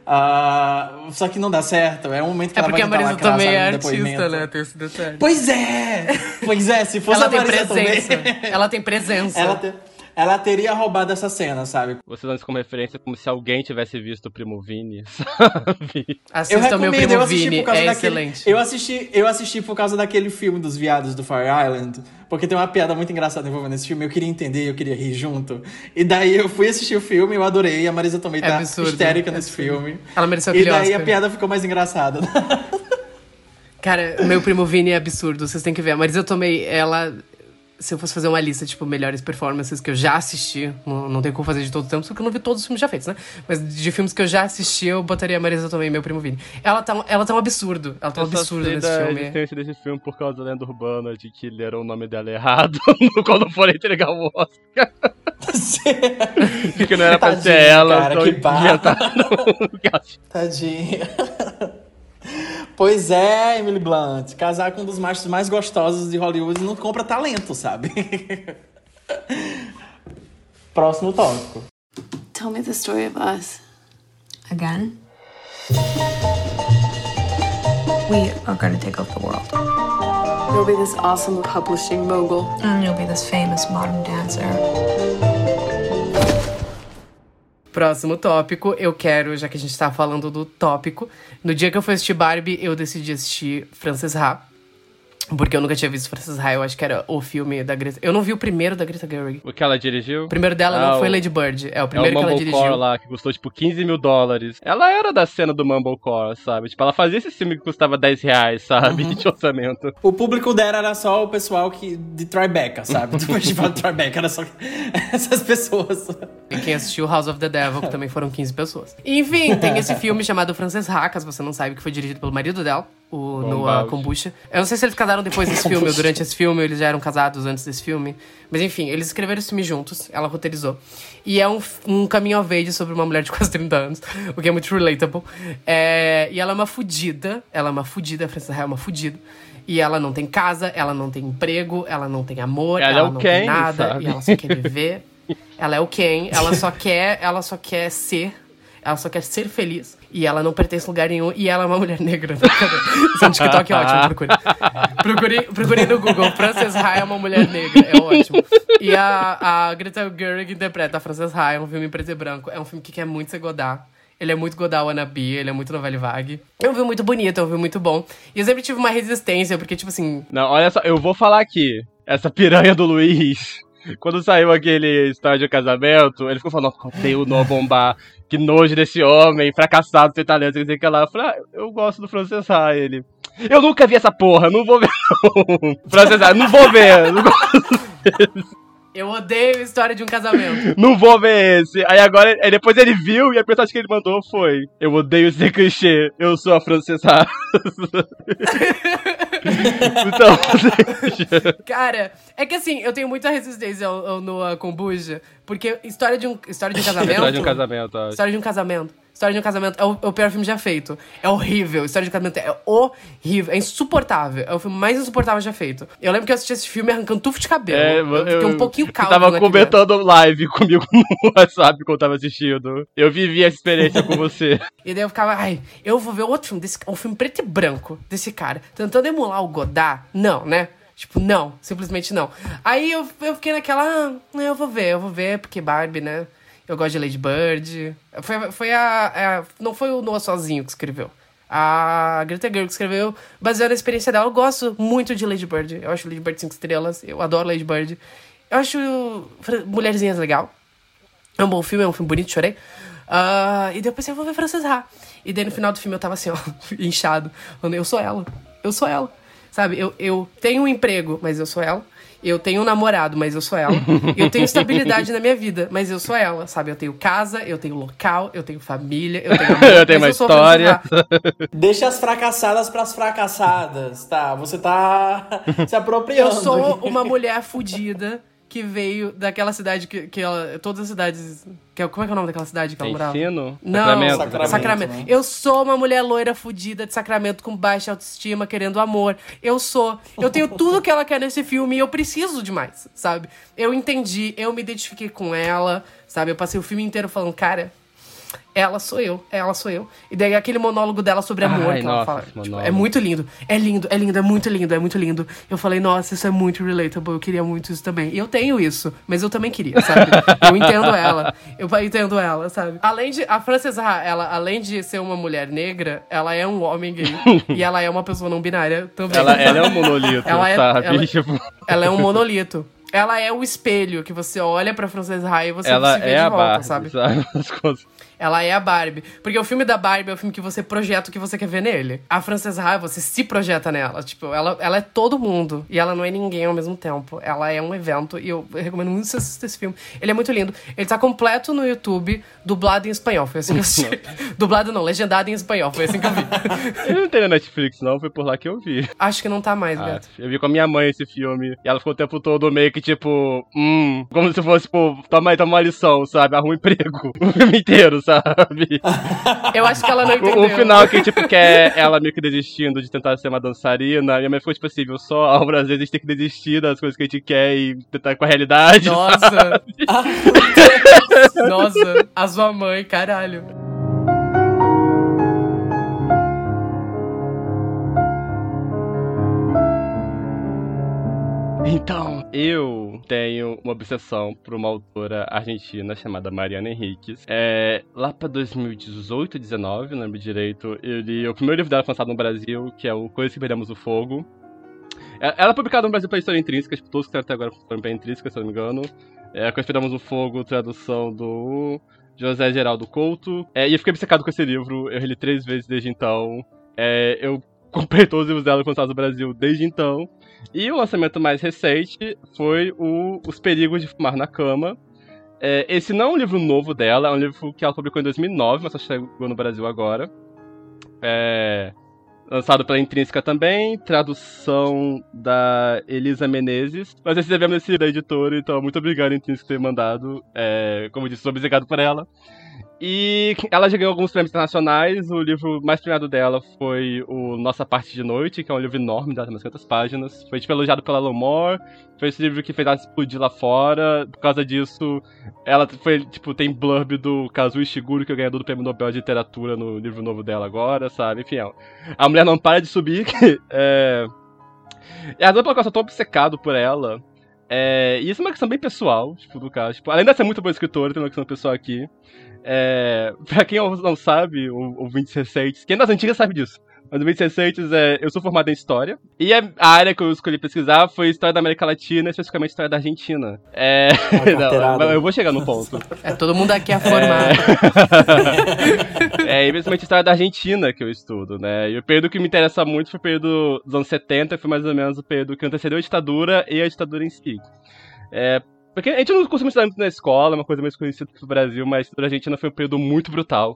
Só que não dá certo. É um momento que ela vai tentar lacrar, porque a Marisa também é artista, né? Tem esse detalhe. Pois é! Se fosse ela a Marisa Tomei... Ela tem presença. Ela teria roubado essa cena, sabe? Você dando isso como referência como se alguém tivesse visto o Primo Vini, sabe? Assista meu Primo Vini, excelente. Eu assisti por causa daquele filme dos viados do Fire Island, porque tem uma piada muito engraçada envolvendo esse filme, eu queria entender, eu queria rir junto. E daí eu fui assistir o filme, eu adorei, a Marisa também tá histérica nesse filme. Ela mereceu aquele Oscar. E daí a piada ficou mais engraçada. Cara, meu Primo Vini é absurdo, vocês têm que ver. A Marisa Tomei, ela... Se eu fosse fazer uma lista, tipo, melhores performances que eu já assisti, não tem como fazer de todo o tempo, porque eu não vi todos os filmes já feitos, né? Mas de filmes que eu já assisti, eu botaria a Marisa Tomei e meu Primo Vini. Ela tá um absurdo. Ela tá um absurdo nesse filme. Eu existência desse filme por causa da lenda urbana de que leram o nome dela errado quando foram entregar o Oscar. De que não era pra ser ela, cara, então inventaram. Tadinha. Pois é, Emily Blunt. Casar com um dos machos mais gostosos de Hollywood não compra talento, sabe? Próximo tópico. Tell me the story of us. Again? We are going to take over the world. You'll be this awesome publishing mogul. And you'll be this famous modern dancer. Próximo tópico, eu quero, já que a gente tá falando do tópico, no dia que eu fui assistir Barbie, eu decidi assistir Frances Ha. Porque eu nunca tinha visto Frances Ha, eu acho que era o filme da Greta... Eu não vi o primeiro da Greta Gerwig. O que ela dirigiu? O primeiro dela não foi Lady Bird. É o primeiro que ela dirigiu. O Mumblecore lá, que custou, tipo, $15 mil. Ela era da cena do Mumblecore, sabe? Tipo, ela fazia esse filme que custava R$10, sabe? De orçamento. O público dela era só o pessoal de Tribeca, sabe? Do festival de Tribeca, era só essas pessoas. E quem assistiu House of the Devil, que também foram 15 pessoas. Enfim, tem esse filme chamado Frances Ha, caso você não saiba, que foi dirigido pelo marido dela, o Noah Kombucha. Eu não sei se eles casaram depois desse filme ou durante esse filme, ou eles já eram casados antes desse filme. Mas enfim, eles escreveram esse filme juntos, ela roteirizou. E é um caminho of age sobre uma mulher de quase 30 anos, o que é muito relatable. E ela é uma fudida, a Frances Ha é uma fudida. E ela não tem casa, ela não tem emprego, ela não tem amor, ela não tem nada, sabe? E ela só quer viver. Ela é o Ken, ela só quer ser feliz. E ela não pertence a lugar nenhum. E ela é uma mulher negra. Esse é um TikTok ótimo, procure no Google. Frances Ha é uma mulher negra, é ótimo. E a Greta Gerwig interpreta a Frances Ha, é um filme em preto e branco. É um filme que quer muito ser Godard. Ele é muito Godard wannabe, ele é muito novela vague. É um filme muito bonito, é um filme muito bom. E eu sempre tive uma resistência, porque tipo assim... Não, olha só, eu vou falar aqui. Essa piranha do Luiz... Quando saiu aquele História de um Casamento, ele ficou falando, odeio o Noah bombar, que nojo desse homem, fracassado, sem talento, não sei o que lá. Eu falei, eu gosto do Frances Ha, ele. Eu nunca vi essa porra, não vou ver não. Frances Ha, não vou ver, não gosto desse. Eu odeio História de um Casamento. Não vou ver esse. Aí depois ele viu e a mensagem que ele mandou foi: eu odeio ser clichê, eu sou a Frances Ha. Então, cara, é que assim, eu tenho muita resistência ao Noah Kombucha, porque História de um Casamento. História de um Casamento, acho. História de um Casamento é o pior filme já feito. É horrível. História de um Casamento é horrível. É insuportável. É o filme mais insuportável já feito. Eu lembro que eu assisti esse filme arrancando tufo de cabelo. Eu fiquei um pouquinho calmo. Eu tava comentando live comigo no WhatsApp quando eu tava assistindo. Eu vivi essa experiência com você. E daí eu ficava, eu vou ver outro filme, um filme preto e branco desse cara, tentando emular o Godard. Não, né? Tipo, não. Simplesmente não. Aí eu fiquei naquela, eu vou ver, porque Barbie, né? Eu gosto de Lady Bird. Não foi o Noah sozinho que escreveu. A Greta Gerwig escreveu baseado na experiência dela. Eu gosto muito de Lady Bird. Eu acho Lady Bird 5 estrelas. Eu adoro Lady Bird. Eu acho Mulherzinhas legal. É um bom filme, é um filme bonito, chorei. E depois eu vou ver Frances Ha. E daí no final do filme eu tava assim, ó, inchado. Falando, eu sou ela. Sabe, eu tenho um emprego, mas eu sou ela. Eu tenho um namorado, mas eu sou ela. Eu tenho estabilidade na minha vida, mas eu sou ela, sabe? Eu tenho casa, eu tenho local, eu tenho família, eu tenho amor, eu tenho uma história. Deixa as fracassadas pras fracassadas, tá? Você tá se apropriando. Eu sou uma mulher fudida que veio daquela cidade que ela... Todas as cidades... como é que é o nome daquela cidade que ela morava? Ensino? Não, Sacramento. Né? Eu sou uma mulher loira fudida de Sacramento com baixa autoestima, querendo amor. Eu tenho tudo que ela quer nesse filme e eu preciso de mais, sabe? Eu entendi, eu me identifiquei com ela, sabe? Eu passei o filme inteiro falando, cara... Ela sou eu. E daí aquele monólogo dela sobre amor que ela fala. Tipo, é muito lindo. É muito lindo. Eu falei, nossa, isso é muito relatable. Eu queria muito isso também. E eu tenho isso, mas eu também queria, sabe? Eu entendo ela, sabe? A Frances Ha, além de ser uma mulher negra, ela é um homem gay. E ela é uma pessoa não binária também. Ela é um monolito, sabe? Ela é um monolito. Ela é o espelho que você olha pra Frances Ha e você se vê de volta, Barbie, sabe? Ela é a Barbie. Porque o filme da Barbie é o filme que você projeta o que você quer ver nele. A Frances Ha, você se projeta nela. Tipo, ela é todo mundo. E ela não é ninguém ao mesmo tempo. Ela é um evento. E eu recomendo muito você assistir esse filme. Ele é muito lindo. Ele tá completo no YouTube, dublado em espanhol. Foi assim que eu assisti. Dublado não, legendado em espanhol. Foi assim que eu vi. Ele não tem na Netflix, não. Foi por lá que eu vi. Acho que não tá mais, Beto. Eu vi com a minha mãe esse filme. E ela ficou o tempo todo meio que tipo... como se fosse, tipo, toma uma lição, sabe? Arruma um emprego. O filme inteiro, sabe? Eu acho que ela não entendeu. O final que, tipo, quer ela meio que desistindo de tentar ser uma dançarina. Minha mãe ficou, tipo assim, só às vezes a gente tem que desistir das coisas que a gente quer e tentar com a realidade. Nossa! Nossa, a sua mãe, caralho. Então, eu tenho uma obsessão por uma autora argentina chamada Mariana Enríquez. Lá pra 2018, 2019, não lembro direito, eu li o primeiro livro dela lançado no Brasil, que é o Coisas que Perdemos o Fogo. Ela é publicada no Brasil pela História Intrínseca, tipo, todos que até agora foram pela Intrínseca, se eu não me engano. Conspiramos no Fogo, tradução do José Geraldo Couto. E eu fiquei obcecado com esse livro, eu li 3 vezes desde então. Eu comprei todos os livros dela quando estava no Brasil desde então. E o lançamento mais recente foi Os Perigos de Fumar na Cama. Esse não é um livro novo dela, é um livro que ela publicou em 2009, mas só chegou no Brasil agora. Lançado pela Intrínseca também, tradução da Elisa Menezes. Nós recebemos esse da editora, então muito obrigado, Intrínseca, por ter mandado. Como eu disse, sou obrigado por ela. E ela já ganhou alguns prêmios internacionais. O livro mais premiado dela foi o Nossa Parte de Noite, que é um livro enorme, dá umas 500 páginas. Foi elogiado pela Alan Moore. Foi esse livro que fez ela explodir lá fora. Por causa disso, ela foi, tem blurb do Kazuo Ishiguro, que é o ganhador do Prêmio Nobel de Literatura no livro novo dela agora, sabe? Enfim, a mulher não para de subir. E a razão pela qual eu sou tão obcecado por ela. E isso é uma questão bem pessoal, do caso. Além de ser muito boa escritora, tem uma questão pessoal aqui. Pra quem não sabe, ouvintes recentes, quem das antigas sabe disso, mas ouvintes recentes, eu sou formado em História, e a área que eu escolhi pesquisar foi História da América Latina, especificamente História da Argentina. Não, eu vou chegar no ponto. Todo mundo aqui é formado. E principalmente História da Argentina que eu estudo, né, e o período que me interessa muito foi o período dos anos 70, que foi mais ou menos o período que antecedeu a ditadura e a ditadura em si. Porque a gente não costuma estudar muito na escola, é uma coisa mais conhecida do Brasil, mas a Argentina foi um período muito brutal.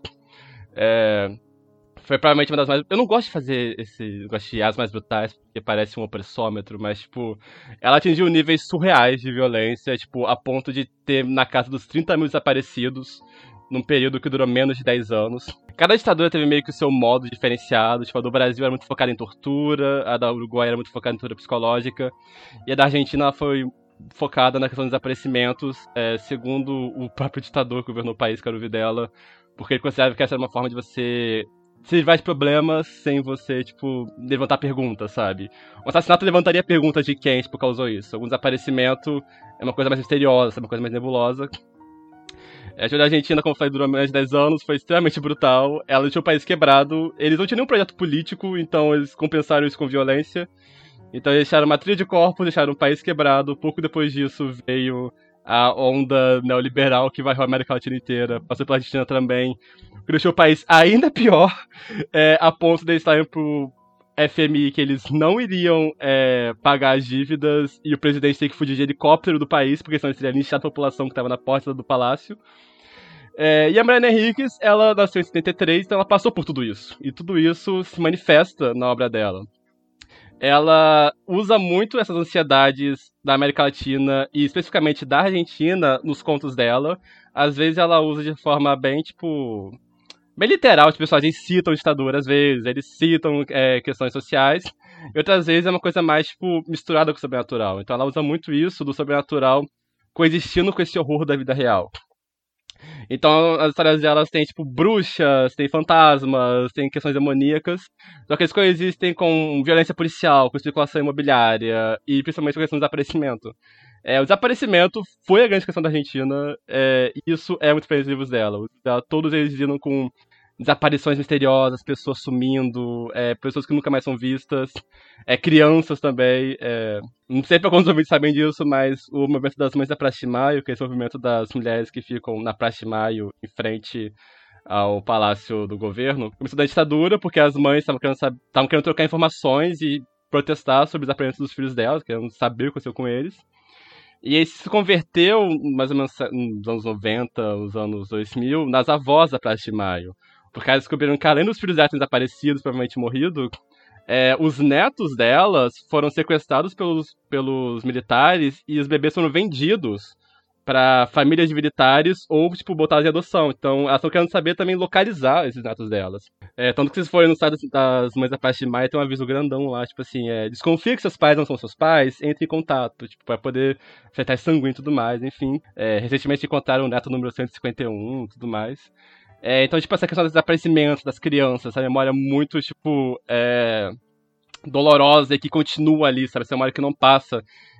Foi provavelmente uma das mais... Eu não gosto de fazer gosto de as mais brutais, porque parece um opressômetro, mas, ela atingiu níveis surreais de violência, a ponto de ter na casa dos 30 mil desaparecidos, num período que durou menos de 10 anos. Cada ditadura teve meio que o seu modo diferenciado, a do Brasil era muito focada em tortura, a da Uruguai era muito focada em tortura psicológica, e a da Argentina ela foi focada na questão dos desaparecimentos, segundo o próprio ditador que governou o país, que era o Videla, porque ele considerava que essa era uma forma de você se livrar de problemas sem você, levantar perguntas, sabe? Um assassinato levantaria perguntas de quem, causou isso. Algum desaparecimento é uma coisa mais misteriosa, é uma coisa mais nebulosa. A história da Argentina, como eu falei, durou menos de 10 anos, foi extremamente brutal. Ela deixou o país quebrado, eles não tinham nenhum projeto político, então eles compensaram isso com violência. Então eles deixaram uma trilha de corpos, deixaram o país quebrado. Pouco depois disso veio a onda neoliberal que varreu a América Latina inteira, passou pela Argentina também, que deixou o país ainda pior, a ponto de eles estarem pro FMI que eles não iriam pagar as dívidas e o presidente tem que fugir de helicóptero do país, porque senão ele seria linchado a população que estava na porta do palácio. E a Mariana Enríquez, ela nasceu em 73, então ela passou por tudo isso. E tudo isso se manifesta na obra dela. Ela usa muito essas ansiedades da América Latina e especificamente da Argentina nos contos dela. Às vezes ela usa de forma bem, bem literal. Os personagens citam ditadura, às vezes, eles citam questões sociais. E outras vezes é uma coisa mais, misturada com o sobrenatural. Então ela usa muito isso do sobrenatural coexistindo com esse horror da vida real. Então as histórias delas têm bruxas, tem fantasmas, tem questões demoníacas, só que eles coexistem com violência policial, com especulação imobiliária e principalmente com a questão do desaparecimento. O desaparecimento foi a grande questão da Argentina, e isso é muito diferente dos livros dela. Todos eles lidam com desaparições misteriosas, pessoas sumindo, pessoas que nunca mais são vistas, crianças também. Não sei se alguns ouvintes sabem disso, mas o movimento das mães da Praça de Maio, que é esse movimento das mulheres que ficam na Praça de Maio, em frente ao Palácio do Governo, começou da ditadura, porque as mães estavam querendo trocar informações e protestar sobre os desaparecimentos dos filhos delas, querendo saber o que aconteceu com eles. E aí se converteu, mais ou menos nos anos 90, nos anos 2000, nas avós da Praça de Maio. Porque elas descobriram que além dos filhos dela terem desaparecido, provavelmente morrido, os netos delas foram sequestrados pelos militares e os bebês foram vendidos para famílias de militares ou, botados em adoção. Então, elas estão querendo saber também localizar esses netos delas. Tanto que se forem no site das Mães da Praça de Maio, tem um aviso grandão lá, desconfia que seus pais não são seus pais, entre em contato, para poder afetar sangue e tudo mais, enfim. Recentemente encontraram o neto número 151 e tudo mais. Então, essa questão do desaparecimento das crianças, essa memória muito, dolorosa e que continua ali, sabe? Essa memória que não passa.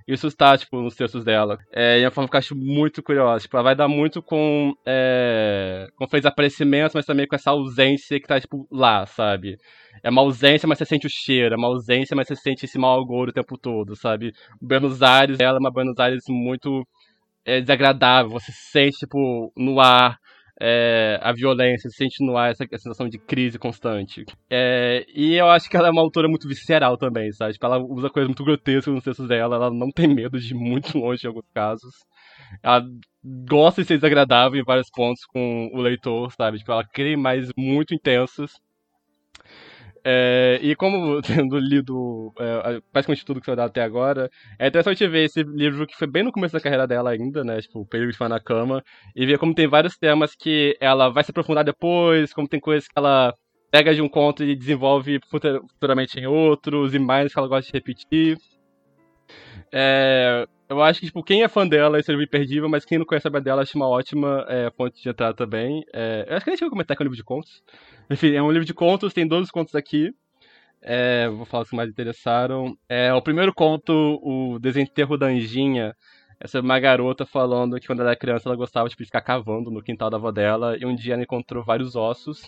Isso está, tipo, nos textos dela. E é uma forma que eu acho muito curiosa. Tipo, ela vai dar muito com desaparecimentos, mas também com essa ausência que tá, tipo, lá, sabe? É uma ausência, mas você sente o cheiro. É uma ausência, mas você sente esse mau agouro o tempo todo, sabe? Buenos Aires, ela é uma Buenos Aires muito desagradável. Você sente, tipo, no ar a violência, você sente no ar essa sensação de crise constante. E eu acho que ela é uma autora muito visceral também, sabe? Tipo, ela usa coisas muito grotescas nos textos dela, ela não tem medo de ir muito longe em alguns casos. Ela gosta de ser desagradável em vários pontos com o leitor, sabe? Tipo, ela cria imagens muito intensas. E como tendo lido praticamente tudo que foi dado até agora, é interessante ver esse livro que foi bem no começo da carreira dela ainda, né? Tipo, o período de Fã na Cama, e ver como tem vários temas que ela vai se aprofundar depois, como tem coisas que ela pega de um conto e desenvolve futuramente em outros, e mais que ela gosta de repetir. Eu acho que, tipo, quem é fã dela, esse livro é imperdível, mas quem não conhece a obra dela, acho uma ótima fonte de entrada também. Eu acho que a gente vai comentar que é um livro de contos. Enfim, é um livro de contos, tem 12 contos aqui. Vou falar os que mais interessaram. O primeiro conto, O Desenterro da Anjinha, é sobre uma garota falando que quando ela era criança ela gostava de ficar cavando no quintal da avó dela, e um dia ela encontrou vários ossos.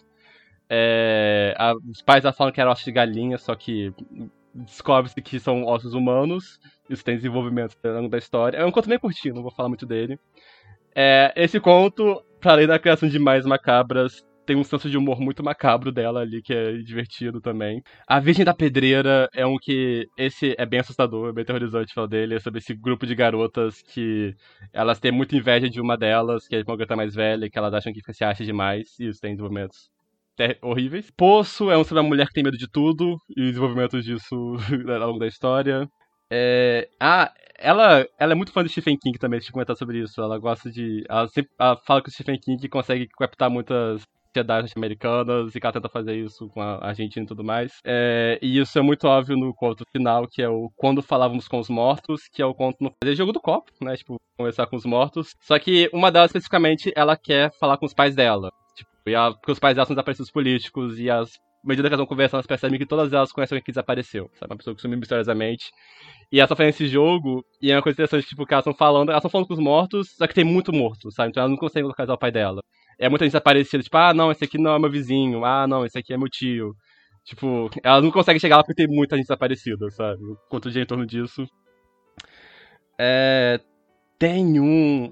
Os pais dela falam que eram ossos de galinha, só que descobre-se que são ossos humanos. Isso tem desenvolvimento ao longo da história. É um conto bem curtinho, não vou falar muito dele. Esse conto, para além da criação de mais macabras, tem um senso de humor muito macabro dela ali, que é divertido também. A Virgem da Pedreira é um que... Esse é bem assustador, é bem terrorizante falar dele. É sobre esse grupo de garotas que elas têm muita inveja de uma delas, que é uma garota mais velha, que elas acham que se acha demais. E isso tem desenvolvimentos horríveis. Poço é um sobre uma mulher que tem medo de tudo, e o desenvolvimento disso ao longo da história. Ela é muito fã de Stephen King também, deixa eu comentar sobre isso. Ela gosta de... Ela fala que o Stephen King consegue captar muitas sociedades americanas e que ela tenta fazer isso com a Argentina e tudo mais. E isso é muito óbvio no conto final, que é o Quando Falávamos com os Mortos, que é o conto no fazer jogo do copo, né? Tipo, conversar com os mortos. Só que uma delas, especificamente, ela quer falar com os pais dela. Tipo, porque os pais dela são desaparecidos políticos e à medida que elas vão conversando, elas percebem que todas elas conhecem alguém que desapareceu, sabe? Uma pessoa que sumiu misteriosamente. E elas estão fazendo esse jogo, e é uma coisa interessante, tipo, que elas estão falando com os mortos, só que tem muito morto, sabe? Então elas não conseguem localizar o pai dela. Muita gente desaparecida, tipo, não, esse aqui não é meu vizinho, não, esse aqui é meu tio. Tipo, elas não conseguem chegar lá porque tem muita gente desaparecida, sabe? O conto gira em torno disso. Tem um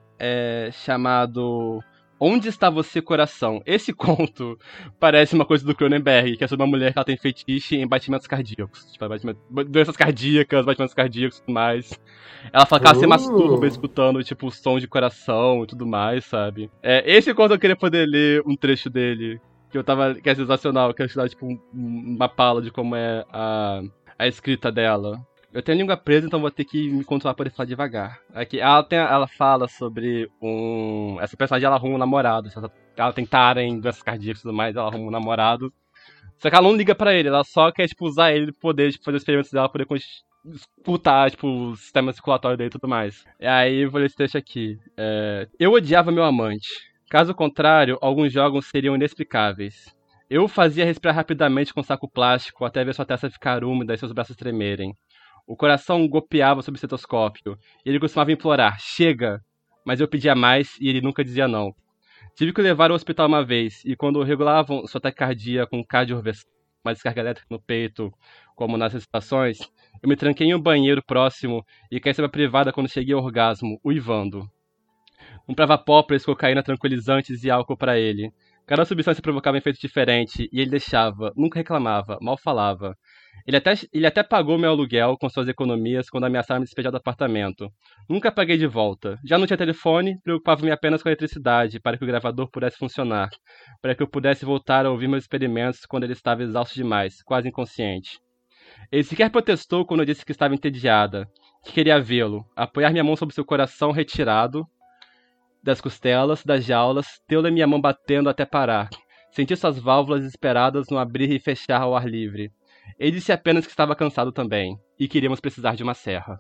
chamado Onde Está Você, Coração? Esse conto parece uma coisa do Cronenberg, que é sobre uma mulher que ela tem fetiche em batimentos cardíacos. Tipo, doenças cardíacas, batimentos cardíacos e tudo mais. Ela fala que ela se masturba escutando, tipo, som de coração e tudo mais, sabe? Esse conto eu queria poder ler um trecho dele, que é sensacional, que é tipo uma pala de como é a escrita dela. Eu tenho a língua presa, então vou ter que me controlar pra poder falar devagar. Aqui, ela fala sobre essa personagem, ela arruma um namorado. Ela tem tara em doenças cardíacas e tudo mais, ela arruma um namorado. Só que ela não liga pra ele, ela só quer, tipo, usar ele pra poder, tipo, fazer experimentos dela, poder escutar, tipo, o sistema circulatório dele e tudo mais. E aí, eu vou ler esse texto aqui. Eu odiava meu amante. Caso contrário, alguns jogos seriam inexplicáveis. Eu o fazia respirar rapidamente com um saco plástico até ver sua testa ficar úmida e seus braços tremerem. O coração golpeava sob o estetoscópio, e ele costumava implorar, chega! Mas eu pedia mais, e ele nunca dizia não. Tive que o levar ao hospital uma vez, e quando regulavam sua taquicardia com cardioversão, uma descarga elétrica no peito, como nas recitações, eu me tranquei em um banheiro próximo, e caí sobre a privada quando cheguei ao orgasmo, uivando. Comprava pópres, cocaína, tranquilizantes e álcool para ele. Cada substância provocava um efeito diferente, e ele deixava, nunca reclamava, mal falava. Ele até pagou meu aluguel com suas economias quando ameaçaram me despejar do apartamento. Nunca paguei de volta. Já não tinha telefone, preocupava-me apenas com a eletricidade, para que o gravador pudesse funcionar, para que eu pudesse voltar a ouvir meus experimentos quando ele estava exausto demais, quase inconsciente. Ele sequer protestou quando eu disse que estava entediada, que queria vê-lo, apoiar minha mão sobre seu coração retirado das costelas, das jaulas, tê-lo em minha mão batendo até parar, sentir suas válvulas desesperadas no abrir e fechar ao ar livre. Ele disse apenas que estava cansado também, e que iríamos precisar de uma serra.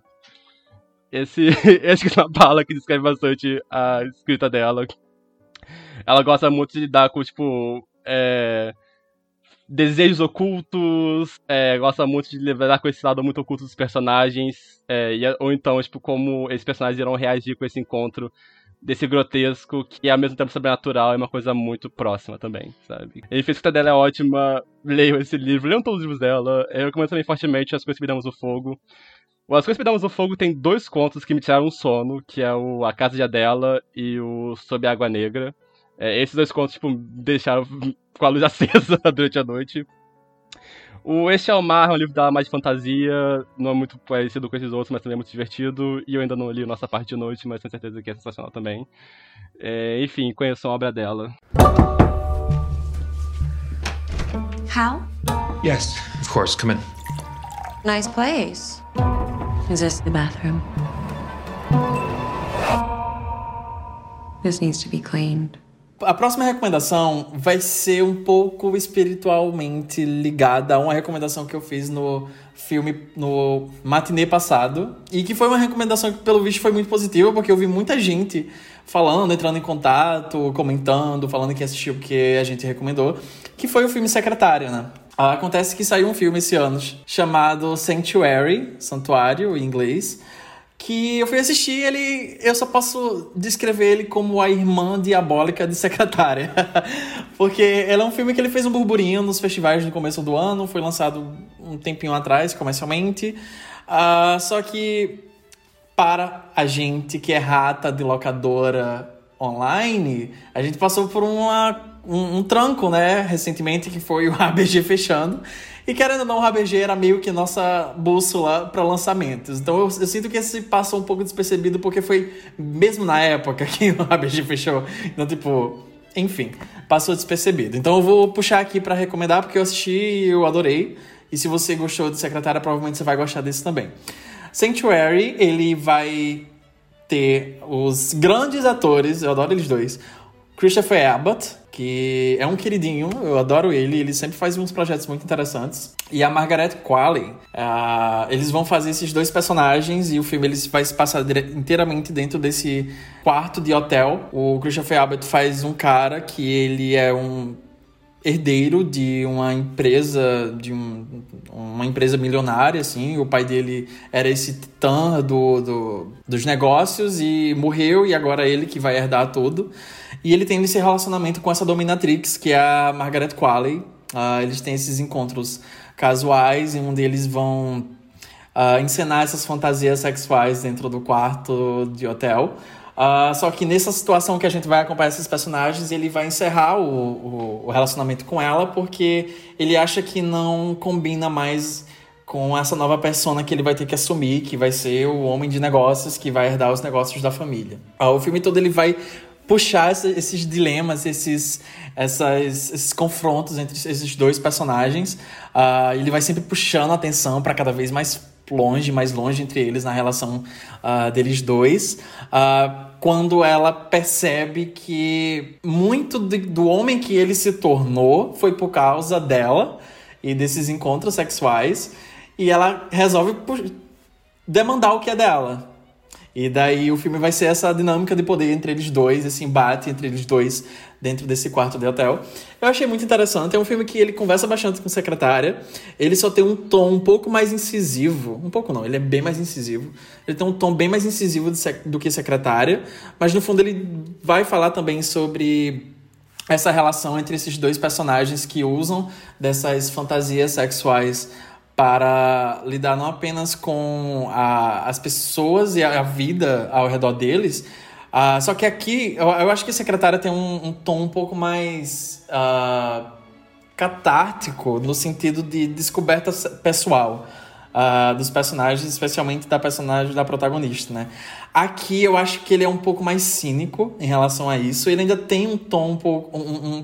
Acho que é uma fala que descreve bastante a escrita dela. Ela gosta muito de lidar com, tipo, desejos ocultos, gosta muito de lidar com esse lado muito oculto dos personagens, ou então, tipo, como esses personagens irão reagir com esse encontro desse grotesco, que ao mesmo tempo sobrenatural é uma coisa muito próxima também, sabe? A Infescita dela é ótima, leiam esse livro, leiam todos os livros dela, eu recomendo também fortemente As Coisas que Me Damos no Fogo. As Coisas que Me Damos no Fogo tem 2 contos que me tiraram o sono, que é o A Casa de Adela e o Sob a Água Negra. Esses 2 contos, tipo, me deixaram com a luz acesa durante a noite. O Este é o Mar é um livro dela mais de fantasia, não é muito parecido com esses outros, mas também é muito divertido. E eu ainda não li Nossa Parte de Noite, mas tenho certeza que é sensacional também. Enfim, conheçam a obra dela. Hal? Yes, of course. Come in. Nice place. Is this the bathroom? This needs to be cleaned. A próxima recomendação vai ser um pouco espiritualmente ligada a uma recomendação que eu fiz no filme, no matinê passado. E que foi uma recomendação que, pelo visto, foi muito positiva, porque eu vi muita gente falando, entrando em contato, comentando, falando que assistiu porque a gente recomendou. Que foi o filme Secretária, né? Acontece que saiu um filme esse ano chamado Sanctuary, Santuário em inglês, que eu fui assistir, eu só posso descrever ele como a irmã diabólica de Secretária. Porque ele é um filme que ele fez um burburinho nos festivais no começo do ano, foi lançado um tempinho atrás, comercialmente. Só que para a gente que é rata de locadora online, a gente passou por um tranco, né, recentemente, que foi o ABG fechando. E querendo ou não, o ABG era meio que nossa bússola para lançamentos. Então eu sinto que esse passou um pouco despercebido, porque foi mesmo na época que o ABG fechou. Então, tipo, enfim, passou despercebido. Então eu vou puxar aqui para recomendar, porque eu assisti e eu adorei. E se você gostou de Secretária, provavelmente você vai gostar desse também. Sanctuary, ele vai ter os grandes atores, eu adoro eles dois. Christopher Abbott, que é um queridinho, eu adoro ele sempre faz uns projetos muito interessantes. E a Margaret Qualley, eles vão fazer esses 2 personagens e o filme vai se passar inteiramente dentro desse quarto de hotel. O Christopher Abbott faz um cara que ele é um herdeiro de uma empresa, uma empresa milionária, assim. O pai dele era esse titã dos negócios e morreu, e agora é ele que vai herdar tudo. E ele tem esse relacionamento com essa dominatrix, que é a Margaret Qualley. Eles têm esses encontros casuais, em onde eles vão encenar essas fantasias sexuais dentro do quarto de hotel. Só que nessa situação que a gente vai acompanhar esses personagens, ele vai encerrar o relacionamento com ela, porque ele acha que não combina mais com essa nova persona que ele vai ter que assumir, que vai ser o homem de negócios, que vai herdar os negócios da família. O filme todo ele vai puxar esses dilemas, esses confrontos entre esses 2 personagens. Ele vai sempre puxando a atenção para cada vez mais longe entre eles na relação deles 2. Quando ela percebe que muito do homem que ele se tornou foi por causa dela e desses encontros sexuais, e ela resolve demandar o que é dela. E daí o filme vai ser essa dinâmica de poder entre eles 2, esse embate entre eles 2 dentro desse quarto de hotel. Eu achei muito interessante. É um filme que ele conversa bastante com Secretária. Ele só tem um tom um pouco mais incisivo. Um pouco não, ele é bem mais incisivo. Ele tem um tom bem mais incisivo do que Secretária. Mas no fundo ele vai falar também sobre essa relação entre esses 2 personagens que usam dessas fantasias sexuais para lidar não apenas com as pessoas e a vida ao redor deles. Só que aqui, eu acho que a Secretária tem um tom um pouco mais catártico, no sentido de descoberta pessoal dos personagens, especialmente da personagem da protagonista, né? Aqui eu acho que ele é um pouco mais cínico em relação a isso. Ele ainda tem um tom um pouco...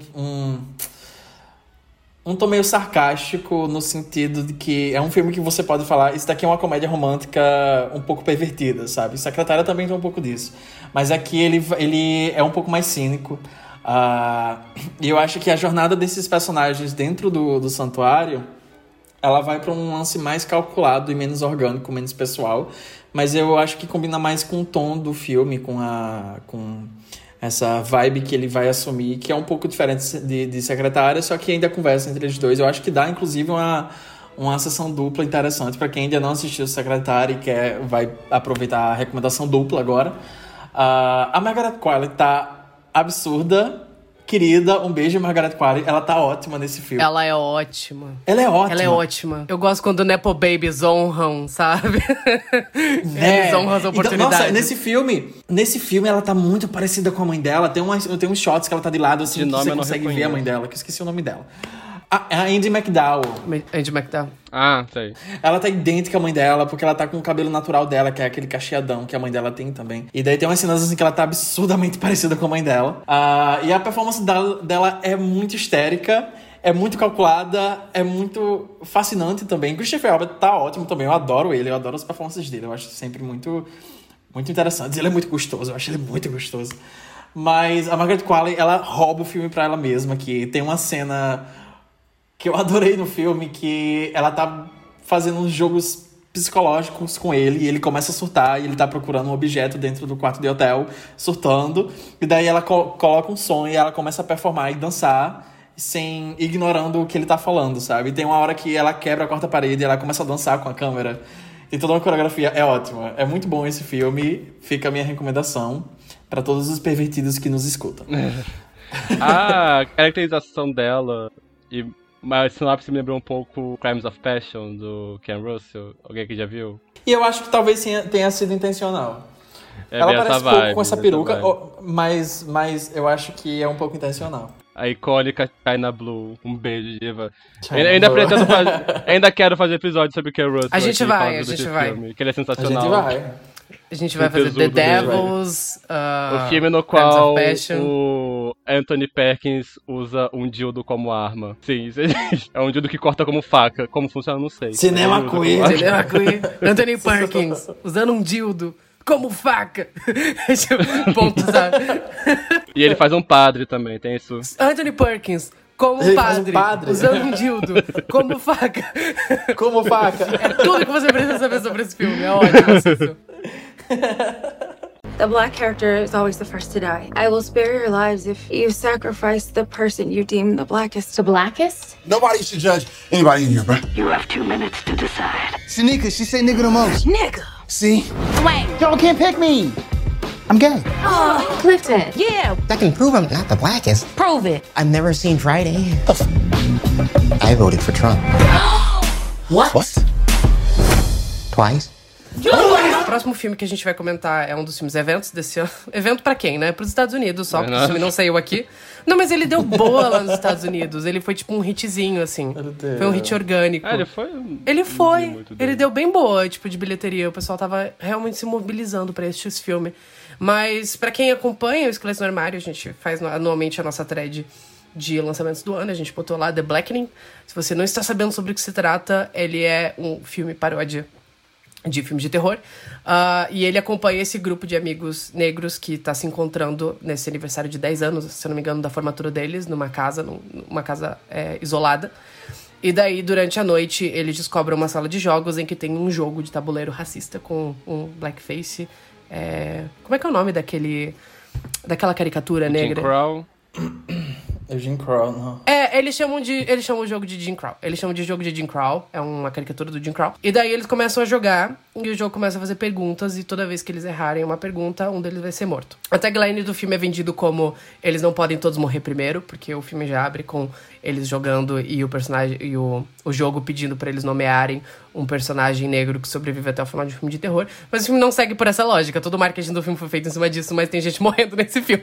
um tom meio sarcástico, no sentido de que é um filme que você pode falar, isso daqui é uma comédia romântica um pouco pervertida, sabe? Secretária também tem um pouco disso. Mas aqui ele é um pouco mais cínico. E eu acho que a jornada desses personagens dentro do santuário, ela vai para um lance mais calculado e menos orgânico, menos pessoal. Mas eu acho que combina mais com o tom do filme, com essa vibe que ele vai assumir, que é um pouco diferente de Secretária, só que ainda conversa entre eles dois. Eu acho que dá, inclusive, uma sessão dupla interessante para quem ainda não assistiu Secretária e vai aproveitar a recomendação dupla agora. A Margaret Qualley tá absurda. Querida, um beijo, Margaret Qualley. Ela tá ótima nesse filme. Ela é ótima. Ela é ótima. Ela é ótima. Eu gosto quando Nepo Babies honram, sabe? Eles honram as oportunidades. Então, nossa, nesse filme ela tá muito parecida com a mãe dela. Tem uns shots que ela tá de lado, assim, que você consegue ver a mãe dela. Que eu esqueci o nome dela. A Andie MacDowell. Andie MacDowell. Ah, sei. Ela tá idêntica à mãe dela, porque ela tá com o cabelo natural dela, que é aquele cacheadão que a mãe dela tem também. E daí tem umas cenas assim que ela tá absurdamente parecida com a mãe dela. E a performance dela é muito histérica, é muito calculada, é muito fascinante também. Christopher Albert tá ótimo também, eu adoro ele, eu adoro as performances dele. Eu acho sempre muito, muito interessantes. Ele é muito gostoso, eu acho ele muito gostoso. Mas a Margaret Qualley, ela rouba o filme pra ela mesma, que tem uma cena que eu adorei no filme, que ela tá fazendo uns jogos psicológicos com ele, e ele começa a surtar, e ele tá procurando um objeto dentro do quarto de hotel, surtando, e daí ela coloca um som, e ela começa a performar e dançar, ignorando o que ele tá falando, sabe? E tem uma hora que ela quebra a quarta parede, e ela começa a dançar com a câmera. Tem toda uma coreografia, é ótima. É muito bom esse filme, fica a minha recomendação pra todos os pervertidos que nos escutam. A caracterização dela mas sinopse me lembrou um pouco Crimes of Passion, do Ken Russell. Alguém que já viu? E eu acho que talvez tenha sido intencional. Ela parece pouco com essa peruca, mas eu acho que é um pouco intencional. A icônica China Blue. Um beijo, Diva. Ainda quero fazer episódio sobre Ken Russell. A gente vai. Filme, que ele é sensacional. A gente vai fazer The Devils, o filme no qual o Anthony Perkins usa um dildo como arma. Sim, é um dildo que corta como faca. Como funciona, não sei. Cinema queer. Anthony Perkins usando um dildo como faca. Ponto, sabe? E ele faz um padre também, tem isso. Anthony Perkins como padre, usando um dildo, como faca. Como faca. É tudo que você precisa saber sobre esse filme. É ótimo. The black character is always the first to die. I will spare your lives if you sacrifice the person you deem the blackest. The blackest? Nobody should judge anybody in here, bro. You have 2 minutes to decide. Shanika, she say nigga the most. Nigga. See? Dwayne. Y'all can't pick me. I'm gay. Oh, Clifton. Yeah. I can prove I'm not the blackest. Prove it. I've never seen Friday. I voted for Trump. What? Twice. O próximo filme que a gente vai comentar é um dos filmes eventos desse ano. Evento pra quem, né? Pros Estados Unidos só, porque o filme não saiu aqui. Não, mas ele deu boa lá nos Estados Unidos. Ele foi tipo um hitzinho, assim. Foi um hit orgânico. Ele foi? Ele deu bem boa, tipo, de bilheteria. O pessoal tava realmente se mobilizando pra assistir esse filme. Mas pra quem acompanha o Esqueleto no Armário, a gente faz anualmente a nossa thread de lançamentos do ano. A gente botou lá The Blackening. Se você não está sabendo sobre o que se trata, ele é um filme paródia de filme de terror, e ele acompanha esse grupo de amigos negros que tá se encontrando nesse aniversário de 10 anos, se eu não me engano, da formatura deles, numa casa isolada. E daí, durante a noite, eles descobrem uma sala de jogos em que tem um jogo de tabuleiro racista com um blackface. Como é que é o nome daquela caricatura negra? Jim Crow. É Jim Crow, não. Eles chamam o jogo de Jim Crow. Eles chamam de jogo de Jim Crow. É uma caricatura do Jim Crow. E daí eles começam a jogar, e o jogo começa a fazer perguntas, e toda vez que eles errarem uma pergunta, um deles vai ser morto. A tagline do filme é vendido como eles não podem todos morrer primeiro, porque o filme já abre com eles jogando e o personagem e o jogo pedindo pra eles nomearem um personagem negro que sobrevive até o final de um filme de terror. Mas o filme não segue por essa lógica. Todo o marketing do filme foi feito em cima disso, mas tem gente morrendo nesse filme.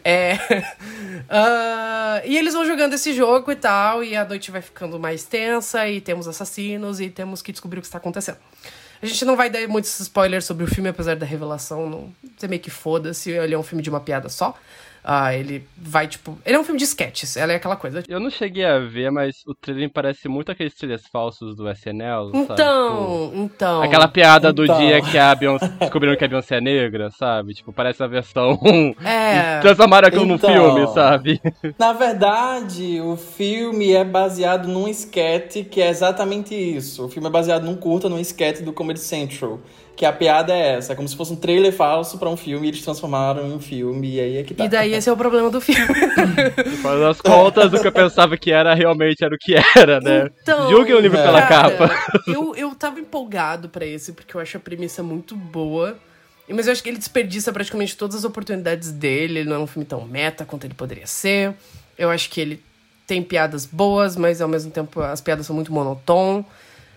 E eles vão jogando esse jogo e tal, e a noite vai ficando mais tensa, e temos assassinos, e temos que descobrir o que está acontecendo. A gente não vai dar muitos spoilers sobre o filme, apesar da revelação não ser meio que foda-se. Ele é um filme de uma piada só. Ele vai, tipo... Ele é um filme de sketches, ela é aquela coisa. Eu não cheguei a ver, mas o trailer me parece muito aqueles trailers falsos do SNL, então, sabe? Então... Aquela piada do dia que a Beyoncé... descobriram que a Beyoncé é negra, sabe? Tipo, parece a versão... transformaram aquilo num filme, sabe? Na verdade, o filme é baseado num sketch que é exatamente isso. O filme é baseado num curta, num sketch do Comedy Central. que a piada é essa. É como se fosse um trailer falso pra um filme e eles transformaram em um filme. E aí é que tá. E daí esse é o problema do filme. Afinal das contas, o que eu pensava que era realmente era o que era, né? Então, julguem o livro pela capa. Eu tava empolgado pra esse, porque eu acho a premissa muito boa. Mas eu acho que ele desperdiça praticamente todas as oportunidades dele. Ele não é um filme tão meta quanto ele poderia ser. Eu acho que ele tem piadas boas, mas ao mesmo tempo as piadas são muito monotônicas.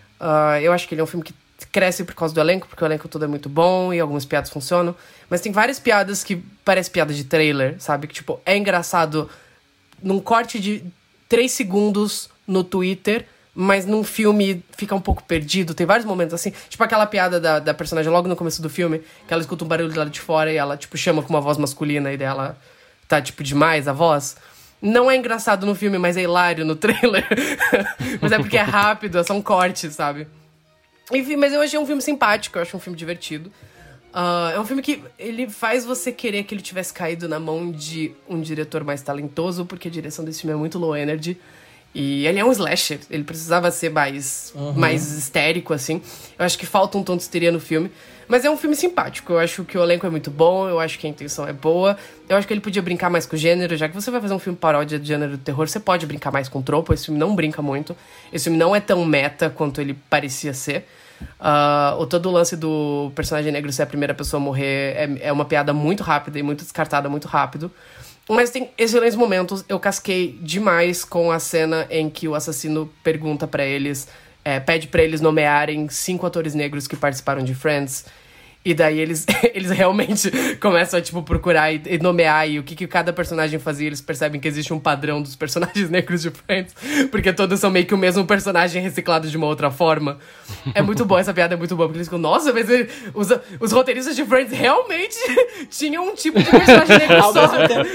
Eu acho que ele é um filme que cresce por causa do elenco, porque o elenco todo é muito bom e algumas piadas funcionam. Mas tem várias piadas que parecem piadas de trailer, sabe? Que, tipo, é engraçado num corte de 3 segundos no Twitter, mas num filme fica um pouco perdido. Tem vários momentos assim. Tipo aquela piada da personagem logo no começo do filme, que ela escuta um barulho do lado de fora e ela, tipo, chama com uma voz masculina e dela tá, tipo, demais a voz. Não é engraçado no filme, mas é hilário no trailer. Mas é porque é rápido, são cortes, sabe? Enfim, mas eu achei um filme simpático, eu acho um filme divertido. É um filme que ele faz você querer que ele tivesse caído na mão de um diretor mais talentoso, porque a direção desse filme é muito low energy. E ele é um slasher, ele precisava ser mais histérico, assim. Eu acho que falta um tom de histeria no filme. Mas é um filme simpático, eu acho que o elenco é muito bom, eu acho que a intenção é boa. Eu acho que ele podia brincar mais com o gênero, já que você vai fazer um filme paródia de gênero do terror, você pode brincar mais com o tropo. Esse filme não brinca muito, esse filme não é tão meta quanto ele parecia ser. Todo o lance do personagem negro ser a primeira pessoa a morrer é uma piada muito rápida e muito descartada muito rápido. Mas tem excelentes momentos. Eu casquei demais com a cena em que o assassino pergunta pra eles, pede pra eles nomearem 5 atores negros que participaram de Friends. E daí eles realmente começam a, tipo, procurar e nomear e o que cada personagem fazia. Eles percebem que existe um padrão dos personagens negros de Friends, porque todos são meio que o mesmo personagem reciclado de uma outra forma. É muito boa, essa piada é muito boa, porque eles ficam, nossa, mas os roteiristas de Friends realmente tinham um tipo de personagem negro só.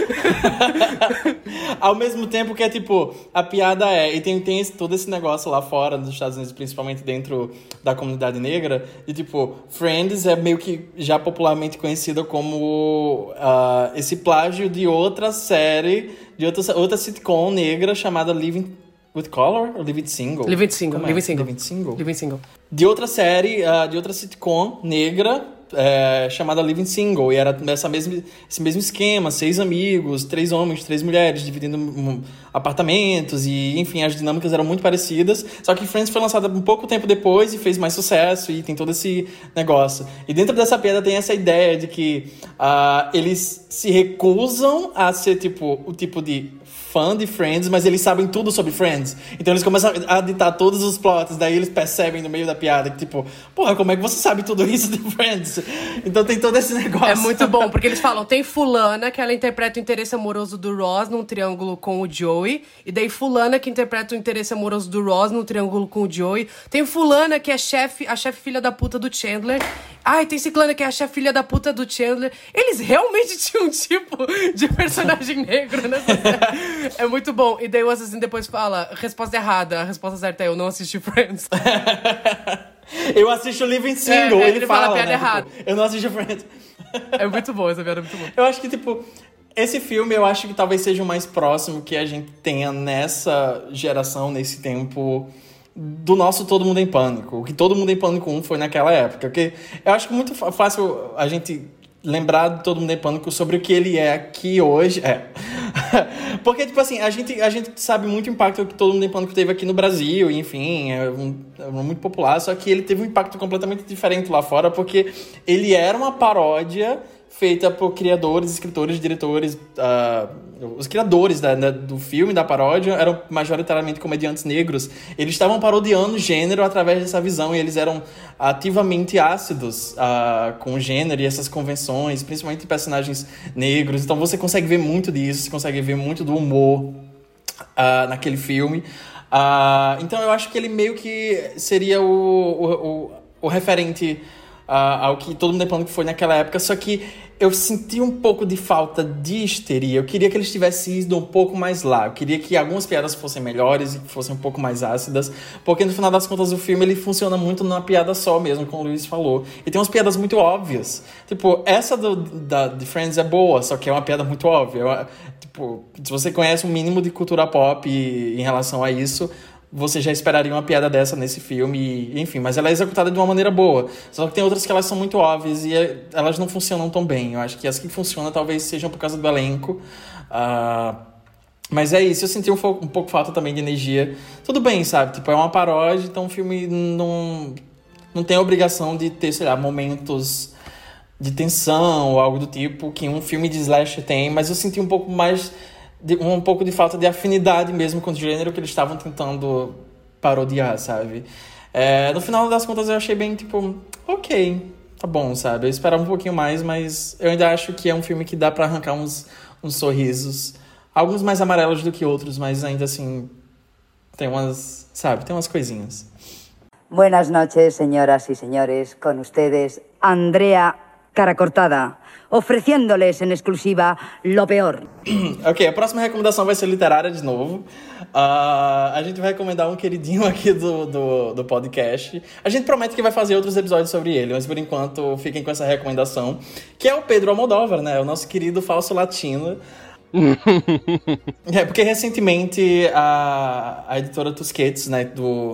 Ao mesmo tempo que é, tipo, a piada e tem todo esse negócio lá fora dos Estados Unidos, principalmente dentro da comunidade negra, e, tipo, Friends é meio que já popularmente conhecida como esse plágio de outra série, de outra sitcom negra chamada Living with Color ou Living Single? Living Single. Living Single. Living Single. De outra série, de outra sitcom negra chamada Living Single. E era esse mesmo esquema, 6 amigos, 3 homens, 3 mulheres, dividindo apartamentos. E, enfim, as dinâmicas eram muito parecidas. Só que Friends foi lançada um pouco tempo depois e fez mais sucesso. E tem todo esse negócio. E dentro dessa piada tem essa ideia de que eles se recusam a ser, tipo, o tipo de fã de Friends, mas eles sabem tudo sobre Friends. Então eles começam a ditar todos os plots, daí eles percebem no meio da piada que, tipo, porra, como é que você sabe tudo isso de Friends? Então tem todo esse negócio. É muito bom, porque eles falam, tem fulana que ela interpreta o interesse amoroso do Ross num triângulo com o Joey, e daí fulana que interpreta o interesse amoroso do Ross num triângulo com o Joey. Tem fulana que é a chefe filha da puta do Chandler. Ai, tem ciclana que é a chefe filha da puta do Chandler. Eles realmente tinham um tipo de personagem negro nessa série. É muito bom. E daí o assassino depois fala, resposta errada. A resposta certa é, eu não assisti Friends. Eu assisto Living Single. Ele fala a piada né? errada. Tipo, eu não assisti Friends. É muito bom, essa piada é muito boa. Eu acho que, tipo, esse filme eu acho que talvez seja o mais próximo que a gente tenha nessa geração, nesse tempo, do nosso Todo Mundo em Pânico. O que Todo Mundo em Pânico 1 foi naquela época. Porque eu acho que muito fácil a gente lembrar de Todo Mundo em Pânico sobre o que ele é aqui hoje. Porque, tipo assim, a gente sabe muito o impacto que Todo Mundo em Pânico teve aqui no Brasil, e, enfim, é muito popular, só que ele teve um impacto completamente diferente lá fora, porque ele era uma paródia feita por criadores, escritores, diretores. Os criadores do filme, da paródia, eram majoritariamente comediantes negros. Eles estavam parodiando o gênero através dessa visão, e eles eram ativamente ácidos com o gênero e essas convenções, principalmente personagens negros. Então você consegue ver muito disso, você consegue ver muito do humor naquele filme. Então eu acho que ele meio que seria o referente ao que Todo Mundo em Pânico foi naquela época, só que eu senti um pouco de falta de histeria. Eu queria que eles tivessem ido um pouco mais lá. Eu queria que algumas piadas fossem melhores e que fossem um pouco mais ácidas, porque no final das contas o filme ele funciona muito numa piada só mesmo, como o Luiz falou. E tem umas piadas muito óbvias. Tipo, essa de Friends é boa, só que é uma piada muito óbvia. Tipo, se você conhece um mínimo de cultura pop em relação a isso, você já esperaria uma piada dessa nesse filme, enfim, mas ela é executada de uma maneira boa. Só que tem outras que elas são muito óbvias e elas não funcionam tão bem. Eu acho que as que funcionam talvez sejam por causa do elenco. Mas é isso, eu senti um pouco falta também de energia. Tudo bem, sabe? Tipo, é uma paródia, então o filme não tem a obrigação de ter, sei lá, momentos de tensão ou algo do tipo que um filme de slasher tem, mas eu senti um pouco mais... um pouco de falta de afinidade mesmo com o gênero que eles estavam tentando parodiar, sabe? No final das contas eu achei bem, tipo, ok, tá bom, sabe? Eu esperava um pouquinho mais, mas eu ainda acho que é um filme que dá pra arrancar uns sorrisos. Alguns mais amarelos do que outros, mas ainda assim tem umas, sabe? Tem umas coisinhas. Buenas noches, señoras y señores. Con ustedes, Andrea Cara Cortada, ofereciéndoles en exclusiva lo peor. Ok, a próxima recomendação vai ser literária de novo. A gente vai recomendar um queridinho aqui do podcast. A gente promete que vai fazer outros episódios sobre ele, mas por enquanto fiquem com essa recomendação, que é o Pedro Almodóvar, né? O nosso querido falso latino. Porque recentemente a editora Tusquets, né?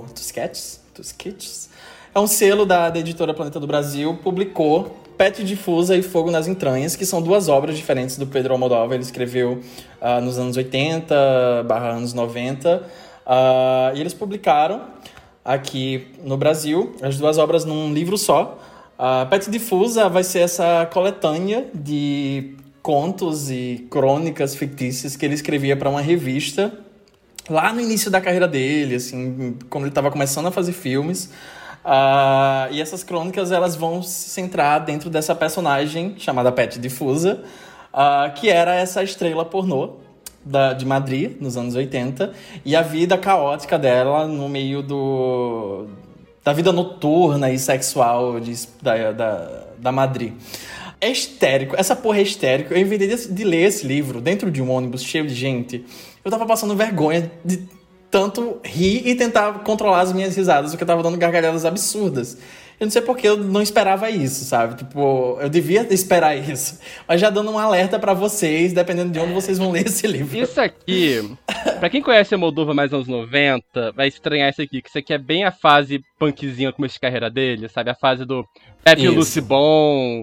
Tusquets? É um selo da editora Planeta do Brasil, publicou Pet Difusa e Fogo nas Entranhas, que são duas obras diferentes do Pedro Almodóvar. Ele escreveu nos anos 80/anos 90. E eles publicaram aqui no Brasil as duas obras num livro só. Pet Difusa vai ser essa coletânea de contos e crônicas fictícias que ele escrevia para uma revista lá no início da carreira dele, assim, quando ele estava começando a fazer filmes. E essas crônicas elas vão se centrar dentro dessa personagem chamada Pet Difusa, que era essa estrela pornô de Madrid, nos anos 80, e a vida caótica dela no meio da vida noturna e sexual da Madrid. É histérico, essa porra é histérico. Eu, em vez de ler esse livro dentro de um ônibus cheio de gente, eu tava passando vergonha de tanto rir e tentar controlar as minhas risadas, porque eu tava dando gargalhadas absurdas. Eu não sei porque eu não esperava isso, sabe? Tipo, eu devia esperar isso. Mas já dando um alerta pra vocês, dependendo de onde vocês vão ler esse livro. Isso aqui, pra quem conhece a Moldova mais anos 90, vai estranhar isso aqui, que isso aqui é bem a fase punkzinha começo de carreira dele, sabe? A fase do Pepe Lucy Bom...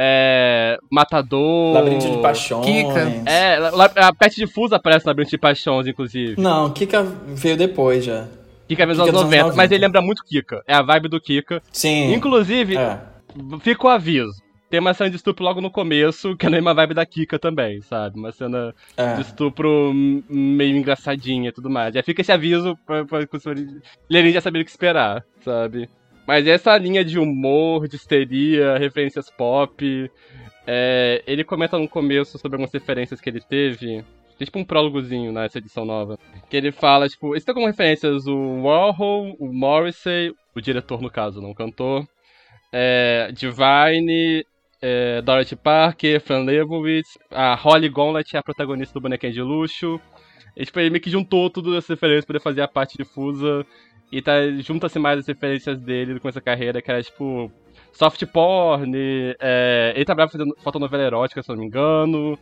Matador, Labirinto de Paixões, Kika. A Pet Difusa aparece no Labirinto de Paixões, inclusive. Não, Kika veio depois já. Kika veio nos anos 90, mas ele lembra muito Kika. É a vibe do Kika. Sim. Inclusive, fica o aviso. Tem uma cena de estupro logo no começo, que é a mesma vibe da Kika também, sabe? Uma cena de estupro meio engraçadinha e tudo mais. Já fica esse aviso pra os lerem já saber o que esperar, sabe? Mas essa linha de humor, de histeria, referências pop... ele comenta no começo sobre algumas referências que ele teve. Tem tipo um prólogozinho nessa edição nova. Que ele fala, tipo... Eles têm como referências o Warhol, o Morrissey... O diretor, no caso, não o cantor. Divine... Dorothy Parker, Fran Lebowitz... A Holly Gauntlet, a protagonista do Bonequinho de Luxo. E, tipo, ele meio que juntou todas essas referências pra poder fazer a parte difusa... E junta-se mais as referências dele com essa carreira, que era tipo soft porn, ele trabalhava fazendo fotonovela erótica, se não me engano,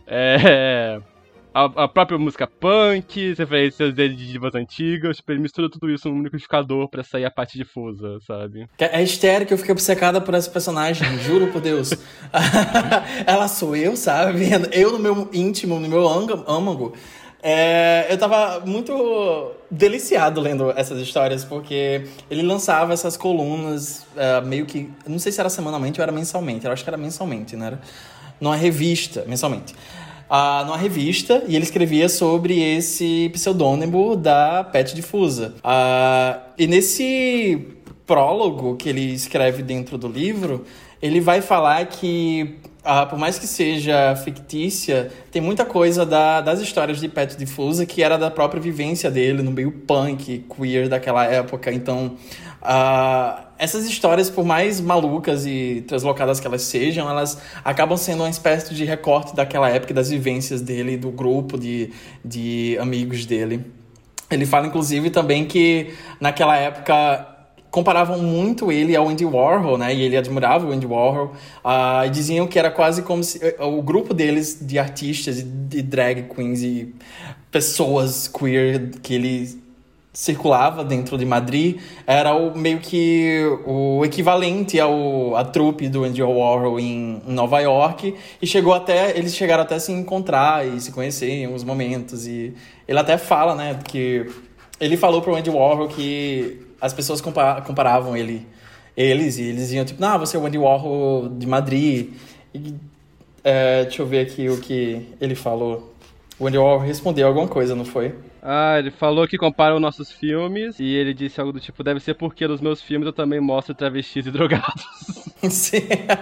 a própria música punk, as referências dele de divas antigas, tipo, ele mistura tudo isso num liquidificador pra sair a parte difusa, sabe? É histérico, eu fiquei obcecada por essa personagem, juro por Deus. Ela sou eu, sabe? Eu no meu íntimo, no meu âmago. Eu tava muito deliciado lendo essas histórias, porque ele lançava essas colunas meio que... Não sei se era semanalmente ou era mensalmente. Eu acho que era mensalmente, né? Numa revista, mensalmente. Numa revista, e ele escrevia sobre esse pseudônimo da Pet Difusa. E nesse prólogo que ele escreve dentro do livro, ele vai falar que... por mais que seja fictícia, tem muita coisa das histórias de Pet Difusa que era da própria vivência dele no meio punk, queer daquela época. Então, essas histórias, por mais malucas e translocadas que elas sejam, elas acabam sendo uma espécie de recorte daquela época, das vivências dele, do grupo de amigos dele. Ele fala, inclusive, também que naquela época... comparavam muito ele ao Andy Warhol, né? E ele admirava o Andy Warhol. E diziam que era quase como se o grupo deles de artistas e de drag queens e pessoas queer que ele circulava dentro de Madrid era meio que o equivalente à trupe do Andy Warhol em Nova York, e eles chegaram até a se encontrar e se conhecer em alguns momentos, e ele até fala, né, que ele falou pro Andy Warhol que as pessoas comparavam eles, e eles diziam tipo, você é o Andy Warhol de Madrid, e, deixa eu ver aqui o que ele falou. O Andy Warhol respondeu alguma coisa, não foi? Ele falou que comparam nossos filmes, e ele disse algo do tipo, deve ser porque nos meus filmes eu também mostro travestis e drogados. Sim.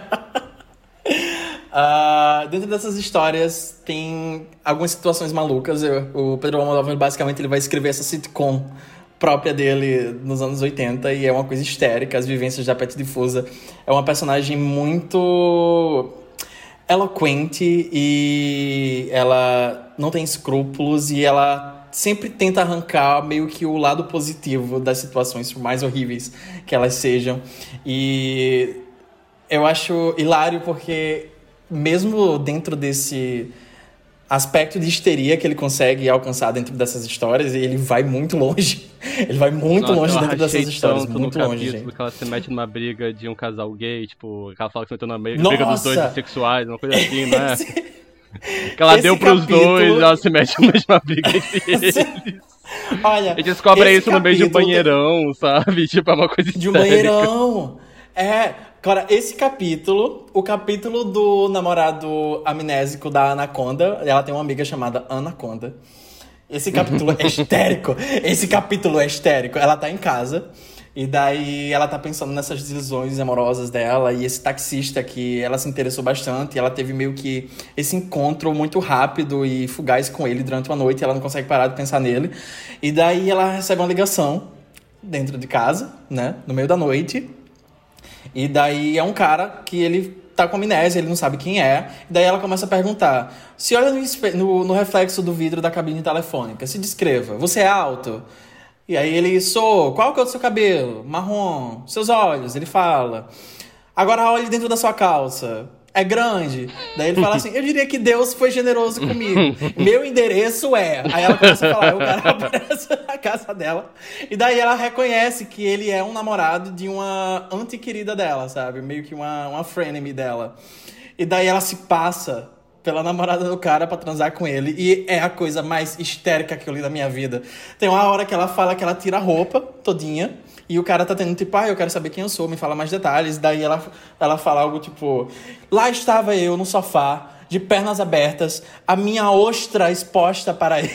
Dentro dessas histórias tem algumas situações malucas. O Pedro Almodóvar, basicamente, ele vai escrever essa sitcom própria dele nos anos 80, e é uma coisa histérica. As vivências da Pet Difusa é uma personagem muito eloquente, e ela não tem escrúpulos, e ela sempre tenta arrancar meio que o lado positivo das situações, por mais horríveis que elas sejam. E eu acho hilário porque, mesmo dentro desse aspecto de histeria que ele consegue alcançar dentro dessas histórias, ele vai muito longe. Ele vai muito longe dentro dessas histórias, muito longe, gente. Porque ela se mete numa briga de um casal gay, tipo, ela fala que você tá numa briga dos dois bissexuais, uma coisa assim, não é? Que ela deu pros dois, ela se mete na mesma briga entre eles. Olha, e descobre isso no meio de um banheirão, sabe? Tipo, é uma coisa de um banheirão. Cara, esse capítulo, o capítulo do namorado amnésico da Anaconda, ela tem uma amiga chamada Anaconda. Esse capítulo é histérico. Ela tá em casa, e daí ela tá pensando nessas desilusões amorosas dela, e esse taxista que ela se interessou bastante, ela teve meio que esse encontro muito rápido e fugaz com ele durante uma noite, e ela não consegue parar de pensar nele. E daí ela recebe uma ligação dentro de casa, né, no meio da noite. E daí é um cara que ele tá com amnésia, ele não sabe quem é. E daí ela começa a perguntar: se olha no reflexo do vidro da cabine telefônica, se descreva, você é alto? E aí ele, qual que é o seu cabelo? Marrom. Seus olhos? Ele fala. Agora olhe dentro da sua calça. É grande. Daí ele fala assim, eu diria que Deus foi generoso comigo. Meu endereço é... Aí ela começa a falar, o cara aparece na casa dela. E daí ela reconhece que ele é um namorado de uma antiquerida dela, sabe? Meio que uma frenemy dela. E daí ela se passa pela namorada do cara pra transar com ele. E é a coisa mais histérica que eu li da minha vida. Tem uma hora que ela fala que ela tira a roupa todinha. E o cara tá tendo tipo, eu quero saber quem eu sou, me fala mais detalhes. Daí ela fala algo tipo, lá estava eu no sofá, de pernas abertas, a minha ostra exposta para ele.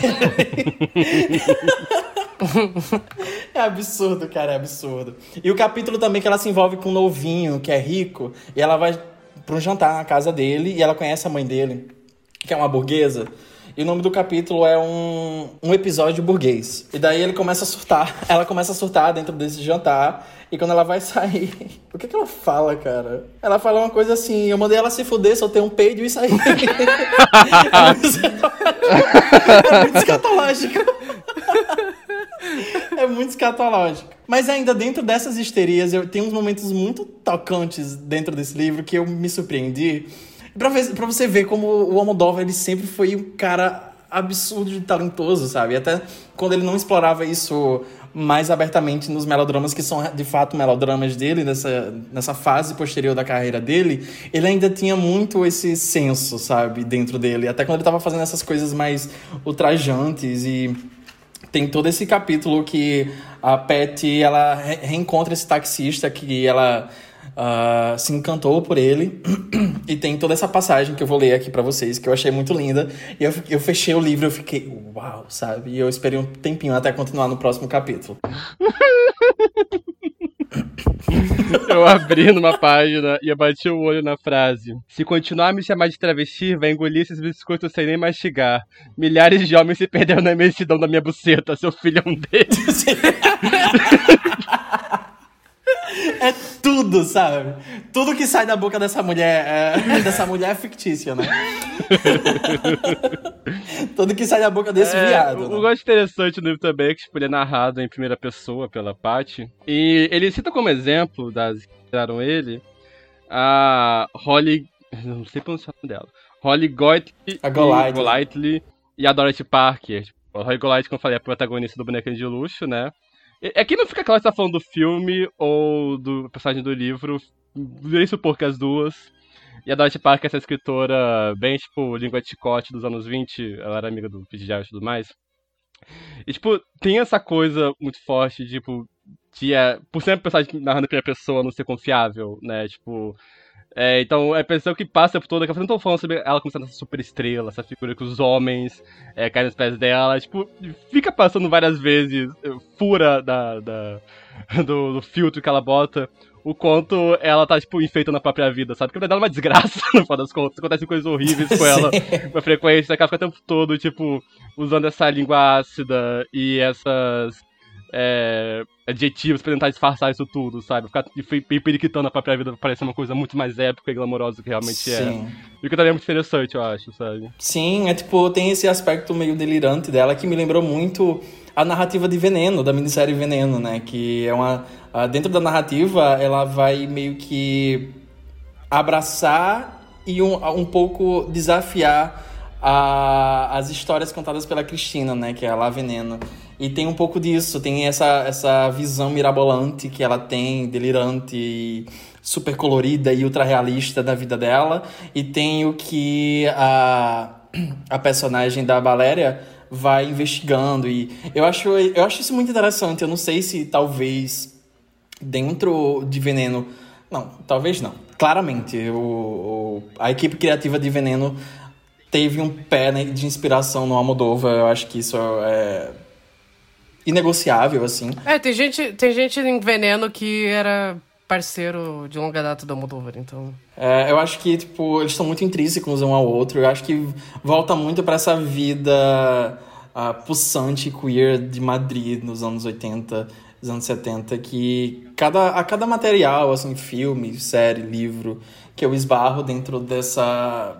É absurdo, cara, é absurdo. E o capítulo também que ela se envolve com um novinho, que é rico, e ela vai pra um jantar na casa dele, e ela conhece a mãe dele, que é uma burguesa. E o nome do capítulo é um episódio burguês. E daí ela começa a surtar dentro desse jantar. E quando ela vai sair... O que ela fala, cara? Ela fala uma coisa assim, eu mandei ela se fuder, soltei um peido e saí. É muito escatológico. É muito escatológico. Mas ainda dentro dessas histerias, eu tenho uns momentos muito tocantes dentro desse livro que eu me surpreendi. Pra você ver como o Almodóvar, ele sempre foi um cara absurdo de talentoso, sabe? Até quando ele não explorava isso mais abertamente nos melodramas, que são de fato melodramas dele, nessa fase posterior da carreira dele, ele ainda tinha muito esse senso, sabe? Dentro dele. Até quando ele tava fazendo essas coisas mais ultrajantes. E tem todo esse capítulo que a Patty, ela reencontra esse taxista que ela... se encantou por ele. E tem toda essa passagem que eu vou ler aqui pra vocês, que eu achei muito linda. E eu fechei o livro e eu fiquei, uau, sabe? E eu esperei um tempinho até continuar no próximo capítulo. Eu abri numa página e eu bati o olho na frase: se continuar a me chamar de travesti, vai engolir esses biscoitos sem nem mastigar. Milhares de homens se perderam na imensidão da minha buceta. Seu filho é um deles. É tudo, sabe? Tudo que sai da boca dessa mulher é fictícia, né? Tudo que sai da boca desse viado. Eu gosto interessante do livro também, que tipo, ele é narrado em primeira pessoa pela Patty. E ele cita como exemplo das que tiraram ele a Holly... Não sei pronunciar o nome dela. Holly Golightly e a Dorothy Parker. A Roy Goliath, como eu falei, é a protagonista do Bonequinho de Luxo, né? Aqui não fica claro se tá falando do filme ou do personagem do livro. Virei supor que as duas. E a Dorothy Parker, essa escritora bem, tipo, língua de chicote dos anos 20, ela era amiga do Pete Jarrett e tudo mais. E, tipo, tem essa coisa muito forte, tipo, por ser um personagem narrando em primeira pessoa não ser confiável, né? Tipo, então a impressão que passa por toda, que eu não tô falando sobre ela como sendo essa super estrela, essa figura que os homens caem nos pés dela, tipo, fica passando várias vezes, fura do filtro que ela bota, o quanto ela tá, tipo, enfeitando a própria vida, sabe? Porque a vida dela é uma desgraça, no final das contas. Acontecem coisas horríveis com ela, com a frequência, ela fica o tempo todo, tipo, usando essa língua ácida e essas adjetivos pra tentar disfarçar isso tudo, sabe? Ficar periquitando a própria vida pra parecer uma coisa muito mais épica e glamourosa do que realmente é. E que também é muito interessante, eu acho, sabe? Sim, tipo, tem esse aspecto meio delirante dela que me lembrou muito a narrativa de Veneno, da minissérie Veneno, né? Que é dentro da narrativa, ela vai meio que abraçar e um pouco desafiar as histórias contadas pela Cristina, né? Que é a La Veneno. E tem um pouco disso, tem essa visão mirabolante que ela tem, delirante e super colorida e ultra realista da vida dela. E tem o que a personagem da Valéria vai investigando. E eu acho isso muito interessante. Eu não sei se talvez dentro de Veneno... Não, talvez não. Claramente, a equipe criativa de Veneno teve um pé, né, de inspiração no Almodóvar. Eu acho que isso é inegociável, assim. Tem gente em Veneno que era parceiro de longa data do Almodóvar, então... eu acho que, tipo, eles estão muito intrínsecos um ao outro. Eu acho que volta muito pra essa vida pulsante queer de Madrid nos anos 80, nos anos 70, que a cada material, assim, filme, série, livro, que eu esbarro dentro dessa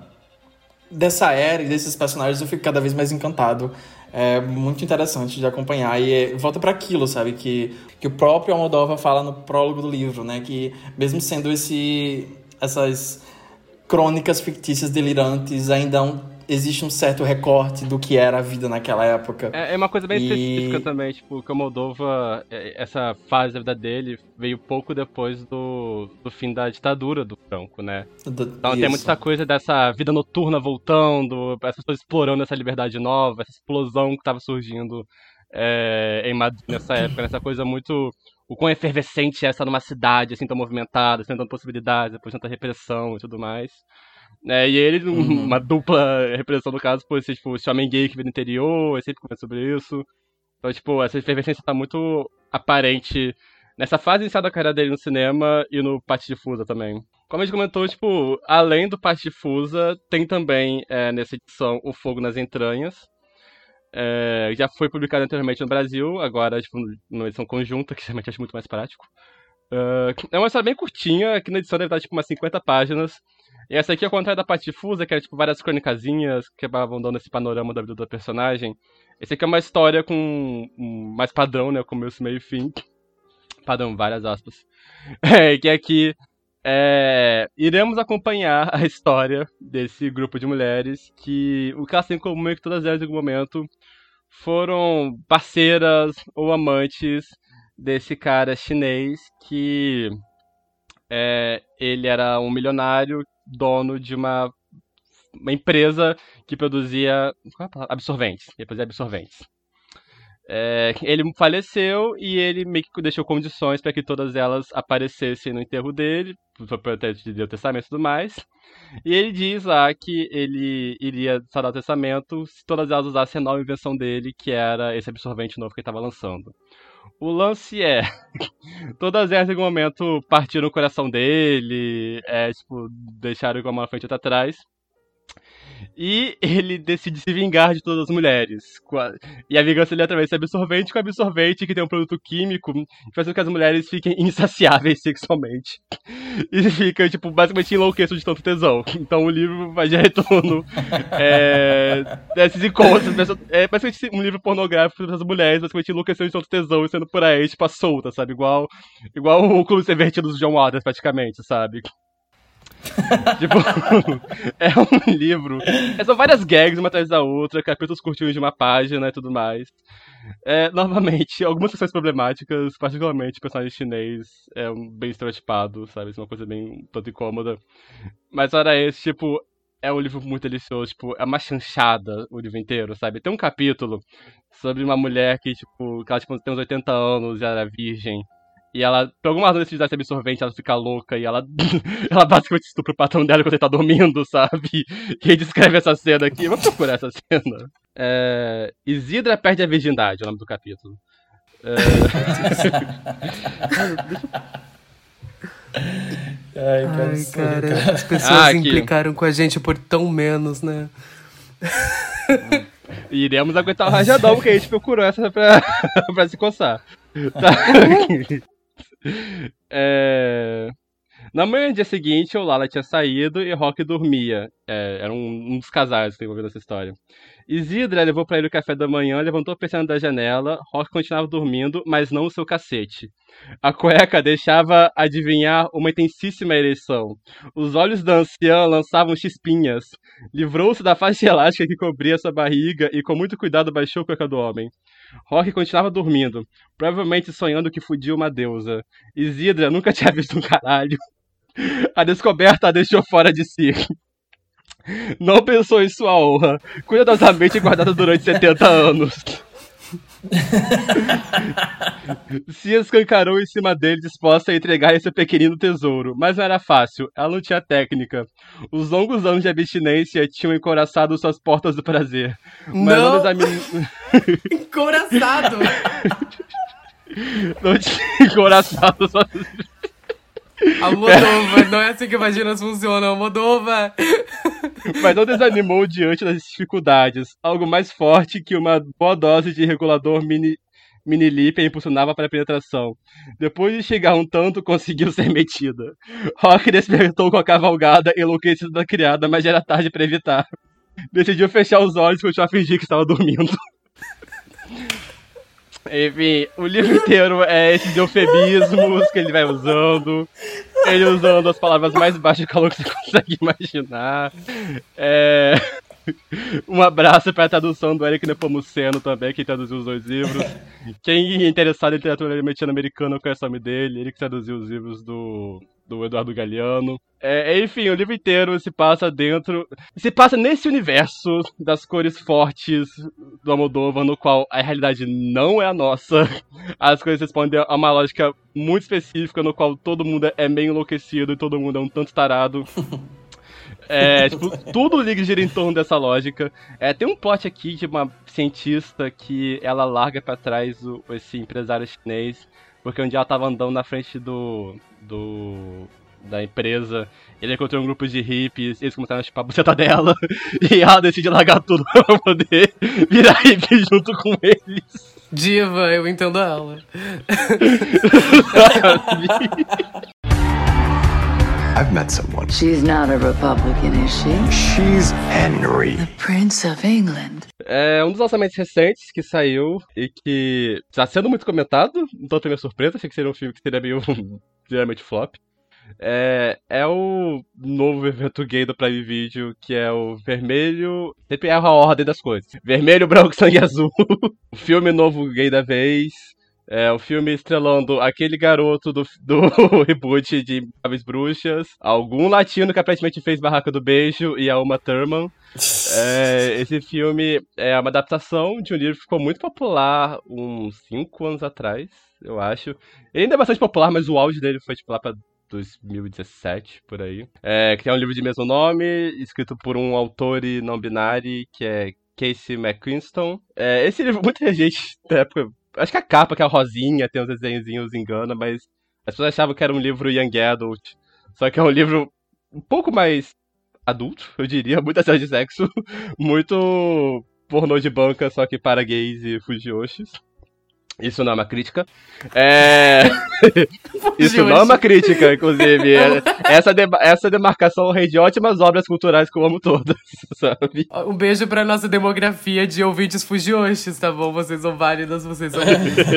era e desses personagens, eu fico cada vez mais encantado. É muito interessante de acompanhar e volta para aquilo, sabe, que o próprio Almodóvar fala no prólogo do livro, né, que mesmo sendo essas crônicas fictícias delirantes, ainda existe um certo recorte do que era a vida naquela época. É uma coisa bem específica também, tipo, que o Almodóvar, essa fase da vida dele veio pouco depois do fim da ditadura do Franco, né? Então tem muita coisa dessa vida noturna voltando, as pessoas explorando essa liberdade nova, essa explosão que estava surgindo em Madrid nessa época, nessa coisa muito... O quão efervescente é estar numa cidade assim tão movimentada, sem tanta possibilidades, depois de tanta repressão e tudo mais. E ele, uma dupla repressão no caso, por ser tipo, esse homem gay que veio do interior, ele sempre comenta sobre isso. Então, tipo, essa efervescência tá muito aparente nessa fase inicial da carreira dele no cinema e no Pátio de Fusa também. Como a gente comentou, tipo, além do Pátio de Fusa, tem também nessa edição O Fogo nas Entranhas. Já foi publicado anteriormente no Brasil, agora, tipo, numa edição conjunta, que realmente acho muito mais prático. É uma história bem curtinha, aqui na edição deve estar, tipo, umas 50 páginas. E essa aqui, ao contrário da parte difusa, que era, tipo, várias cronicazinhas que acabavam dando esse panorama da vida do personagem. Esse aqui é uma história com mais padrão, né, começo, meio e fim. Padrão, várias aspas. Que aqui iremos acompanhar a história desse grupo de mulheres que o que elas têm em comum é que todas elas, em algum momento, foram parceiras ou amantes desse cara chinês que ele era um milionário, dono de uma empresa que produzia absorventes. Ele faleceu e ele meio que deixou condições para que todas elas aparecessem no enterro dele, para ter o testamento e tudo mais. E ele diz lá que ele iria saudar o testamento se todas elas usassem a nova invenção dele, que era esse absorvente novo que ele estava lançando. O lance todas elas em algum momento partiram o coração dele, tipo, deixaram igual uma frente e outra atrás. E ele decide se vingar de todas as mulheres. E a vingança dele é através desse absorvente, com absorvente que tem um produto químico que faz com que as mulheres fiquem insaciáveis sexualmente. E ficam, tipo, basicamente enlouqueçam de tanto tesão. Então o livro vai de retorno desses encontros. É basicamente um livro pornográfico sobre as mulheres, basicamente enlouquecendo de tanto tesão e sendo por aí, tipo, solta, sabe? Igual o Clube Pervertido do John Waters, praticamente, sabe? Tipo, é um livro. São várias gags uma atrás da outra, capítulos curtinhos de uma página e tudo mais. Novamente, algumas questões problemáticas, particularmente o personagem chinês é bem estereotipado, sabe? Isso é uma coisa bem tanto incômoda. Mas fora esse, tipo, é um livro muito delicioso, tipo, é uma chanchada o livro inteiro, sabe? Tem um capítulo sobre uma mulher que, tipo, ela tipo, tem uns 80 anos e ela era virgem. E ela, por alguma razão, decide dar esse absorvente, ela fica louca e ela basicamente estupra o patrão dela quando ele tá dormindo, sabe? E ele descreve essa cena aqui. Vamos procurar essa cena. Isidra perde a virgindade, é o nome do capítulo. Ai, cara, as pessoas implicaram com a gente por tão menos, né? Iremos aguentar o rajadão, porque a gente procurou essa pra se coçar. Tá. Na manhã do dia seguinte, o Lala tinha saído e Rock dormia. Era um dos casais que tem envolvido nessa história. Isidra levou pra ele o café da manhã, levantou pensando da janela. Rock continuava dormindo, mas não o seu cacete. A cueca deixava adivinhar uma intensíssima ereção. Os olhos da anciã lançavam chispinhas. Livrou-se da faixa elástica que cobria sua barriga e com muito cuidado baixou a cueca do homem. Rock continuava dormindo, provavelmente sonhando que fudia uma deusa. Isidra nunca tinha visto um caralho. A descoberta a deixou fora de si. Não pensou em sua honra, cuidadosamente guardada durante 70 anos. Se escancarou em cima dele, disposta a entregar esse pequenino tesouro. Mas não era fácil, ela não tinha técnica. Os longos anos de abstinência tinham encoraçado suas portas do prazer. Mas não Encoraçado? Não tinha encoraçado suas... Almodóvar, não é assim que Vaginas funcionam, Almodóvar. Mas não desanimou diante das dificuldades. Algo mais forte que uma boa dose de regulador mini-lip impulsionava para a penetração. Depois de chegar um tanto, conseguiu ser metida. Rock despertou com a cavalgada enlouquecida da criada, mas já era tarde para evitar. Decidiu fechar os olhos e continuar a fingir que estava dormindo. Enfim, o livro inteiro é esses eufemismos que ele vai usando. Ele usando as palavras mais baixas de calor que você consegue imaginar. Um abraço para a tradução do Eric Nepomuceno também, que traduziu os 2 livros. Quem é interessado em literatura latino-americana conhece o nome dele. Ele que traduziu os livros do Eduardo Galeano. Enfim, o livro inteiro se passa nesse universo das cores fortes do Almodóvar, no qual a realidade não é a nossa. As coisas respondem a uma lógica muito específica, no qual todo mundo é meio enlouquecido e todo mundo é um tanto tarado. Tudo gira em torno dessa lógica. Tem um plot aqui de uma cientista que ela larga pra trás esse empresário chinês, porque um dia ela tava andando na frente da empresa, ele encontrou um grupo de hippies, eles começaram a chupar a buceta dela, e ela decide largar tudo pra poder virar hippie junto com eles. Diva, eu entendo ela. I've met someone. She's not a Republican, is she? She's Henry. The Prince of England. É um dos lançamentos recentes que saiu e que está sendo muito comentado. Não tô tendo surpresa, achei que seria um filme que seria meio geralmente flop. É o novo evento gay do Prime Video, que é o vermelho... Sempre erro a ordem das coisas. Vermelho, branco, sangue azul. O filme novo gay da vez. O filme estrelando aquele garoto do reboot de Aves Bruxas, algum latino que aparentemente fez Barraca do Beijo e a Uma Thurman. Esse filme é uma adaptação de um livro que ficou muito popular uns 5 anos atrás, eu acho. Ele ainda é bastante popular, mas o auge dele foi tipo lá pra 2017, por aí. Que é um livro de mesmo nome, escrito por um autor não binário, que é Casey McQuiston. Esse livro, muita gente na época... Acho que a capa, que é a rosinha, tem uns desenhozinhos engana, mas as pessoas achavam que era um livro young adult. Só que é um livro um pouco mais adulto, eu diria, muita cena de sexo, muito pornô de banca, só que para gays e fujioshis. Isso não é uma crítica. Isso não é uma crítica, inclusive. Essa demarcação rende ótimas obras culturais que eu amo todas, sabe? Um beijo pra nossa demografia de ouvintes fujioshes, tá bom? Vocês são válidas, vocês são...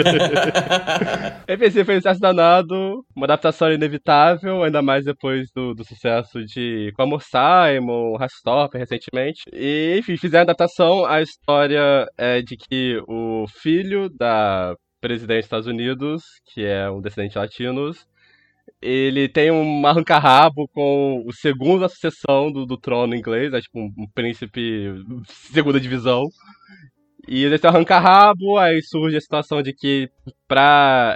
Eu pensei, foi um sucesso danado, uma adaptação inevitável, ainda mais depois do sucesso de Com Amor Simon, Rastopper, recentemente. E, enfim, fizeram a adaptação. A história é de que o filho da presidente dos Estados Unidos, que é um descendente latino, ele tem um arranca-rabo com o segundo da sucessão do trono inglês, é tipo um príncipe segunda divisão. E ele tem um arranca-rabo, aí surge a situação de que pra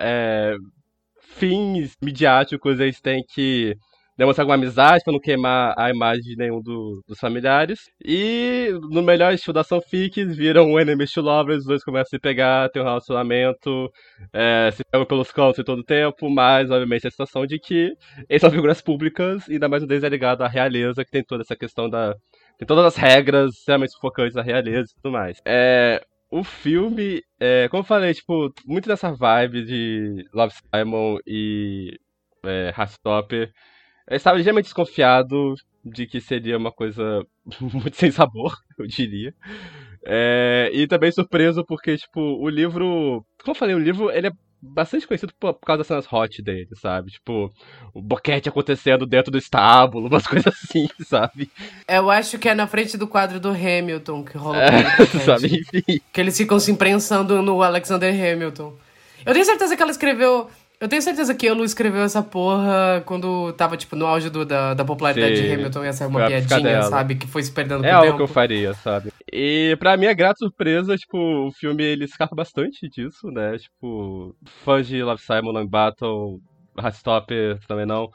fins midiáticos eles têm que demonstrar alguma amizade pra não queimar a imagem de nenhum dos familiares. E no melhor estilo da fanfic, viram um enemies to lovers, os dois começam a se pegar, tem um relacionamento, se pegam pelos cantos em todo o tempo, mas obviamente a situação de que eles são figuras públicas e ainda mais um deles é ligado à realeza, que tem toda essa questão tem todas as regras extremamente sufocantes da realeza e tudo mais. O filme, como eu falei, tipo, muito dessa vibe de Love, Simon e Heartstopper. Eu estava ligeiramente desconfiado de que seria uma coisa muito sem sabor, eu diria. E também surpreso porque, tipo, o livro... Como eu falei, o livro ele é bastante conhecido por causa das cenas hot dele, sabe? Tipo, o boquete acontecendo dentro do estábulo, umas coisas assim, sabe? Eu acho que é na frente do quadro do Hamilton que rola sabe? Enfim. Que eles ficam se imprensando no Alexander Hamilton. Eu tenho certeza que ela escreveu... Eu tenho certeza que a Lu escreveu essa porra quando tava, tipo, no auge da popularidade de Hamilton. E essa é uma piadinha, sabe? Que foi se perdendo com o tempo. É algo que eu faria, sabe? E pra minha grata surpresa, tipo, o filme, ele escapa bastante disso, né? Tipo, fãs de Love, Simon não batam, Heartstopper também não.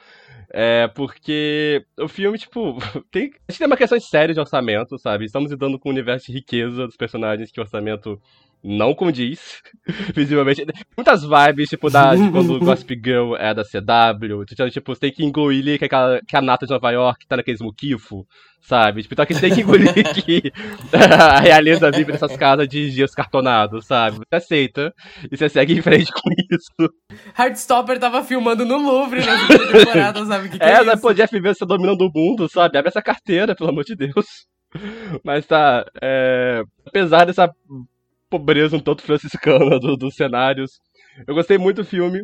Porque o filme, tipo, a gente tem uma questão séria de orçamento, sabe? Estamos lidando com um universo de riqueza dos personagens que o orçamento não condiz, visivelmente. Muitas vibes, tipo, de quando o Gossip Girl é da CW. Então, tipo, você tem que engolir que a nata de Nova York tá naqueles muquifo, sabe? Tipo, então aqui você tem que engolir que a realeza vive nessas casas de dias cartonados, sabe? Você aceita e você segue em frente com isso. Heartstopper tava filmando no Louvre na segunda temporada, sabe? Que é isso? Pô, Jeff Bezos tá dominando o mundo, sabe? Abre essa carteira, pelo amor de Deus. Mas tá, apesar dessa pobreza um tanto franciscana dos cenários, eu gostei muito do filme.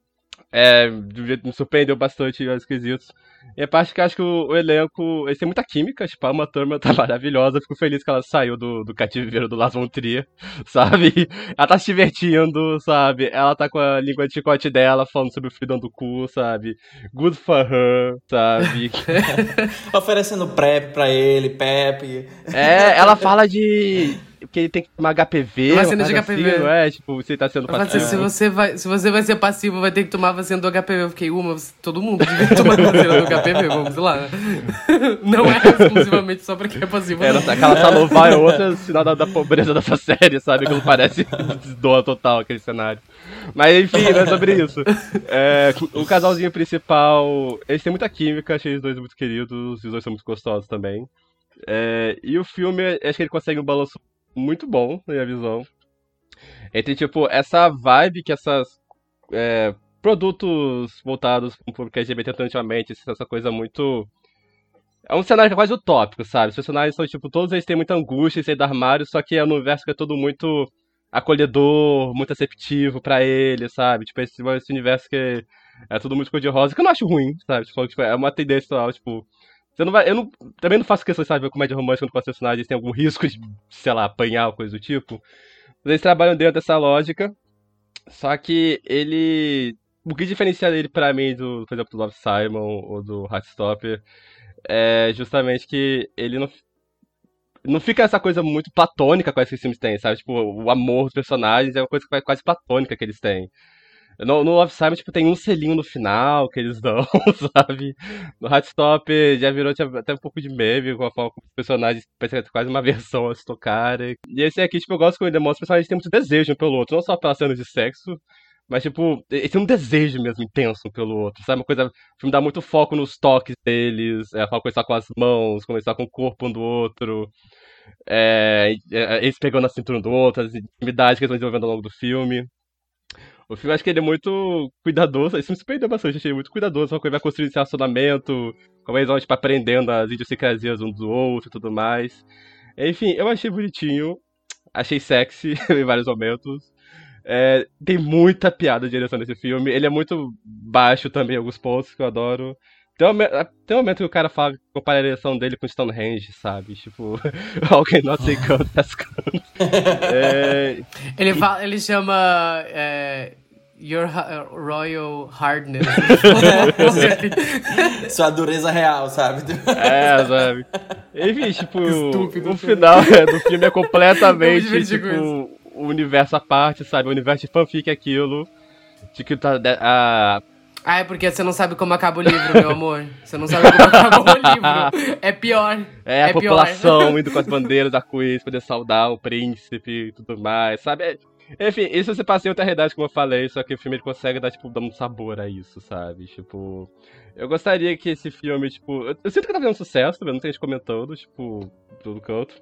Me surpreendeu bastante os quesitos. E a parte que eu acho que o elenco, eles têm muita química, tipo, a Uma Thurman tá maravilhosa, fico feliz que ela saiu do cativeiro do Lars von Trier, sabe? Ela tá se divertindo, sabe? Ela tá com a língua de chicote dela, falando sobre o freedom do cu, sabe? Good for her, sabe? Oferecendo PrEP pra ele, PEP. Ela fala que ele tem que tomar HPV. Vacina de HPV. Assim, não é? Tipo, você tá sendo passivo. Se você vai ser passivo, vai ter que tomar a vacina do HPV. Eu fiquei, todo mundo devia tomar a vacina do HPV, vamos lá. Não é exclusivamente só pra quem é passivo. Aquela salovar é outra sinal da pobreza dessa série, sabe? Que não parece desdoa total aquele cenário. Mas enfim, não é sobre isso. O casalzinho principal, eles têm muita química, achei os dois muito queridos, os dois são muito gostosos também. E o filme, acho que ele consegue um balanço muito bom, na minha visão. Entre, tipo, essa vibe que essas produtos voltados para o público LGBT ultimamente, essa coisa muito... É um cenário que é quase utópico, sabe? Os personagens são, tipo, todos eles têm muita angústia em sair do armário, só que é um universo que é todo muito acolhedor, muito receptivo pra eles, sabe? Tipo, esse universo que é tudo muito cor-de-rosa, que eu não acho ruim, sabe? Tipo, é uma tendência atual, tipo... também não faço questão de ver comédia romântica quando os personagens têm algum risco de, sei lá, apanhar ou coisa do tipo. Mas eles trabalham dentro dessa lógica. Só que ele... O que diferencia ele pra mim por exemplo, do Love, Simon ou do Heartstopper é justamente que ele não fica essa coisa muito platônica que esses filmes têm, sabe? Tipo, o amor dos personagens é uma coisa quase platônica que eles têm. No Love, Simon, tipo, tem um selinho no final que eles dão, sabe? No Heartstopper já virou até um pouco de meme com a forma como os personagens parecem quase uma versão a se tocarem. E esse aqui, tipo, eu gosto quando ele demonstra que os personagens têm muito desejo um pelo outro, não só pelas cenas de sexo, mas, tipo, eles têm um desejo mesmo intenso um pelo outro, sabe? Uma coisa, o filme dá muito foco nos toques deles, começar com as mãos, começar com o corpo um do outro, eles pegando a cintura um do outro, as intimidades que eles vão desenvolvendo ao longo do filme. O filme, acho que ele é muito cuidadoso, isso me surpreendeu bastante, achei muito cuidadoso, como ele vai construir esse relacionamento, como eles vão, tipo, aprendendo as idiosincrasias um do outro e tudo mais. Enfim, eu achei bonitinho, achei sexy em vários momentos. Tem muita piada de direção nesse filme, ele é muito baixo também em alguns pontos que eu adoro. Tem um momento que o cara fala, compara a direção dele com Stonehenge, sabe? Tipo, alguém não sei quanto, pescando. Ele chama Your Royal Hardness. Sua dureza real, sabe? Sabe? Enfim, tipo, o final do filme é completamente, tipo, o universo à parte, sabe? O universo de fanfic é aquilo. De que é porque você não sabe como acaba o livro, meu amor. Você não sabe como acaba o livro. É pior. A população indo com as bandeiras da arco-íris, poder saudar o príncipe e tudo mais, sabe? Enfim, isso você passa em outra realidade, como eu falei, só que o filme ele consegue dar, tipo, dar um sabor a isso, sabe? Tipo, eu gostaria que esse filme, tipo... Eu sinto que tá fazendo sucesso, não tem gente comentando, tipo, todo canto.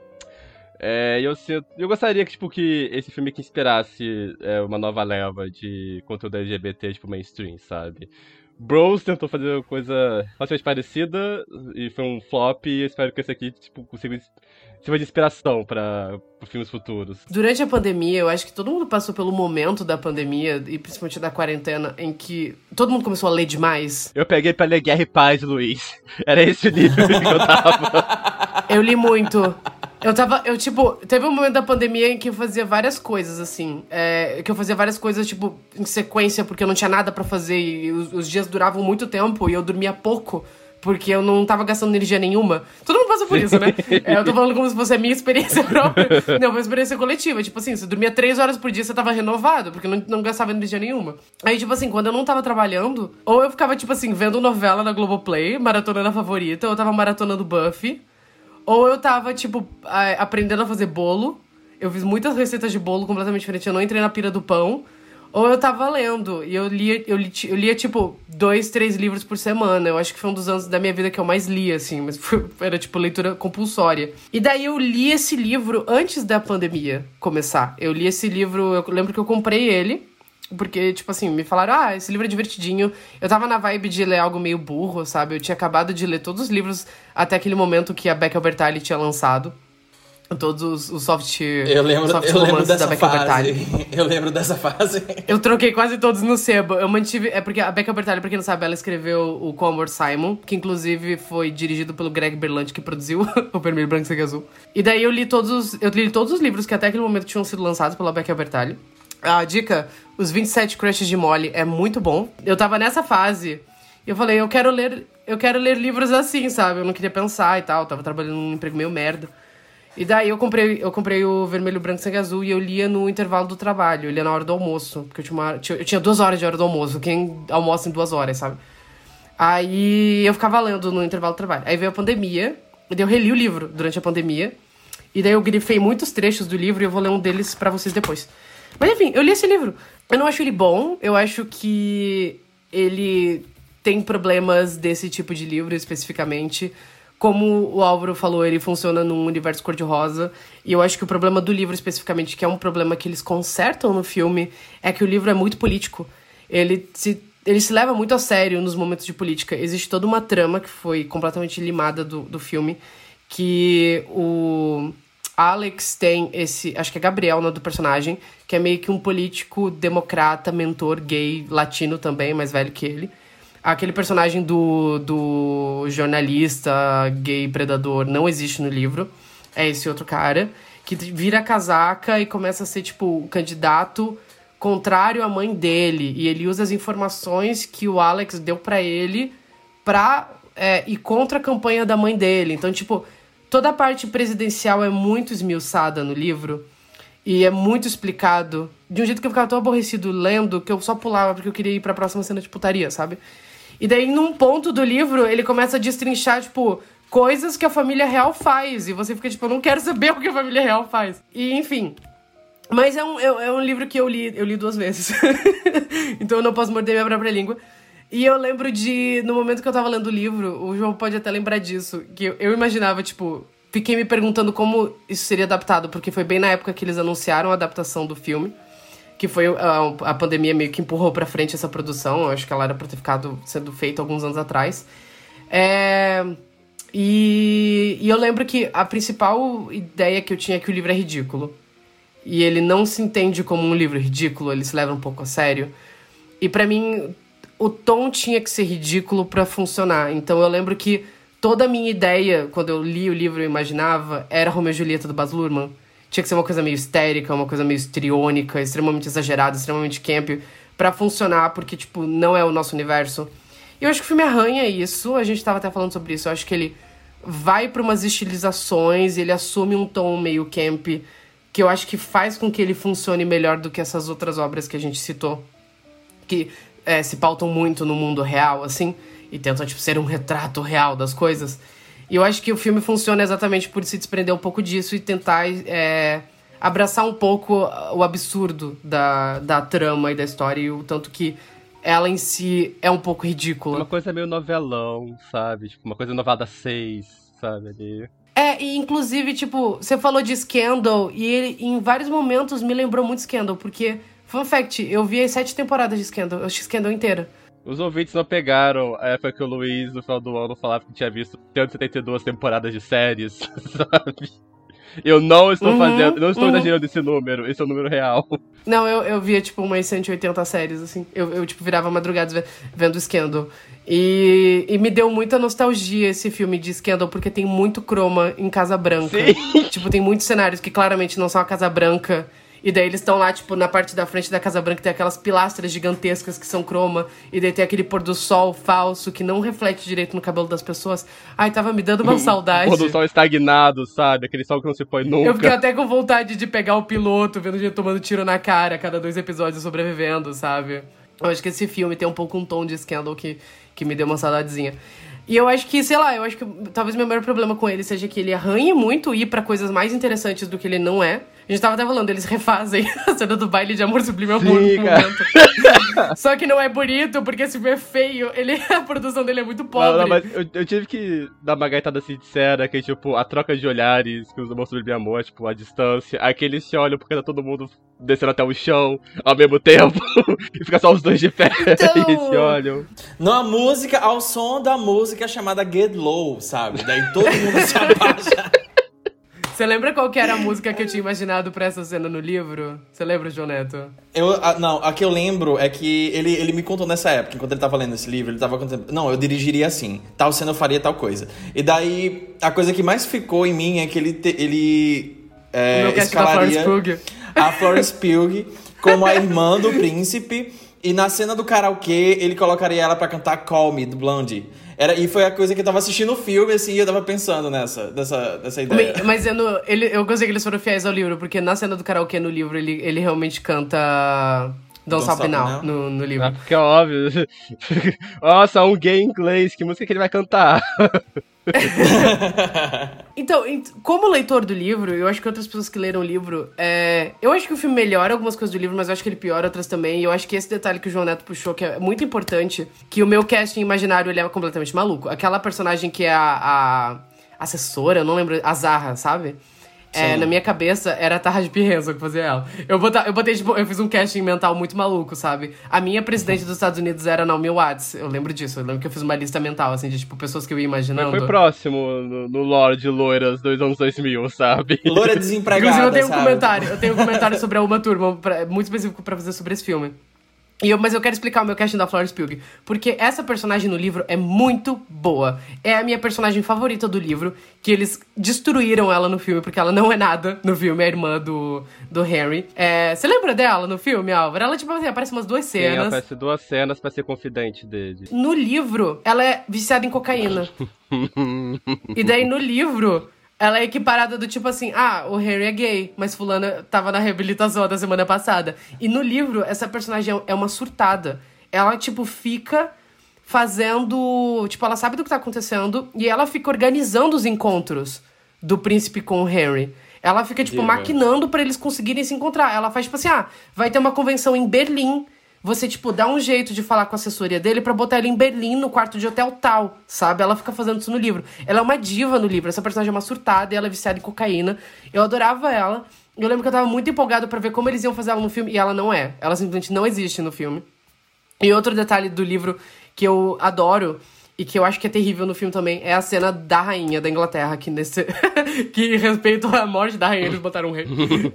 Eu gostaria que, tipo, que esse filme que inspirasse uma nova leva de conteúdo LGBT, tipo, mainstream, sabe? Bros tentou fazer uma coisa relativamente parecida e foi um flop, e eu espero que esse aqui, tipo, consiga sirva de inspiração para filmes futuros. Durante a pandemia, eu acho que todo mundo passou pelo momento da pandemia, e principalmente da quarentena, em que todo mundo começou a ler demais. Eu peguei pra ler Guerra e Paz, Luiz. Era esse o nível que eu tava. Eu li muito. Teve um momento da pandemia em que eu fazia várias coisas, assim. Que eu fazia várias coisas, tipo, em sequência, porque eu não tinha nada pra fazer. E os dias duravam muito tempo e eu dormia pouco, porque eu não tava gastando energia nenhuma. Todo mundo passa por isso, né? Eu tô falando como se fosse a minha experiência própria. Não, uma experiência coletiva. Tipo assim, você dormia 3 horas por dia, você tava renovado, porque não gastava energia nenhuma. Aí, tipo assim, quando eu não tava trabalhando, ou eu ficava, tipo assim, vendo novela na Globoplay, maratonando a favorita, ou eu tava maratonando Buffy. Ou eu tava, tipo, aprendendo a fazer bolo. Eu fiz muitas receitas de bolo completamente diferentes. Eu não entrei na pira do pão. Ou eu tava lendo. E eu lia tipo, 2, 3 livros por semana. Eu acho que foi um dos anos da minha vida que eu mais lia, assim. Mas era, tipo, leitura compulsória. E daí eu li esse livro antes da pandemia começar. Eu li esse livro... Eu lembro que eu comprei ele. Porque, tipo assim, me falaram, esse livro é divertidinho. Eu tava na vibe de ler algo meio burro, sabe? Eu tinha acabado de ler todos os livros até aquele momento que a Becca Albertalli tinha lançado. Todos os soft romances da Becca Albertalli. Eu lembro dessa fase. Eu troquei quase todos no sebo. Eu mantive... É porque a Becca Albertalli, pra quem não sabe, ela escreveu o Com Amor Simon, que inclusive foi dirigido pelo Greg Berlanti, que produziu o Vermelho, Branco, Sangue Azul. E daí eu li todos os livros que até aquele momento tinham sido lançados pela Becca Albertalli. A dica, Os 27 Crushes de Molly, é muito bom. Eu tava nessa fase e eu falei, eu quero ler livros assim, sabe? Eu não queria pensar e tal, eu tava trabalhando num emprego meio merda. E daí eu comprei o Vermelho, Branco, Sangue Azul e eu lia no intervalo do trabalho, eu lia na hora do almoço, porque eu tinha 2 horas de hora do almoço, quem almoça em 2 horas, sabe? Aí eu ficava lendo no intervalo do trabalho. Aí veio a pandemia, e daí eu reli o livro durante a pandemia, e daí eu grifei muitos trechos do livro e eu vou ler um deles pra vocês depois. Mas enfim, eu li esse livro. Eu não acho ele bom, eu acho que ele tem problemas desse tipo de livro especificamente. Como o Álvaro falou, ele funciona num universo cor-de-rosa. E eu acho que o problema do livro especificamente, que é um problema que eles consertam no filme, é que o livro é muito político. Ele se leva muito a sério nos momentos de política. Existe toda uma trama que foi completamente limada do filme, que o Alex tem esse... Acho que é Gabriel, o nome do personagem, que é meio que um político democrata, mentor, gay, latino também, mais velho que ele. Aquele personagem do jornalista gay predador não existe no livro. É esse outro cara que vira casaca e começa a ser, tipo, o candidato contrário à mãe dele. E ele usa as informações que o Alex deu pra ele pra ir contra a campanha da mãe dele. Então, tipo, toda a parte presidencial é muito esmiuçada no livro. E é muito explicado. De um jeito que eu ficava tão aborrecido lendo que eu só pulava porque eu queria ir pra próxima cena de putaria, sabe? E daí, num ponto do livro, ele começa a destrinchar, tipo, coisas que a família real faz. E você fica, tipo, eu não quero saber o que a família real faz. E, enfim. Mas é um livro que eu li 2 vezes. Então eu não posso morder minha própria língua. E eu lembro no momento que eu tava lendo o livro, o João pode até lembrar disso, que eu imaginava, tipo... Fiquei me perguntando como isso seria adaptado, porque foi bem na época que eles anunciaram a adaptação do filme. que foi a pandemia meio que empurrou pra frente essa produção. Eu acho que ela era pra ter ficado sendo feita alguns anos atrás. E eu lembro que a principal ideia que eu tinha é que o livro é ridículo. E ele não se entende como um livro ridículo, ele se leva um pouco a sério. E pra mim, o tom tinha que ser ridículo pra funcionar. Então eu lembro que toda a minha ideia, quando eu li o livro e imaginava, era Romeu e Julieta do Baz Luhrmann. Tinha que ser uma coisa meio histérica, uma coisa meio histriônica, extremamente exagerada, extremamente camp, pra funcionar, porque, tipo, não é o nosso universo. E eu acho que o filme arranha isso, a gente tava até falando sobre isso, eu acho que ele vai pra umas estilizações, ele assume um tom meio camp, que eu acho que faz com que ele funcione melhor do que essas outras obras que a gente citou, que se pautam muito no mundo real, assim, e tentam, tipo, ser um retrato real das coisas. E eu acho que o filme funciona exatamente por se desprender um pouco disso e tentar abraçar um pouco o absurdo da trama e da história, e o tanto que ela em si é um pouco ridícula. Uma coisa meio novelão, sabe? Tipo, uma coisa novela das 6, sabe? Ali. E inclusive, tipo, você falou de Scandal, e ele em vários momentos me lembrou muito Scandal, porque, fun fact, eu vi as 7 temporadas de Scandal, eu assisti Scandal inteira. Os ouvintes não pegaram a época que o Luiz, no final do ano, falava que tinha visto 172 temporadas de séries, sabe? Eu não estou fazendo, não estou exagerando esse número, esse é o número real. Não, eu via, tipo, umas 180 séries, assim. Eu tipo, virava madrugadas vendo Scandal. E me deu muita nostalgia esse filme de Scandal, porque tem muito croma em Casa Branca. Sim. Tipo, tem muitos cenários que claramente não são a Casa Branca. E daí eles estão lá, tipo, na parte da frente da Casa Branca tem aquelas pilastras gigantescas que são croma. E daí tem aquele pôr do sol falso que não reflete direito no cabelo das pessoas. Ai, tava me dando uma saudade. Pôr do sol estagnado, sabe? Aquele sol que não se põe nunca. Eu fiquei até com vontade de pegar o piloto, vendo gente tomando tiro na cara a cada 2 episódios sobrevivendo, sabe? Eu acho que esse filme tem um pouco um tom de Scandal que me deu uma saudadezinha. E eu acho que, sei lá, eu acho que talvez o meu maior problema com ele seja que ele arranha muito e ir pra coisas mais interessantes do que ele não é. A gente tava até falando, eles refazem a cena do baile de Amor Sublime Amor no momento. Só que não é bonito, porque esse filme é feio. A produção dele é muito pobre. Não, mas eu tive que dar uma gaitada sincera, que tipo, a troca de olhares que os Amor Sublime Amor, tipo, a distância. Aqui eles se olham porque tá todo mundo descendo até o chão ao mesmo tempo. E fica só os dois de pé e se olham. Na música, ao som da música chamada Get Low, sabe? Daí todo mundo se abaixa. Você lembra qual que era a música que eu tinha imaginado pra essa cena no livro? Você lembra, João Neto? Não, a que eu lembro é que ele me contou nessa época, enquanto ele tava lendo esse livro, ele tava contando, não, eu dirigiria assim, tal cena eu faria tal coisa. E daí, a coisa que mais ficou em mim é que ele escalaria a Florence Pugh como a irmã do príncipe, e na cena do karaokê ele colocaria ela pra cantar Call Me, do Blondie. E foi a coisa que eu tava assistindo o filme, assim, e eu tava pensando nessa ideia. Mas eu gostei que eles foram fiéis ao livro, porque na cena do karaokê no livro, ele realmente canta Don't Stop Now no livro. Ah, porque é óbvio. Nossa, um gay inglês, que música que ele vai cantar? Então, como leitor do livro, eu acho que outras pessoas que leram o livro, eu acho que o filme melhora algumas coisas do livro, mas eu acho que ele piora outras também. E eu acho que esse detalhe que o João Neto puxou, que é muito importante, que o meu casting imaginário, ele é completamente maluco. Aquela personagem que é a assessora, eu não lembro, a Zahra, sabe? Na minha cabeça, era a Taraji P. Henson que fazia ela. Eu fiz um casting mental muito maluco, sabe? A minha presidente dos Estados Unidos era Naomi Watts. Eu lembro disso. Eu lembro que eu fiz uma lista mental, assim, de, tipo, pessoas que eu ia imaginando. Mas foi próximo no lore de loiras dos anos 2000, sabe? Loira desempregada, inclusive, eu tenho um comentário sobre a Uma Turma, muito específico pra fazer sobre esse filme. Mas eu quero explicar o meu casting da Florence Pugh, porque essa personagem no livro é muito boa. É a minha personagem favorita do livro, que eles destruíram ela no filme, porque ela não é nada no filme, é a irmã do Henry. Você lembra dela no filme, Álvaro? Ela, tipo assim, aparece umas 2 cenas. Sim, aparece 2 cenas pra ser confidente dele. No livro, ela é viciada em cocaína. E daí, no livro, ela é equiparada do tipo assim, o Harry é gay, mas fulana tava na reabilitação da semana passada. E no livro, essa personagem é uma surtada. Ela, tipo, fica fazendo... Tipo, ela sabe do que tá acontecendo e ela fica organizando os encontros do príncipe com o Harry. Ela fica, tipo, maquinando pra eles conseguirem se encontrar. Ela faz, tipo assim, vai ter uma convenção em Berlim. Você, tipo, dá um jeito de falar com a assessoria dele pra botar ele em Berlim, no quarto de hotel tal, sabe? Ela fica fazendo isso no livro. Ela é uma diva no livro. Essa personagem é uma surtada e ela é viciada em cocaína. Eu adorava ela. Eu lembro que eu tava muito empolgado pra ver como eles iam fazer ela no filme, e ela não é. Ela simplesmente não existe no filme. E outro detalhe do livro que eu adoro, e que eu acho que é terrível no filme também, é a cena da rainha da Inglaterra, que nesse... que respeito à morte da rainha, eles botaram um rei.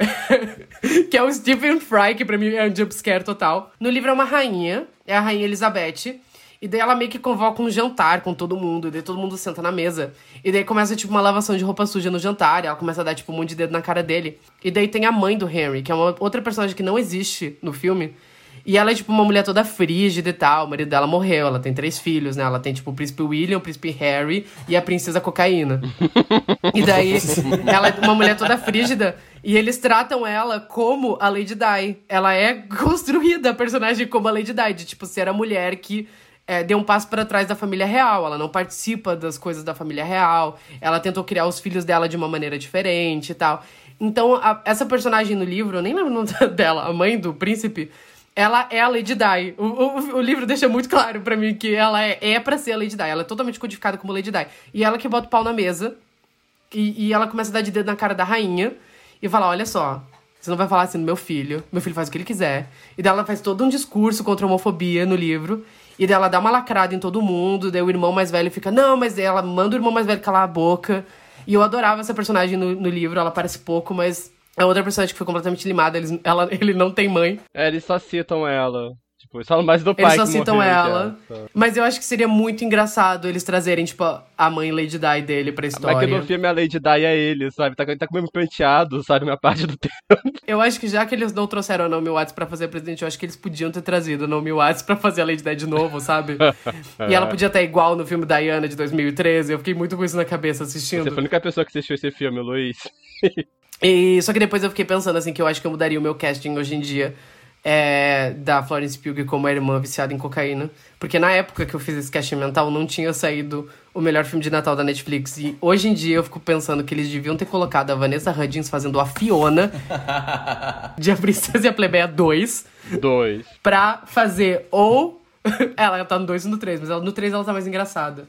Que é o Stephen Fry, que pra mim é um jumpscare total. No livro é uma rainha, é a rainha Elizabeth, e daí ela meio que convoca um jantar com todo mundo, e daí todo mundo senta na mesa. E daí começa, tipo, uma lavação de roupa suja no jantar, e ela começa a dar, tipo, um monte de dedo na cara dele. E daí tem a mãe do Henry, que é uma outra personagem que não existe no filme. E ela é, tipo, uma mulher toda frígida e tal. O marido dela morreu, ela tem 3 filhos, né? Ela tem, tipo, o príncipe William, o príncipe Harry e a princesa Cocaína. E daí, ela é uma mulher toda frígida. E eles tratam ela como a Lady Di. Ela é construída, a personagem, como a Lady Di. De, tipo, ser a mulher que deu um passo pra trás da família real. Ela não participa das coisas da família real. Ela tentou criar os filhos dela de uma maneira diferente e tal. Então, essa personagem no livro, eu nem lembro o nome dela, a mãe do príncipe... Ela é a Lady Di. O livro deixa muito claro pra mim que ela é pra ser a Lady Di. Ela é totalmente codificada como Lady Di. E ela que bota o pau na mesa. E ela começa a dar de dedo na cara da rainha. E fala, olha só, você não vai falar assim do meu filho. Meu filho faz o que ele quiser. E daí ela faz todo um discurso contra a homofobia no livro. E daí ela dá uma lacrada em todo mundo. Daí o irmão mais velho fica, não, mas ela manda o irmão mais velho calar a boca. E eu adorava essa personagem no livro. Ela aparece pouco, mas... É outra personagem que foi completamente limada. Ele não tem mãe. Eles só citam ela. Tipo, eles falam mais do pai. Eles só citam ela. Mas eu acho que seria muito engraçado eles trazerem, tipo, a mãe Lady Di dele pra história. Mas que no filme a Lady Di é ele, sabe? Tá com o mesmo penteado, sabe? Uma parte do tempo. Eu acho que já que eles não trouxeram a Naomi Watts pra fazer a Presidente, eu acho que eles podiam ter trazido a Naomi Watts pra fazer a Lady Di de novo, sabe? E ela podia estar igual no filme Diana de 2013. Eu fiquei muito com isso na cabeça assistindo. Você foi a única pessoa que assistiu esse filme, Luiz. Só que depois eu fiquei pensando, assim, que eu acho que eu mudaria o meu casting hoje em dia da Florence Pugh como a irmã viciada em cocaína. Porque na época que eu fiz esse casting mental, não tinha saído o melhor filme de Natal da Netflix. E hoje em dia eu fico pensando que eles deviam ter colocado a Vanessa Hudgens fazendo a Fiona de A Princesa e a Plebeia 2. Pra fazer ou... ela tá no 2 e no 3, mas no 3 ela tá mais engraçada.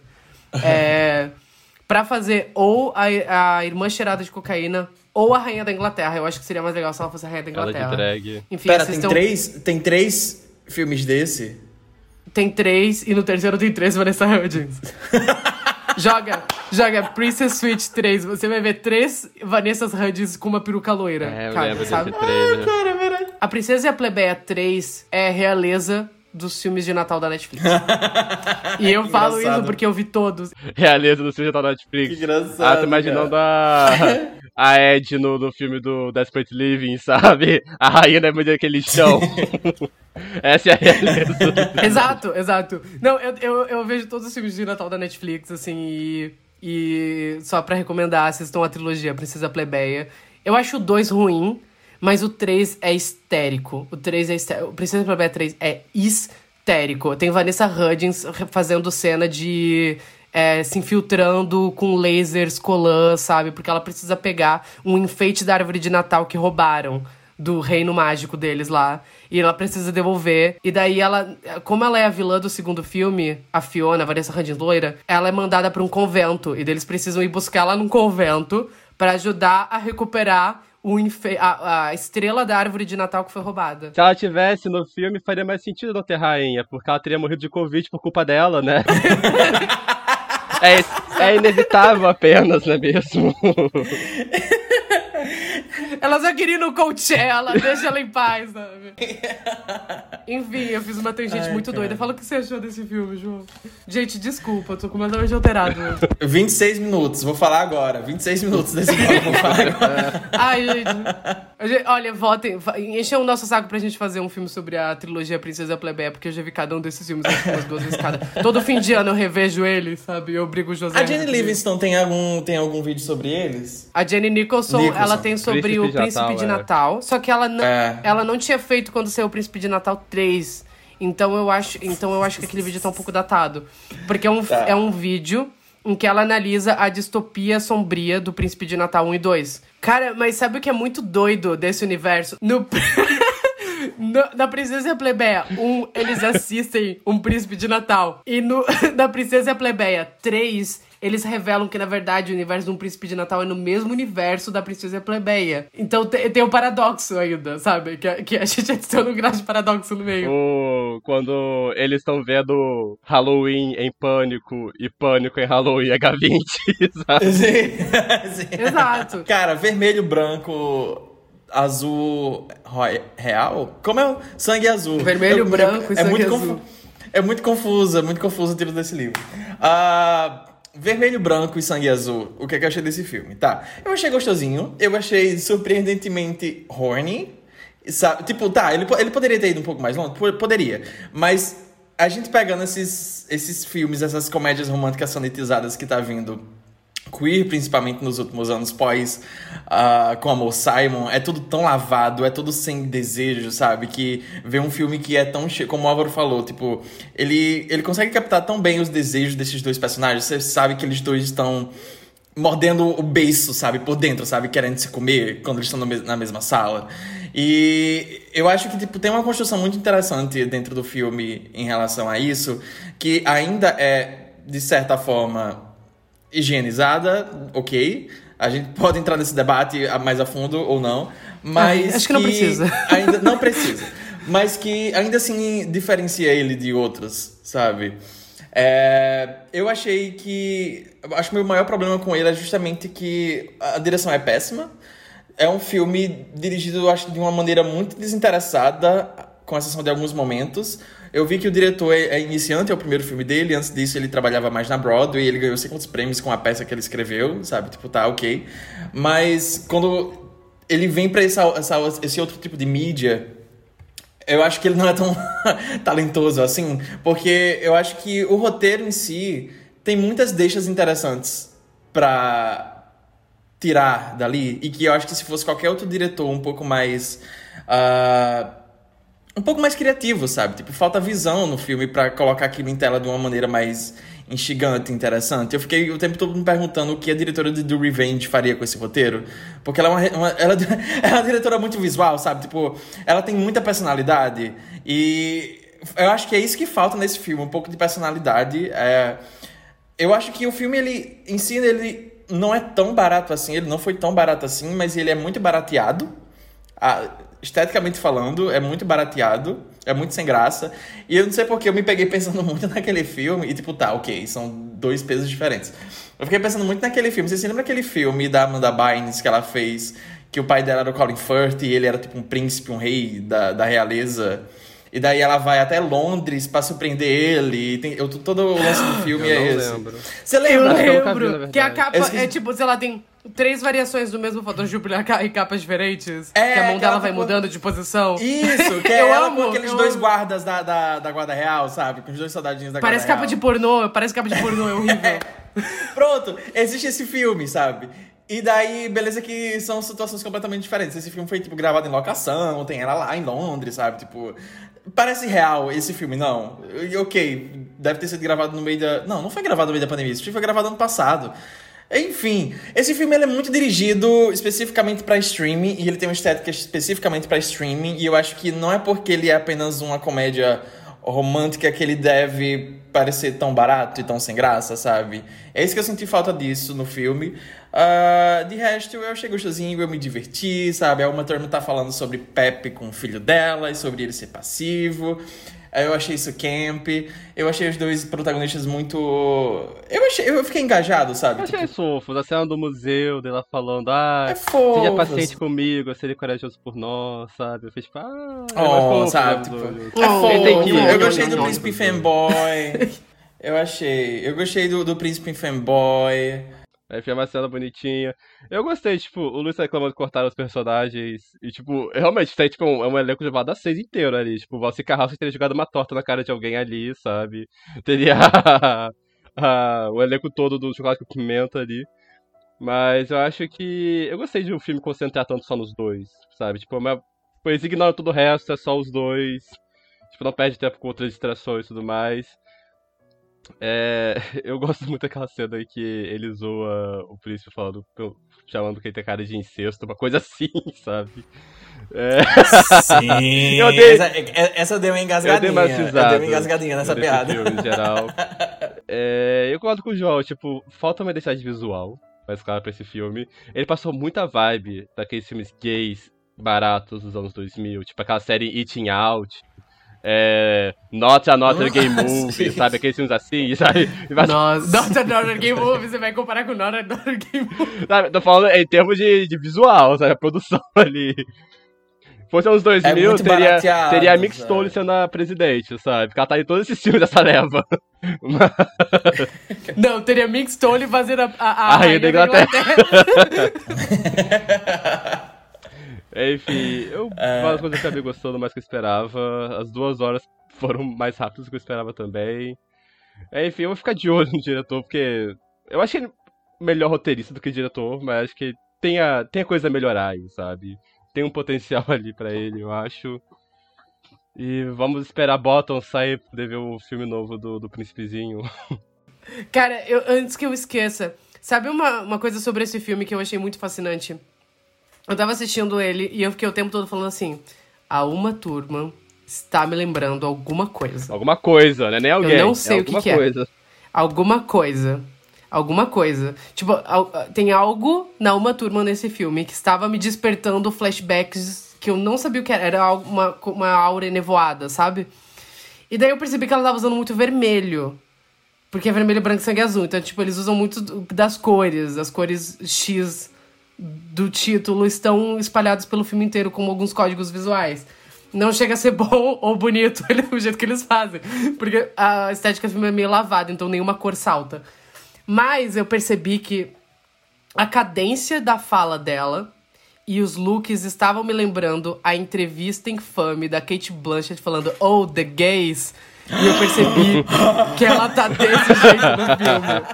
Pra fazer ou a irmã cheirada de cocaína... Ou a Rainha da Inglaterra. Eu acho que seria mais legal se ela fosse a Rainha da Inglaterra. Ela de drag. Enfim, pera, tem 3 filmes desse? Tem 3, e no terceiro tem 3 Vanessa Hudgens. joga Princess Switch 3. Você vai ver 3 Vanessas Hudgens com uma peruca loira. Eu lembro desse trailer. Cara. A Princesa e a Plebeia 3 é realeza dos filmes de Natal da Netflix. E eu falo isso porque eu vi todos. Realeza dos filmes de Natal da Netflix. Que engraçado. Tô imaginando a Ed no filme do Desperate Living, sabe? A rainha da mulher daquele chão. Essa é a realeza. Exato. Não, eu vejo todos os filmes de Natal da Netflix, assim, e só pra recomendar, assistam a trilogia Princesa Plebeia. Eu acho o 2 ruim, mas o 3 é histérico. O Princesa Plebeia 3 é histérico. Tem Vanessa Hudgens fazendo cena de... se infiltrando com lasers, colã, sabe? Porque ela precisa pegar um enfeite da árvore de Natal que roubaram do reino mágico deles lá. E ela precisa devolver. E daí ela... Como ela é a vilã do segundo filme, a Fiona, a Vanessa Hudgens loira, ela é mandada pra um convento. E daí eles precisam ir buscar ela num convento pra ajudar a recuperar a estrela da árvore de Natal que foi roubada. Se ela tivesse no filme, faria mais sentido não ter rainha, porque ela teria morrido de Covid por culpa dela, né? É inevitável apenas, não é mesmo? Ela só queria ir no Coachella, deixa ela em paz, sabe? Enfim, eu fiz uma tangente muito doida. Fala o que você achou desse filme, João. Gente, desculpa, eu tô completamente alterado. 26 minutos, vou falar agora. 26 minutos desse filme, vou falar agora. Ai, gente. Olha, votem. Enchem o nosso saco pra gente fazer um filme sobre a trilogia Princesa e a Plebeia, porque eu já vi cada um desses filmes umas 2 vezes cada. Todo fim de ano eu revejo ele, sabe? Eu brigo o José. A Jenny Livingston tem algum vídeo sobre eles? A Jenny Nicholson, ela tem sobre o Príncipe de Natal. Só que ela não tinha feito quando saiu o Príncipe de Natal 3. Então eu acho que aquele vídeo tá um pouco datado. Porque é um vídeo em que ela analisa a distopia sombria do Príncipe de Natal 1 e 2. Cara, mas sabe o que é muito doido desse universo? Na Princesa e a Plebeia 1, eles assistem Um Príncipe de Natal. E na Princesa e a Plebeia 3, eles revelam que, na verdade, o universo de Um Príncipe de Natal é no mesmo universo da Princesa e a Plebeia. Então tem um paradoxo ainda, sabe? Que a gente adiciona um grau de paradoxo no meio. Quando eles estão vendo Halloween em Pânico e Pânico em Halloween H20, sabe? Sim. Exato. Cara, vermelho, branco... Azul real? Como é o sangue azul? Vermelho, branco e sangue azul. É muito confuso o título desse livro. Vermelho, branco e sangue azul. O que é que eu achei desse filme? Tá. Eu achei gostosinho. Eu achei surpreendentemente horny. Sabe? Tipo, tá, ele poderia ter ido um pouco mais longe? Poderia. Mas a gente pegando esses filmes, essas comédias românticas sonetizadas que tá vindo... queer, principalmente nos últimos anos pós com Amor Simon, é tudo tão lavado, é tudo sem desejo, sabe? Que ver um filme que é tão como o Álvaro falou, tipo, ele consegue captar tão bem os desejos desses dois personagens. Você sabe que eles dois estão mordendo o beiço, sabe? Por dentro, sabe? Querendo se comer quando eles estão na mesma sala. E eu acho que, tipo, tem uma construção muito interessante dentro do filme em relação a isso, que ainda é, de certa forma... higienizada, ok. A gente pode entrar nesse debate mais a fundo ou não, mas acho que não precisa. Ainda não precisa. Mas que ainda assim diferencia ele de outros, sabe? Eu achei que... Acho que o meu maior problema com ele é justamente que a direção é péssima. É um filme dirigido, eu acho, de uma maneira muito desinteressada, com exceção de alguns momentos. Eu vi que o diretor é iniciante, é o primeiro filme dele. Antes disso, ele trabalhava mais na Broadway. Ele ganhou 50 prêmios com a peça que ele escreveu, sabe? Tipo, tá, ok. Mas quando ele vem pra esse outro tipo de mídia, eu acho que ele não é tão talentoso assim. Porque eu acho que o roteiro em si tem muitas deixas interessantes pra tirar dali. E que eu acho que se fosse qualquer outro diretor um pouco mais criativo, sabe? Tipo, falta visão no filme pra colocar aquilo em tela de uma maneira mais instigante, interessante. Eu fiquei o tempo todo me perguntando o que a diretora de Do Revenge faria com esse roteiro. Porque ela é uma diretora muito visual, sabe? Tipo, ela tem muita personalidade. E eu acho que é isso que falta nesse filme, um pouco de personalidade. Eu acho que o filme, ele não é tão barato assim, ele não foi tão barato assim, mas ele é muito barateado. Esteticamente falando, é muito barateado, é muito sem graça. E eu não sei porque eu me peguei pensando muito naquele filme. E tipo, tá, ok, são dois pesos diferentes. Eu fiquei pensando muito naquele filme. Você se lembra aquele filme da Amanda Bynes que ela fez, que o pai dela era o Colin Firth e ele era tipo um príncipe, um rei da realeza? E daí ela vai até Londres pra surpreender ele. Todo o lance do filme é esse. Lembro. Você lembra? Eu lembro. Que a capa é tipo, sei lá, tem 3 variações do mesmo Photoshop em capas diferentes. Que a mão dela vai mudando de posição. Isso, que é ela com aqueles dois guardas da Guarda Real, sabe? Com os dois soldadinhos da Guarda Real. Parece capa de pornô, é horrível. Pronto, existe esse filme, sabe? E daí, beleza que são situações completamente diferentes. Esse filme foi, tipo, gravado em locação, tem ela lá em Londres, sabe? Tipo, parece real esse filme, não. Ok, deve ter sido gravado no meio da... Não foi gravado no meio da pandemia, esse filme foi gravado ano passado. Enfim, esse filme ele é muito dirigido especificamente pra streaming, e ele tem uma estética especificamente pra streaming, e eu acho que não é porque ele é apenas uma comédia romântica que ele deve parecer tão barato e tão sem graça, sabe? É isso que eu senti falta disso no filme. De resto, eu achei gostosinho, eu me diverti, sabe? A Uma Thurman tá falando sobre Pepe com o filho dela e sobre ele ser passivo. Eu achei isso camp. Eu achei os dois protagonistas muito... Eu fiquei engajado, sabe? Eu achei fofo. A cena do museu, dela falando, é fofo, seja paciente comigo, seja corajoso por nós, sabe? Eu fiz tipo, fofo, sabe? Tipo, é fofo. Eu gostei do Príncipe Fanboy. Eu gostei do Príncipe Fanboy. Aí foi uma cena bonitinha. Eu gostei, tipo, o Luiz reclamando de cortar os personagens. E, tipo, realmente, tem, tipo, é um elenco levado a 6 inteiro ali. Tipo, o Valci Carrasco teria jogado uma torta na cara de alguém ali, sabe? Teria o elenco todo do Chocolate com Pimenta ali. Mas eu acho que... Eu gostei de um filme concentrar tanto só nos dois, sabe? Tipo, pois ignora todo o resto, é só os dois. Tipo, não perde tempo com outras distrações e tudo mais. Eu gosto muito daquela cena aí que ele zoa o príncipe chamando que ele tem cara de incesto, uma coisa assim, sabe? Sim, essa deu uma engasgadinha. Eu dei uma engasgadinha nessa piada. Filme, em geral. Eu concordo com o João, tipo, falta uma identidade visual mais clara pra esse filme. Ele passou muita vibe daqueles filmes gays baratos dos anos 2000, tipo aquela série Eating Out, Not Another Gay Movie, sabe? Aqueles filmes assim, sabe? Nossa, Not Another Gay Movie, você vai comparar com Not Another Gay Movie. Sabe, tô falando em termos de visual, sabe? A produção ali. Fosse anos 2000, teria a Mick Stone sendo a presidente, sabe? Porque ela tá em todos esses filmes dessa leva. Não, teria Mick Stone fazendo a rainha da Inglaterra. Enfim, várias coisas que eu acabei gostando mais que eu esperava. As 2 horas foram mais rápidas do que eu esperava também. Enfim, eu vou ficar de olho no diretor, porque eu acho ele melhor roteirista do que diretor, mas acho que tem coisa a melhorar aí, sabe? Tem um potencial ali pra ele, eu acho. E vamos esperar Bottom sair pra poder ver o filme novo do Príncipezinho. Cara, antes que eu esqueça, sabe uma coisa sobre esse filme que eu achei muito fascinante? Eu tava assistindo ele e eu fiquei o tempo todo falando assim: a Uma Thurman está me lembrando alguma coisa. Alguma coisa, né? Nem alguém. Eu não sei o que é. Alguma coisa. Tipo, tem algo na Uma Thurman nesse filme que estava me despertando flashbacks que eu não sabia o que era. Era uma aura nevoada, sabe? E daí eu percebi que ela tava usando muito vermelho. Porque é vermelho, branco, sangue azul. Então, tipo, eles usam muito das cores. As cores X do título estão espalhados pelo filme inteiro como alguns códigos visuais. Não chega a ser bom ou bonito o jeito que eles fazem. Porque a estética do filme é meio lavada, então nenhuma cor salta. Mas eu percebi que a cadência da fala dela e os looks estavam me lembrando a entrevista infame da Cate Blanchett falando "Oh, the gays". E eu percebi que ela tá desse jeito no filme.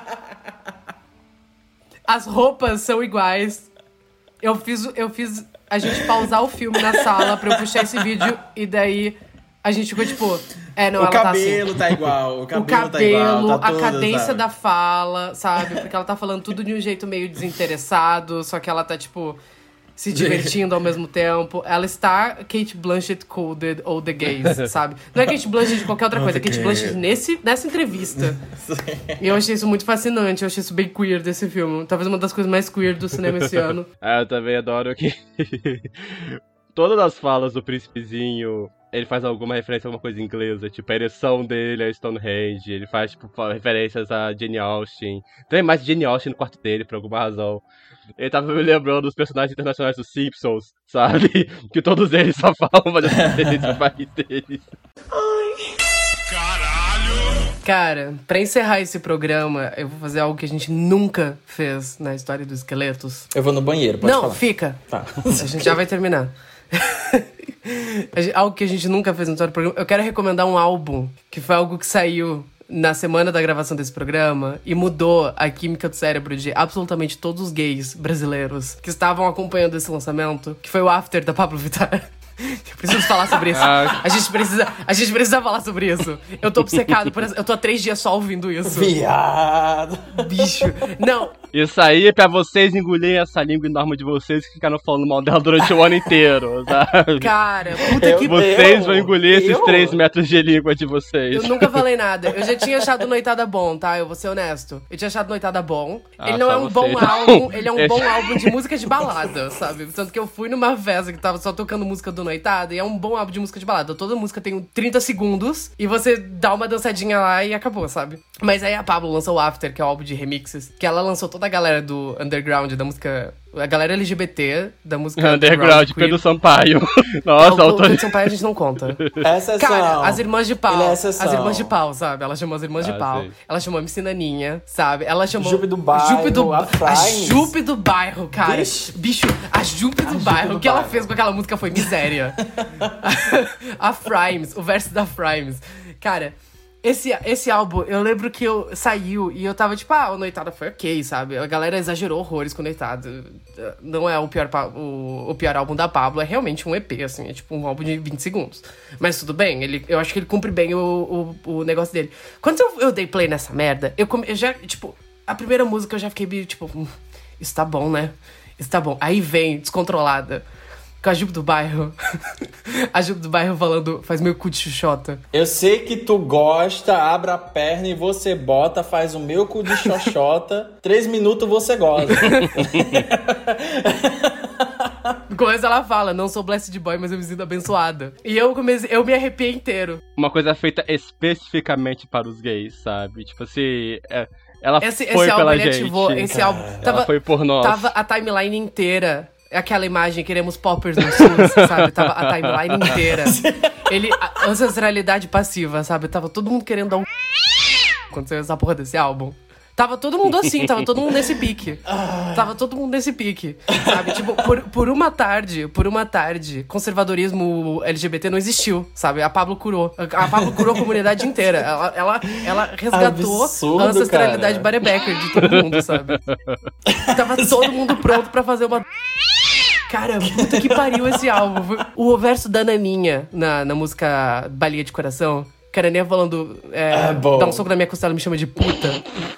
As roupas são iguais. Eu fiz a gente pausar o filme na sala pra eu puxar esse vídeo e daí a gente ficou tipo... não, ela cabelo tá assim. Tá igual. O cabelo, tá a cadência sabe? Da fala, sabe? Porque ela tá falando tudo de um jeito meio desinteressado, só que ela tá, tipo, se divertindo ao mesmo tempo. Ela está Cate Blanchett coded ou the gays, sabe? Não é Cate Blanchett de qualquer outra coisa, é Cate Blanchett nessa entrevista. E eu achei isso muito fascinante, eu achei isso bem queer desse filme. Talvez uma das coisas mais queer do cinema esse ano. Eu também adoro que... Todas as falas do Príncipezinho, ele faz alguma referência a alguma coisa inglesa, tipo a ereção dele a Stonehenge, ele faz tipo referências a Jane Austen. Tem mais Jane Austen no quarto dele, por alguma razão. Ele tava me lembrando dos personagens internacionais dos Simpsons, sabe? Que todos eles só falam uma referência ao país deles. Cara, pra encerrar esse programa, eu vou fazer algo que a gente nunca fez na história dos esqueletos. Eu vou no banheiro, pode falar. Não, fica. Tá. A gente já vai terminar. Algo que a gente nunca fez no história do programa. Eu quero recomendar um álbum, que foi algo que saiu na semana da gravação desse programa e mudou a química do cérebro de absolutamente todos os gays brasileiros que estavam acompanhando esse lançamento, que foi o After da Pablo Vittar. Eu preciso falar sobre isso. A gente precisa falar sobre isso. Eu tô obcecado por isso. Eu tô há 3 dias só ouvindo isso. Viado. Bicho. Não. Isso aí é pra vocês engolirem essa língua enorme de vocês que ficaram falando mal dela durante o ano inteiro, sabe? Cara, puta que vocês vão engolir esses 3 metros de língua de vocês. Eu nunca falei nada. Eu já tinha achado Noitada bom, tá? Eu vou ser honesto. Eu tinha achado Noitada bom. Ele não é um bom álbum. Ele é um bom álbum de música de balada, sabe? Tanto que eu fui numa festa que tava só tocando música do Noitada e é um bom álbum de música de balada. Toda música tem 30 segundos e você dá uma dançadinha lá e acabou, sabe? Mas aí a Pablo lançou o After, que é o álbum de remixes, que ela lançou toda a galera do underground, da música... A galera LGBT da música underground, Pedro Sampaio. Nossa, o Pedro Sampaio a gente não conta. Essa Cara, as Irmãs de Pau. É as Irmãs de Pau, sabe? Ela chamou as Irmãs de Pau. Sim. Ela chamou a MC Naninha, sabe? Ela chamou... Jupe do Bairro, a Jupe do Bairro, cara. Bicho, a Jupe do Bairro. O que ela fez com aquela música foi miséria. A Frames, o verso da Frames. Cara... Esse álbum, eu lembro que saiu e eu tava tipo, o Noitada foi ok, sabe? A galera exagerou horrores com o Noitada. Não é o pior álbum da Pablo, é realmente um EP, assim, é tipo um álbum de 20 segundos. Mas tudo bem, eu acho que ele cumpre bem o negócio dele. Quando eu dei play nessa merda, eu já, tipo, a primeira música eu já fiquei, tipo, isso tá bom, né? Isso tá bom. Aí vem, Descontrolada. Com a Jupe do Bairro. A Jupe do Bairro falando, faz meu cu de xuxota. Eu sei que tu gosta, abre a perna e você bota, faz o meu cu de xoxota. 3 minutos você gosta. No começo ela fala, não sou blessed boy, mas eu me sinto abençoada. E eu me arrepiei inteiro. Uma coisa feita especificamente para os gays, sabe? Tipo assim, ela esse foi álbum, pela ele gente. Ativou, esse álbum ela foi por nós. Tava a timeline inteira. Aquela imagem, queremos poppers no SUS, sabe? Tava a timeline inteira. A ancestralidade passiva, sabe? Tava todo mundo querendo dar um quando saiu essa porra desse álbum. Tava todo mundo assim, tava todo mundo nesse pique. Tava todo mundo nesse pique, sabe? Tipo, por uma tarde, conservadorismo LGBT não existiu, sabe? A Pablo curou a comunidade inteira. Ela resgatou absurdo, a ancestralidade cara. Becker de todo mundo, sabe? Tava todo mundo pronto pra fazer uma... Cara, puta que pariu esse álbum. O verso da Naninha na música Balinha de Coração, que a Naninha falando, dá um soco na minha costela e me chama de puta.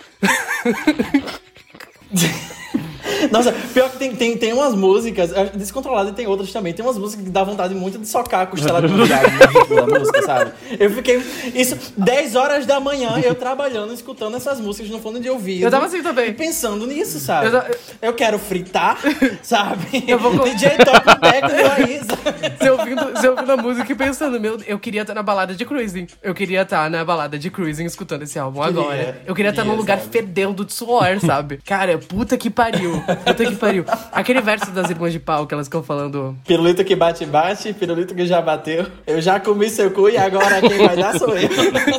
Nossa, pior que tem umas músicas, Descontrolada e tem outras também. Tem umas músicas que dá vontade muito de socar a costela de lugar no ritmo da música, sabe? Eu fiquei... Isso, 10 horas da manhã, eu trabalhando, escutando essas músicas no fone de ouvido. Eu tava assim também. E pensando nisso, sabe? Eu quero fritar, sabe? DJ toca o técnico aí, sabe? Você ouvindo a música e pensando, eu queria estar na balada de cruising. Eu queria estar na balada de cruising escutando esse álbum agora. Eu queria estar num lugar fedendo de suor, sabe? Cara, puta que pariu. Puta que pariu. Aquele verso das Irmãs de Pau que elas ficam falando... Pirulito que bate, pirulito que já bateu. Eu já comi seu cu e agora quem vai dar sou eu.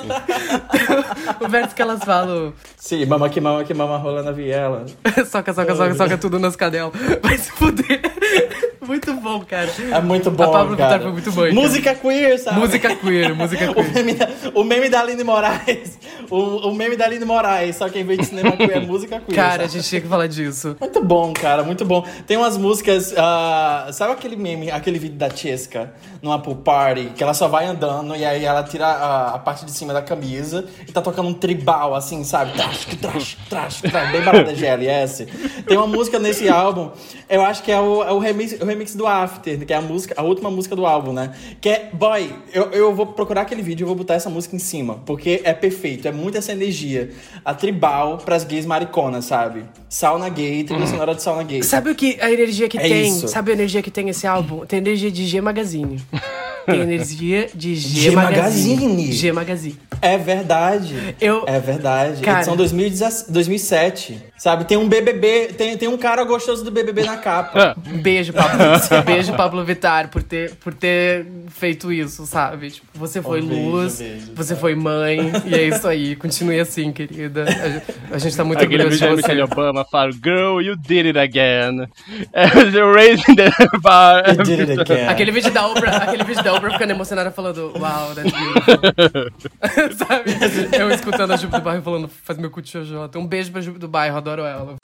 O verso que elas falam... Sim, mama que mama rola na viela. soca tudo nas cadelas. Vai se fuder. Muito bom, cara. É muito bom, a Pablo cara. Vittar foi muito bom. Música queer, sabe? Música queer. O meme da Aline Moraes. O meme da Aline Moraes. Só que em vez de cinema queer é música queer. Cara, sabe? a gente tinha que falar disso. Muito bom, cara. Muito bom. Tem umas músicas... sabe aquele meme, aquele vídeo da Chesca numa pool party? Que ela só vai andando e aí ela tira a parte de cima da camisa e tá tocando um tribal, assim, sabe? Trash. Bem balada GLS. Tem uma música nesse álbum, eu acho que é o remix do After, que é a última música do álbum, né? Que é, boy, eu vou procurar aquele vídeo e vou botar essa música em cima, porque é perfeito, é muito essa energia. A tribal pras gays mariconas, sabe? Sauna gay, trilha sonora de sauna gay. Sabe o que a energia que tem? Isso. Sabe a energia que tem esse álbum? Tem energia de G Magazine. Tem energia de G Magazine. G Magazine. É verdade. É verdade. Cara, edição 2007. Sabe? Tem um BBB, tem um cara gostoso do BBB na capa. Beijo, Pablo. Beijo, Pablo Vittar, por ter feito isso, sabe? Tipo, você foi luz, você foi mãe, e é isso aí. Continue assim, querida. A gente tá muito orgulhoso de você. Michelle Obama fala, girl, you did it again. You're raising the bar. You did it again. Aquele vídeo da Oprah ficando emocionada falando, wow, that's beautiful. Sabe? Eu escutando a Jupe do Bairro falando, faz meu cu de xojota. Um beijo pra Jupe do Bairro, adoro ela.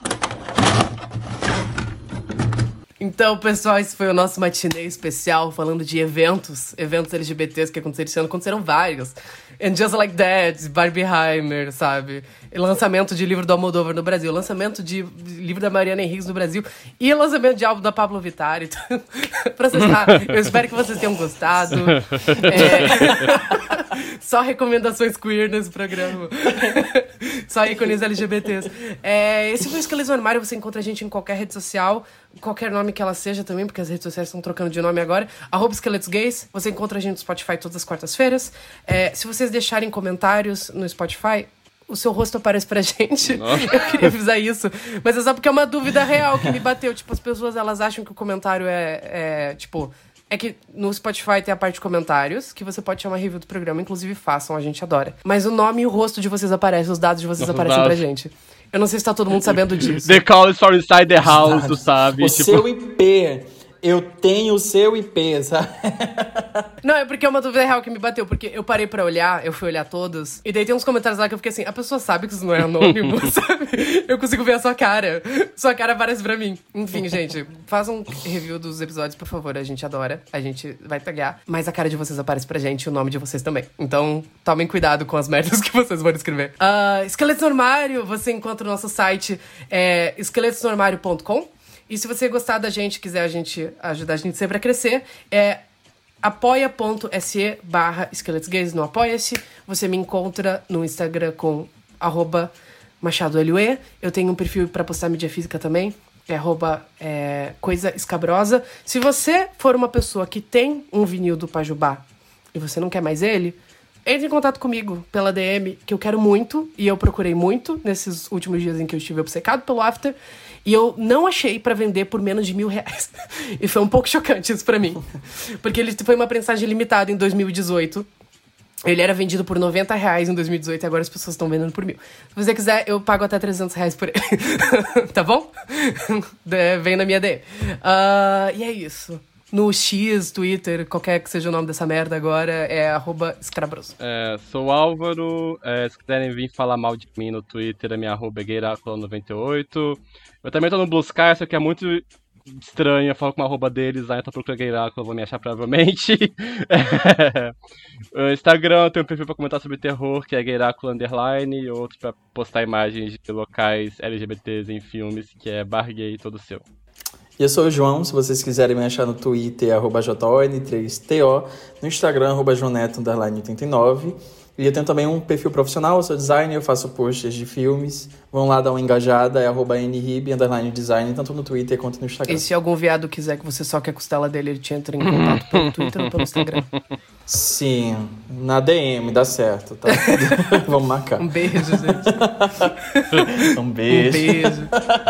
Então, pessoal, esse foi o nosso matinê especial falando de eventos LGBTs que aconteceram esse ano. Aconteceram vários. And Just Like That, Barbieheimer, sabe? Lançamento de livro do Almodóvar no Brasil, lançamento de livro da Mariana Henriques no Brasil e lançamento de álbum da Pablo Vittar. Então, eu espero que vocês tenham gostado. Só recomendações queer nesse programa. Só ícones LGBTs. Esse foi o Esqueletos no Armário. Você encontra a gente em qualquer rede social, qualquer nome que ela seja também, porque as redes sociais estão trocando de nome agora. @esqueletosgays. Você encontra a gente no Spotify todas as quartas-feiras. Se vocês deixarem comentários no Spotify, o seu rosto aparece pra gente. Nossa. Eu queria avisar isso. Mas é só porque é uma dúvida real que me bateu. Tipo, as pessoas, elas acham que o comentário é que no Spotify tem a parte de comentários, que você pode chamar review do programa, inclusive façam, a gente adora. Mas o nome e o rosto de vocês aparecem, os dados de vocês aparecem pra gente. Eu não sei se tá todo mundo sabendo disso. The call is from inside the house, tu sabe? O seu IP... Eu tenho o seu IP, sabe? Não, é porque é uma dúvida real que me bateu. Porque eu parei pra olhar, eu fui olhar todos. E daí tem uns comentários lá que eu fiquei assim, a pessoa sabe que isso não é anônimo, sabe? Eu consigo ver a sua cara. Sua cara aparece pra mim. Enfim, gente, façam um review dos episódios, por favor. A gente adora, a gente vai tagar. Mas a cara de vocês aparece pra gente e o nome de vocês também. Então, tomem cuidado com as merdas que vocês vão escrever. Esqueletos no Armário, você encontra o nosso site, esqueletosnoarmário.com. E se você gostar da gente, quiser ajudar a gente sempre a crescer, é apoia.se/esqueletosgays no Apoia-se. Você me encontra no Instagram com @MachadoLue. Eu tenho um perfil para postar mídia física também, que é Coisa Escabrosa. Se você for uma pessoa que tem um vinil do Pajubá e você não quer mais ele, entre em contato comigo pela DM, que eu quero muito, e eu procurei muito nesses últimos dias em que eu estive obcecado pelo After, e eu não achei pra vender por menos de R$1.000. E foi um pouco chocante isso pra mim. Porque ele foi uma prensagem limitada em 2018. Ele era vendido por R$90 em 2018 e agora as pessoas estão vendendo por 1.000. Se você quiser, eu pago até R$300 por ele. Tá bom? Vem na minha DM. E é isso. No X, Twitter, qualquer que seja o nome dessa merda agora, é @escrabroso. Sou o Álvaro. Se quiserem vir falar mal de mim no Twitter, a minha @ é Gueiracola98. Eu também tô no Blue Sky, só que é muito estranho. Eu falo com uma @ deles, aí eu tô procurando Gueiracola, vou me achar provavelmente. O Instagram tem um perfil pra comentar sobre terror, que é Gueiracola_, e outro pra postar imagens de locais LGBTs em filmes, que é Bargay todo seu. E eu sou o João, se vocês quiserem me achar no Twitter, @JON3TO, no Instagram, @Joneto_89. E eu tenho também um perfil profissional, eu sou designer, eu faço posts de filmes. Vão lá dar uma engajada, é @NRib_design, tanto no Twitter quanto no Instagram. E se algum viado quiser que você soque a costela dele, ele te entra em contato pelo Twitter ou pelo Instagram? Sim, na DM, dá certo, tá? Vamos marcar. Um beijo, gente. Um beijo. Um beijo.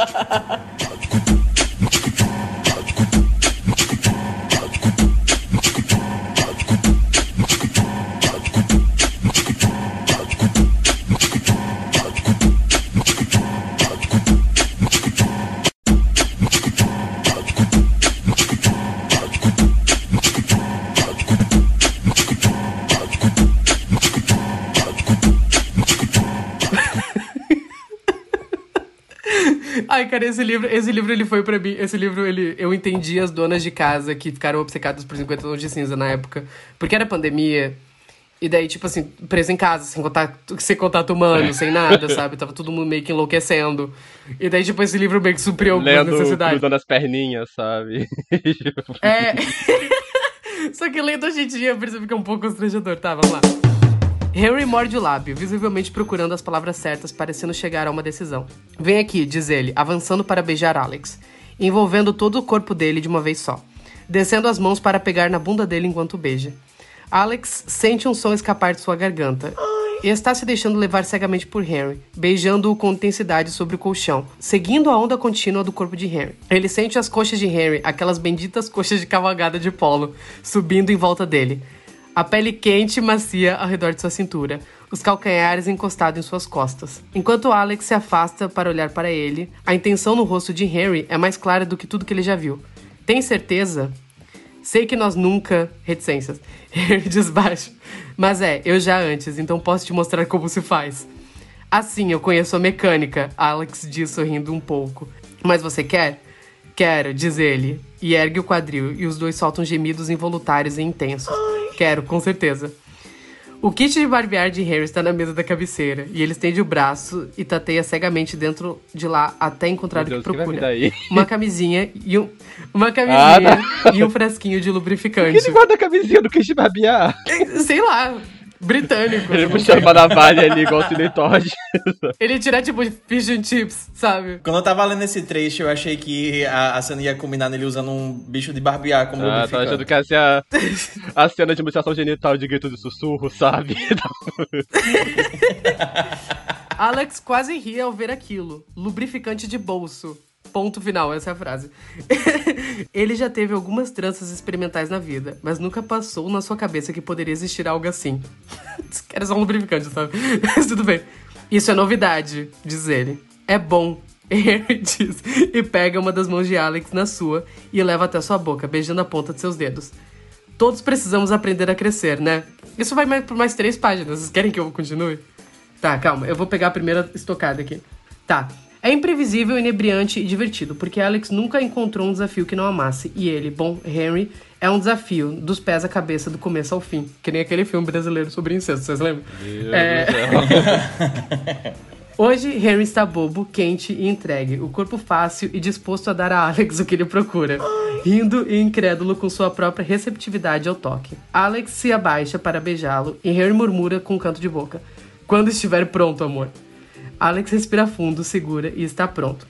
Ai, cara, esse livro ele foi pra mim. Esse livro, eu entendi as donas de casa que ficaram obcecadas por 50 tons de cinza na época. Porque era pandemia. E daí, tipo assim, preso em casa, sem contato humano, sem nada, sabe? Tava todo mundo meio que enlouquecendo. E daí, tipo, esse livro meio que supriu algumas necessidades. Cruzando as perninhas, sabe? Só que lendo hoje em dia, eu percebi que é um pouco constrangedor. Tá, vamos lá. Harry morde o lábio, visivelmente procurando as palavras certas, parecendo chegar a uma decisão. Vem aqui, diz ele, avançando para beijar Alex, envolvendo todo o corpo dele de uma vez só, descendo as mãos para pegar na bunda dele enquanto beija. Alex sente um som escapar de sua garganta e está se deixando levar cegamente por Harry, beijando-o com intensidade sobre o colchão, seguindo a onda contínua do corpo de Harry. Ele sente as coxas de Harry, aquelas benditas coxas de cavalgada de polo, subindo em volta dele. A pele quente e macia ao redor de sua cintura, os calcanhares encostados em suas costas. Enquanto Alex se afasta para olhar para ele, a intenção no rosto de Harry é mais clara do que tudo que ele já viu. Tem certeza? Sei que nós nunca... Reticências. Harry diz baixo. Mas eu já antes, então posso te mostrar como se faz. Assim, eu conheço a mecânica, Alex diz sorrindo um pouco. Mas você quer? Quero, diz ele, e ergue o quadril, e os dois soltam gemidos involuntários e intensos. Quero, com certeza. O kit de barbear de Harry está na mesa da cabeceira, e ele estende o braço e tateia cegamente dentro de lá até encontrar o que procura. Uma camisinha e e um frasquinho de lubrificante. Por que ele guarda a camisinha do kit de barbear? Sei lá. Britânico. Ele puxando uma navalha ali, igual o Sidney Todd. Ele tira, tipo, fish and chips, sabe? Quando eu tava lendo esse trecho, eu achei que a cena ia combinar nele usando um bicho de barbear como lubrificante. Tá achando que essa é a cena de mutilação genital de grito de sussurro, sabe? Alex quase ri ao ver aquilo. Lubrificante de bolso. Ponto final, essa é a frase. Ele já teve algumas tranças experimentais na vida, mas nunca passou na sua cabeça que poderia existir algo assim. Era só um lubrificante, sabe? Mas tudo bem. Isso é novidade, diz ele. É bom, ele diz. E pega uma das mãos de Alex na sua e leva até sua boca, beijando a ponta de seus dedos. Todos precisamos aprender a crescer, né? Isso vai por mais 3 páginas. Vocês querem que eu continue? Tá, calma. Eu vou pegar a primeira estocada aqui. Tá. É imprevisível, inebriante e divertido, porque Alex nunca encontrou um desafio que não amasse. E ele, Henry, é um desafio dos pés à cabeça, do começo ao fim. Que nem aquele filme brasileiro sobre incesto, vocês lembram? Hoje, Henry está bobo, quente e entregue, o corpo fácil e disposto a dar a Alex o que ele procura, rindo e incrédulo com sua própria receptividade ao toque. Alex se abaixa para beijá-lo e Henry murmura com um canto de boca: "Quando estiver pronto, amor." Alex respira fundo, segura e está pronto.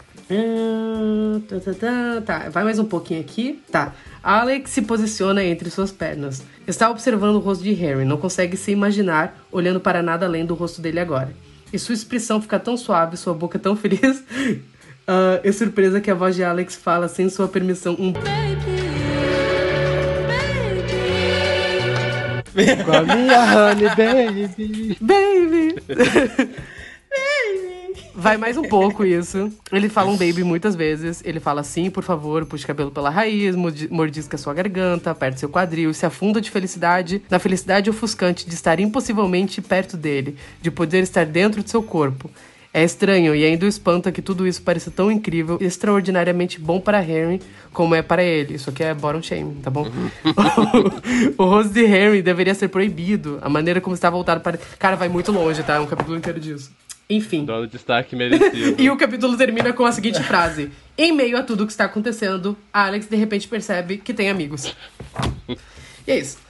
Tá, vai mais um pouquinho aqui. Tá. Alex se posiciona entre suas pernas. Está observando o rosto de Henry, não consegue se imaginar olhando para nada além do rosto dele agora. E sua expressão fica tão suave, sua boca tão feliz. É surpresa que a voz de Alex fala sem sua permissão baby, baby. Com a minha honey, baby. Baby. Vai mais um pouco isso. Ele fala um baby muitas vezes. Ele fala assim, por favor, puxe o cabelo pela raiz, mordisca sua garganta, aperte seu quadril, se afunda de felicidade, na felicidade ofuscante de estar impossivelmente perto dele, de poder estar dentro de seu corpo. É estranho e ainda o espanta que tudo isso pareça tão incrível e extraordinariamente bom para Henry como é para ele. Isso aqui é bottom shame, tá bom? O rosto de Henry deveria ser proibido. A maneira como está voltado para... Cara, vai muito longe, tá? É um capítulo inteiro disso. Enfim. Dono de destaque merecido. E o capítulo termina com a seguinte frase: em meio a tudo que está acontecendo, Alex de repente percebe que tem amigos. E é isso.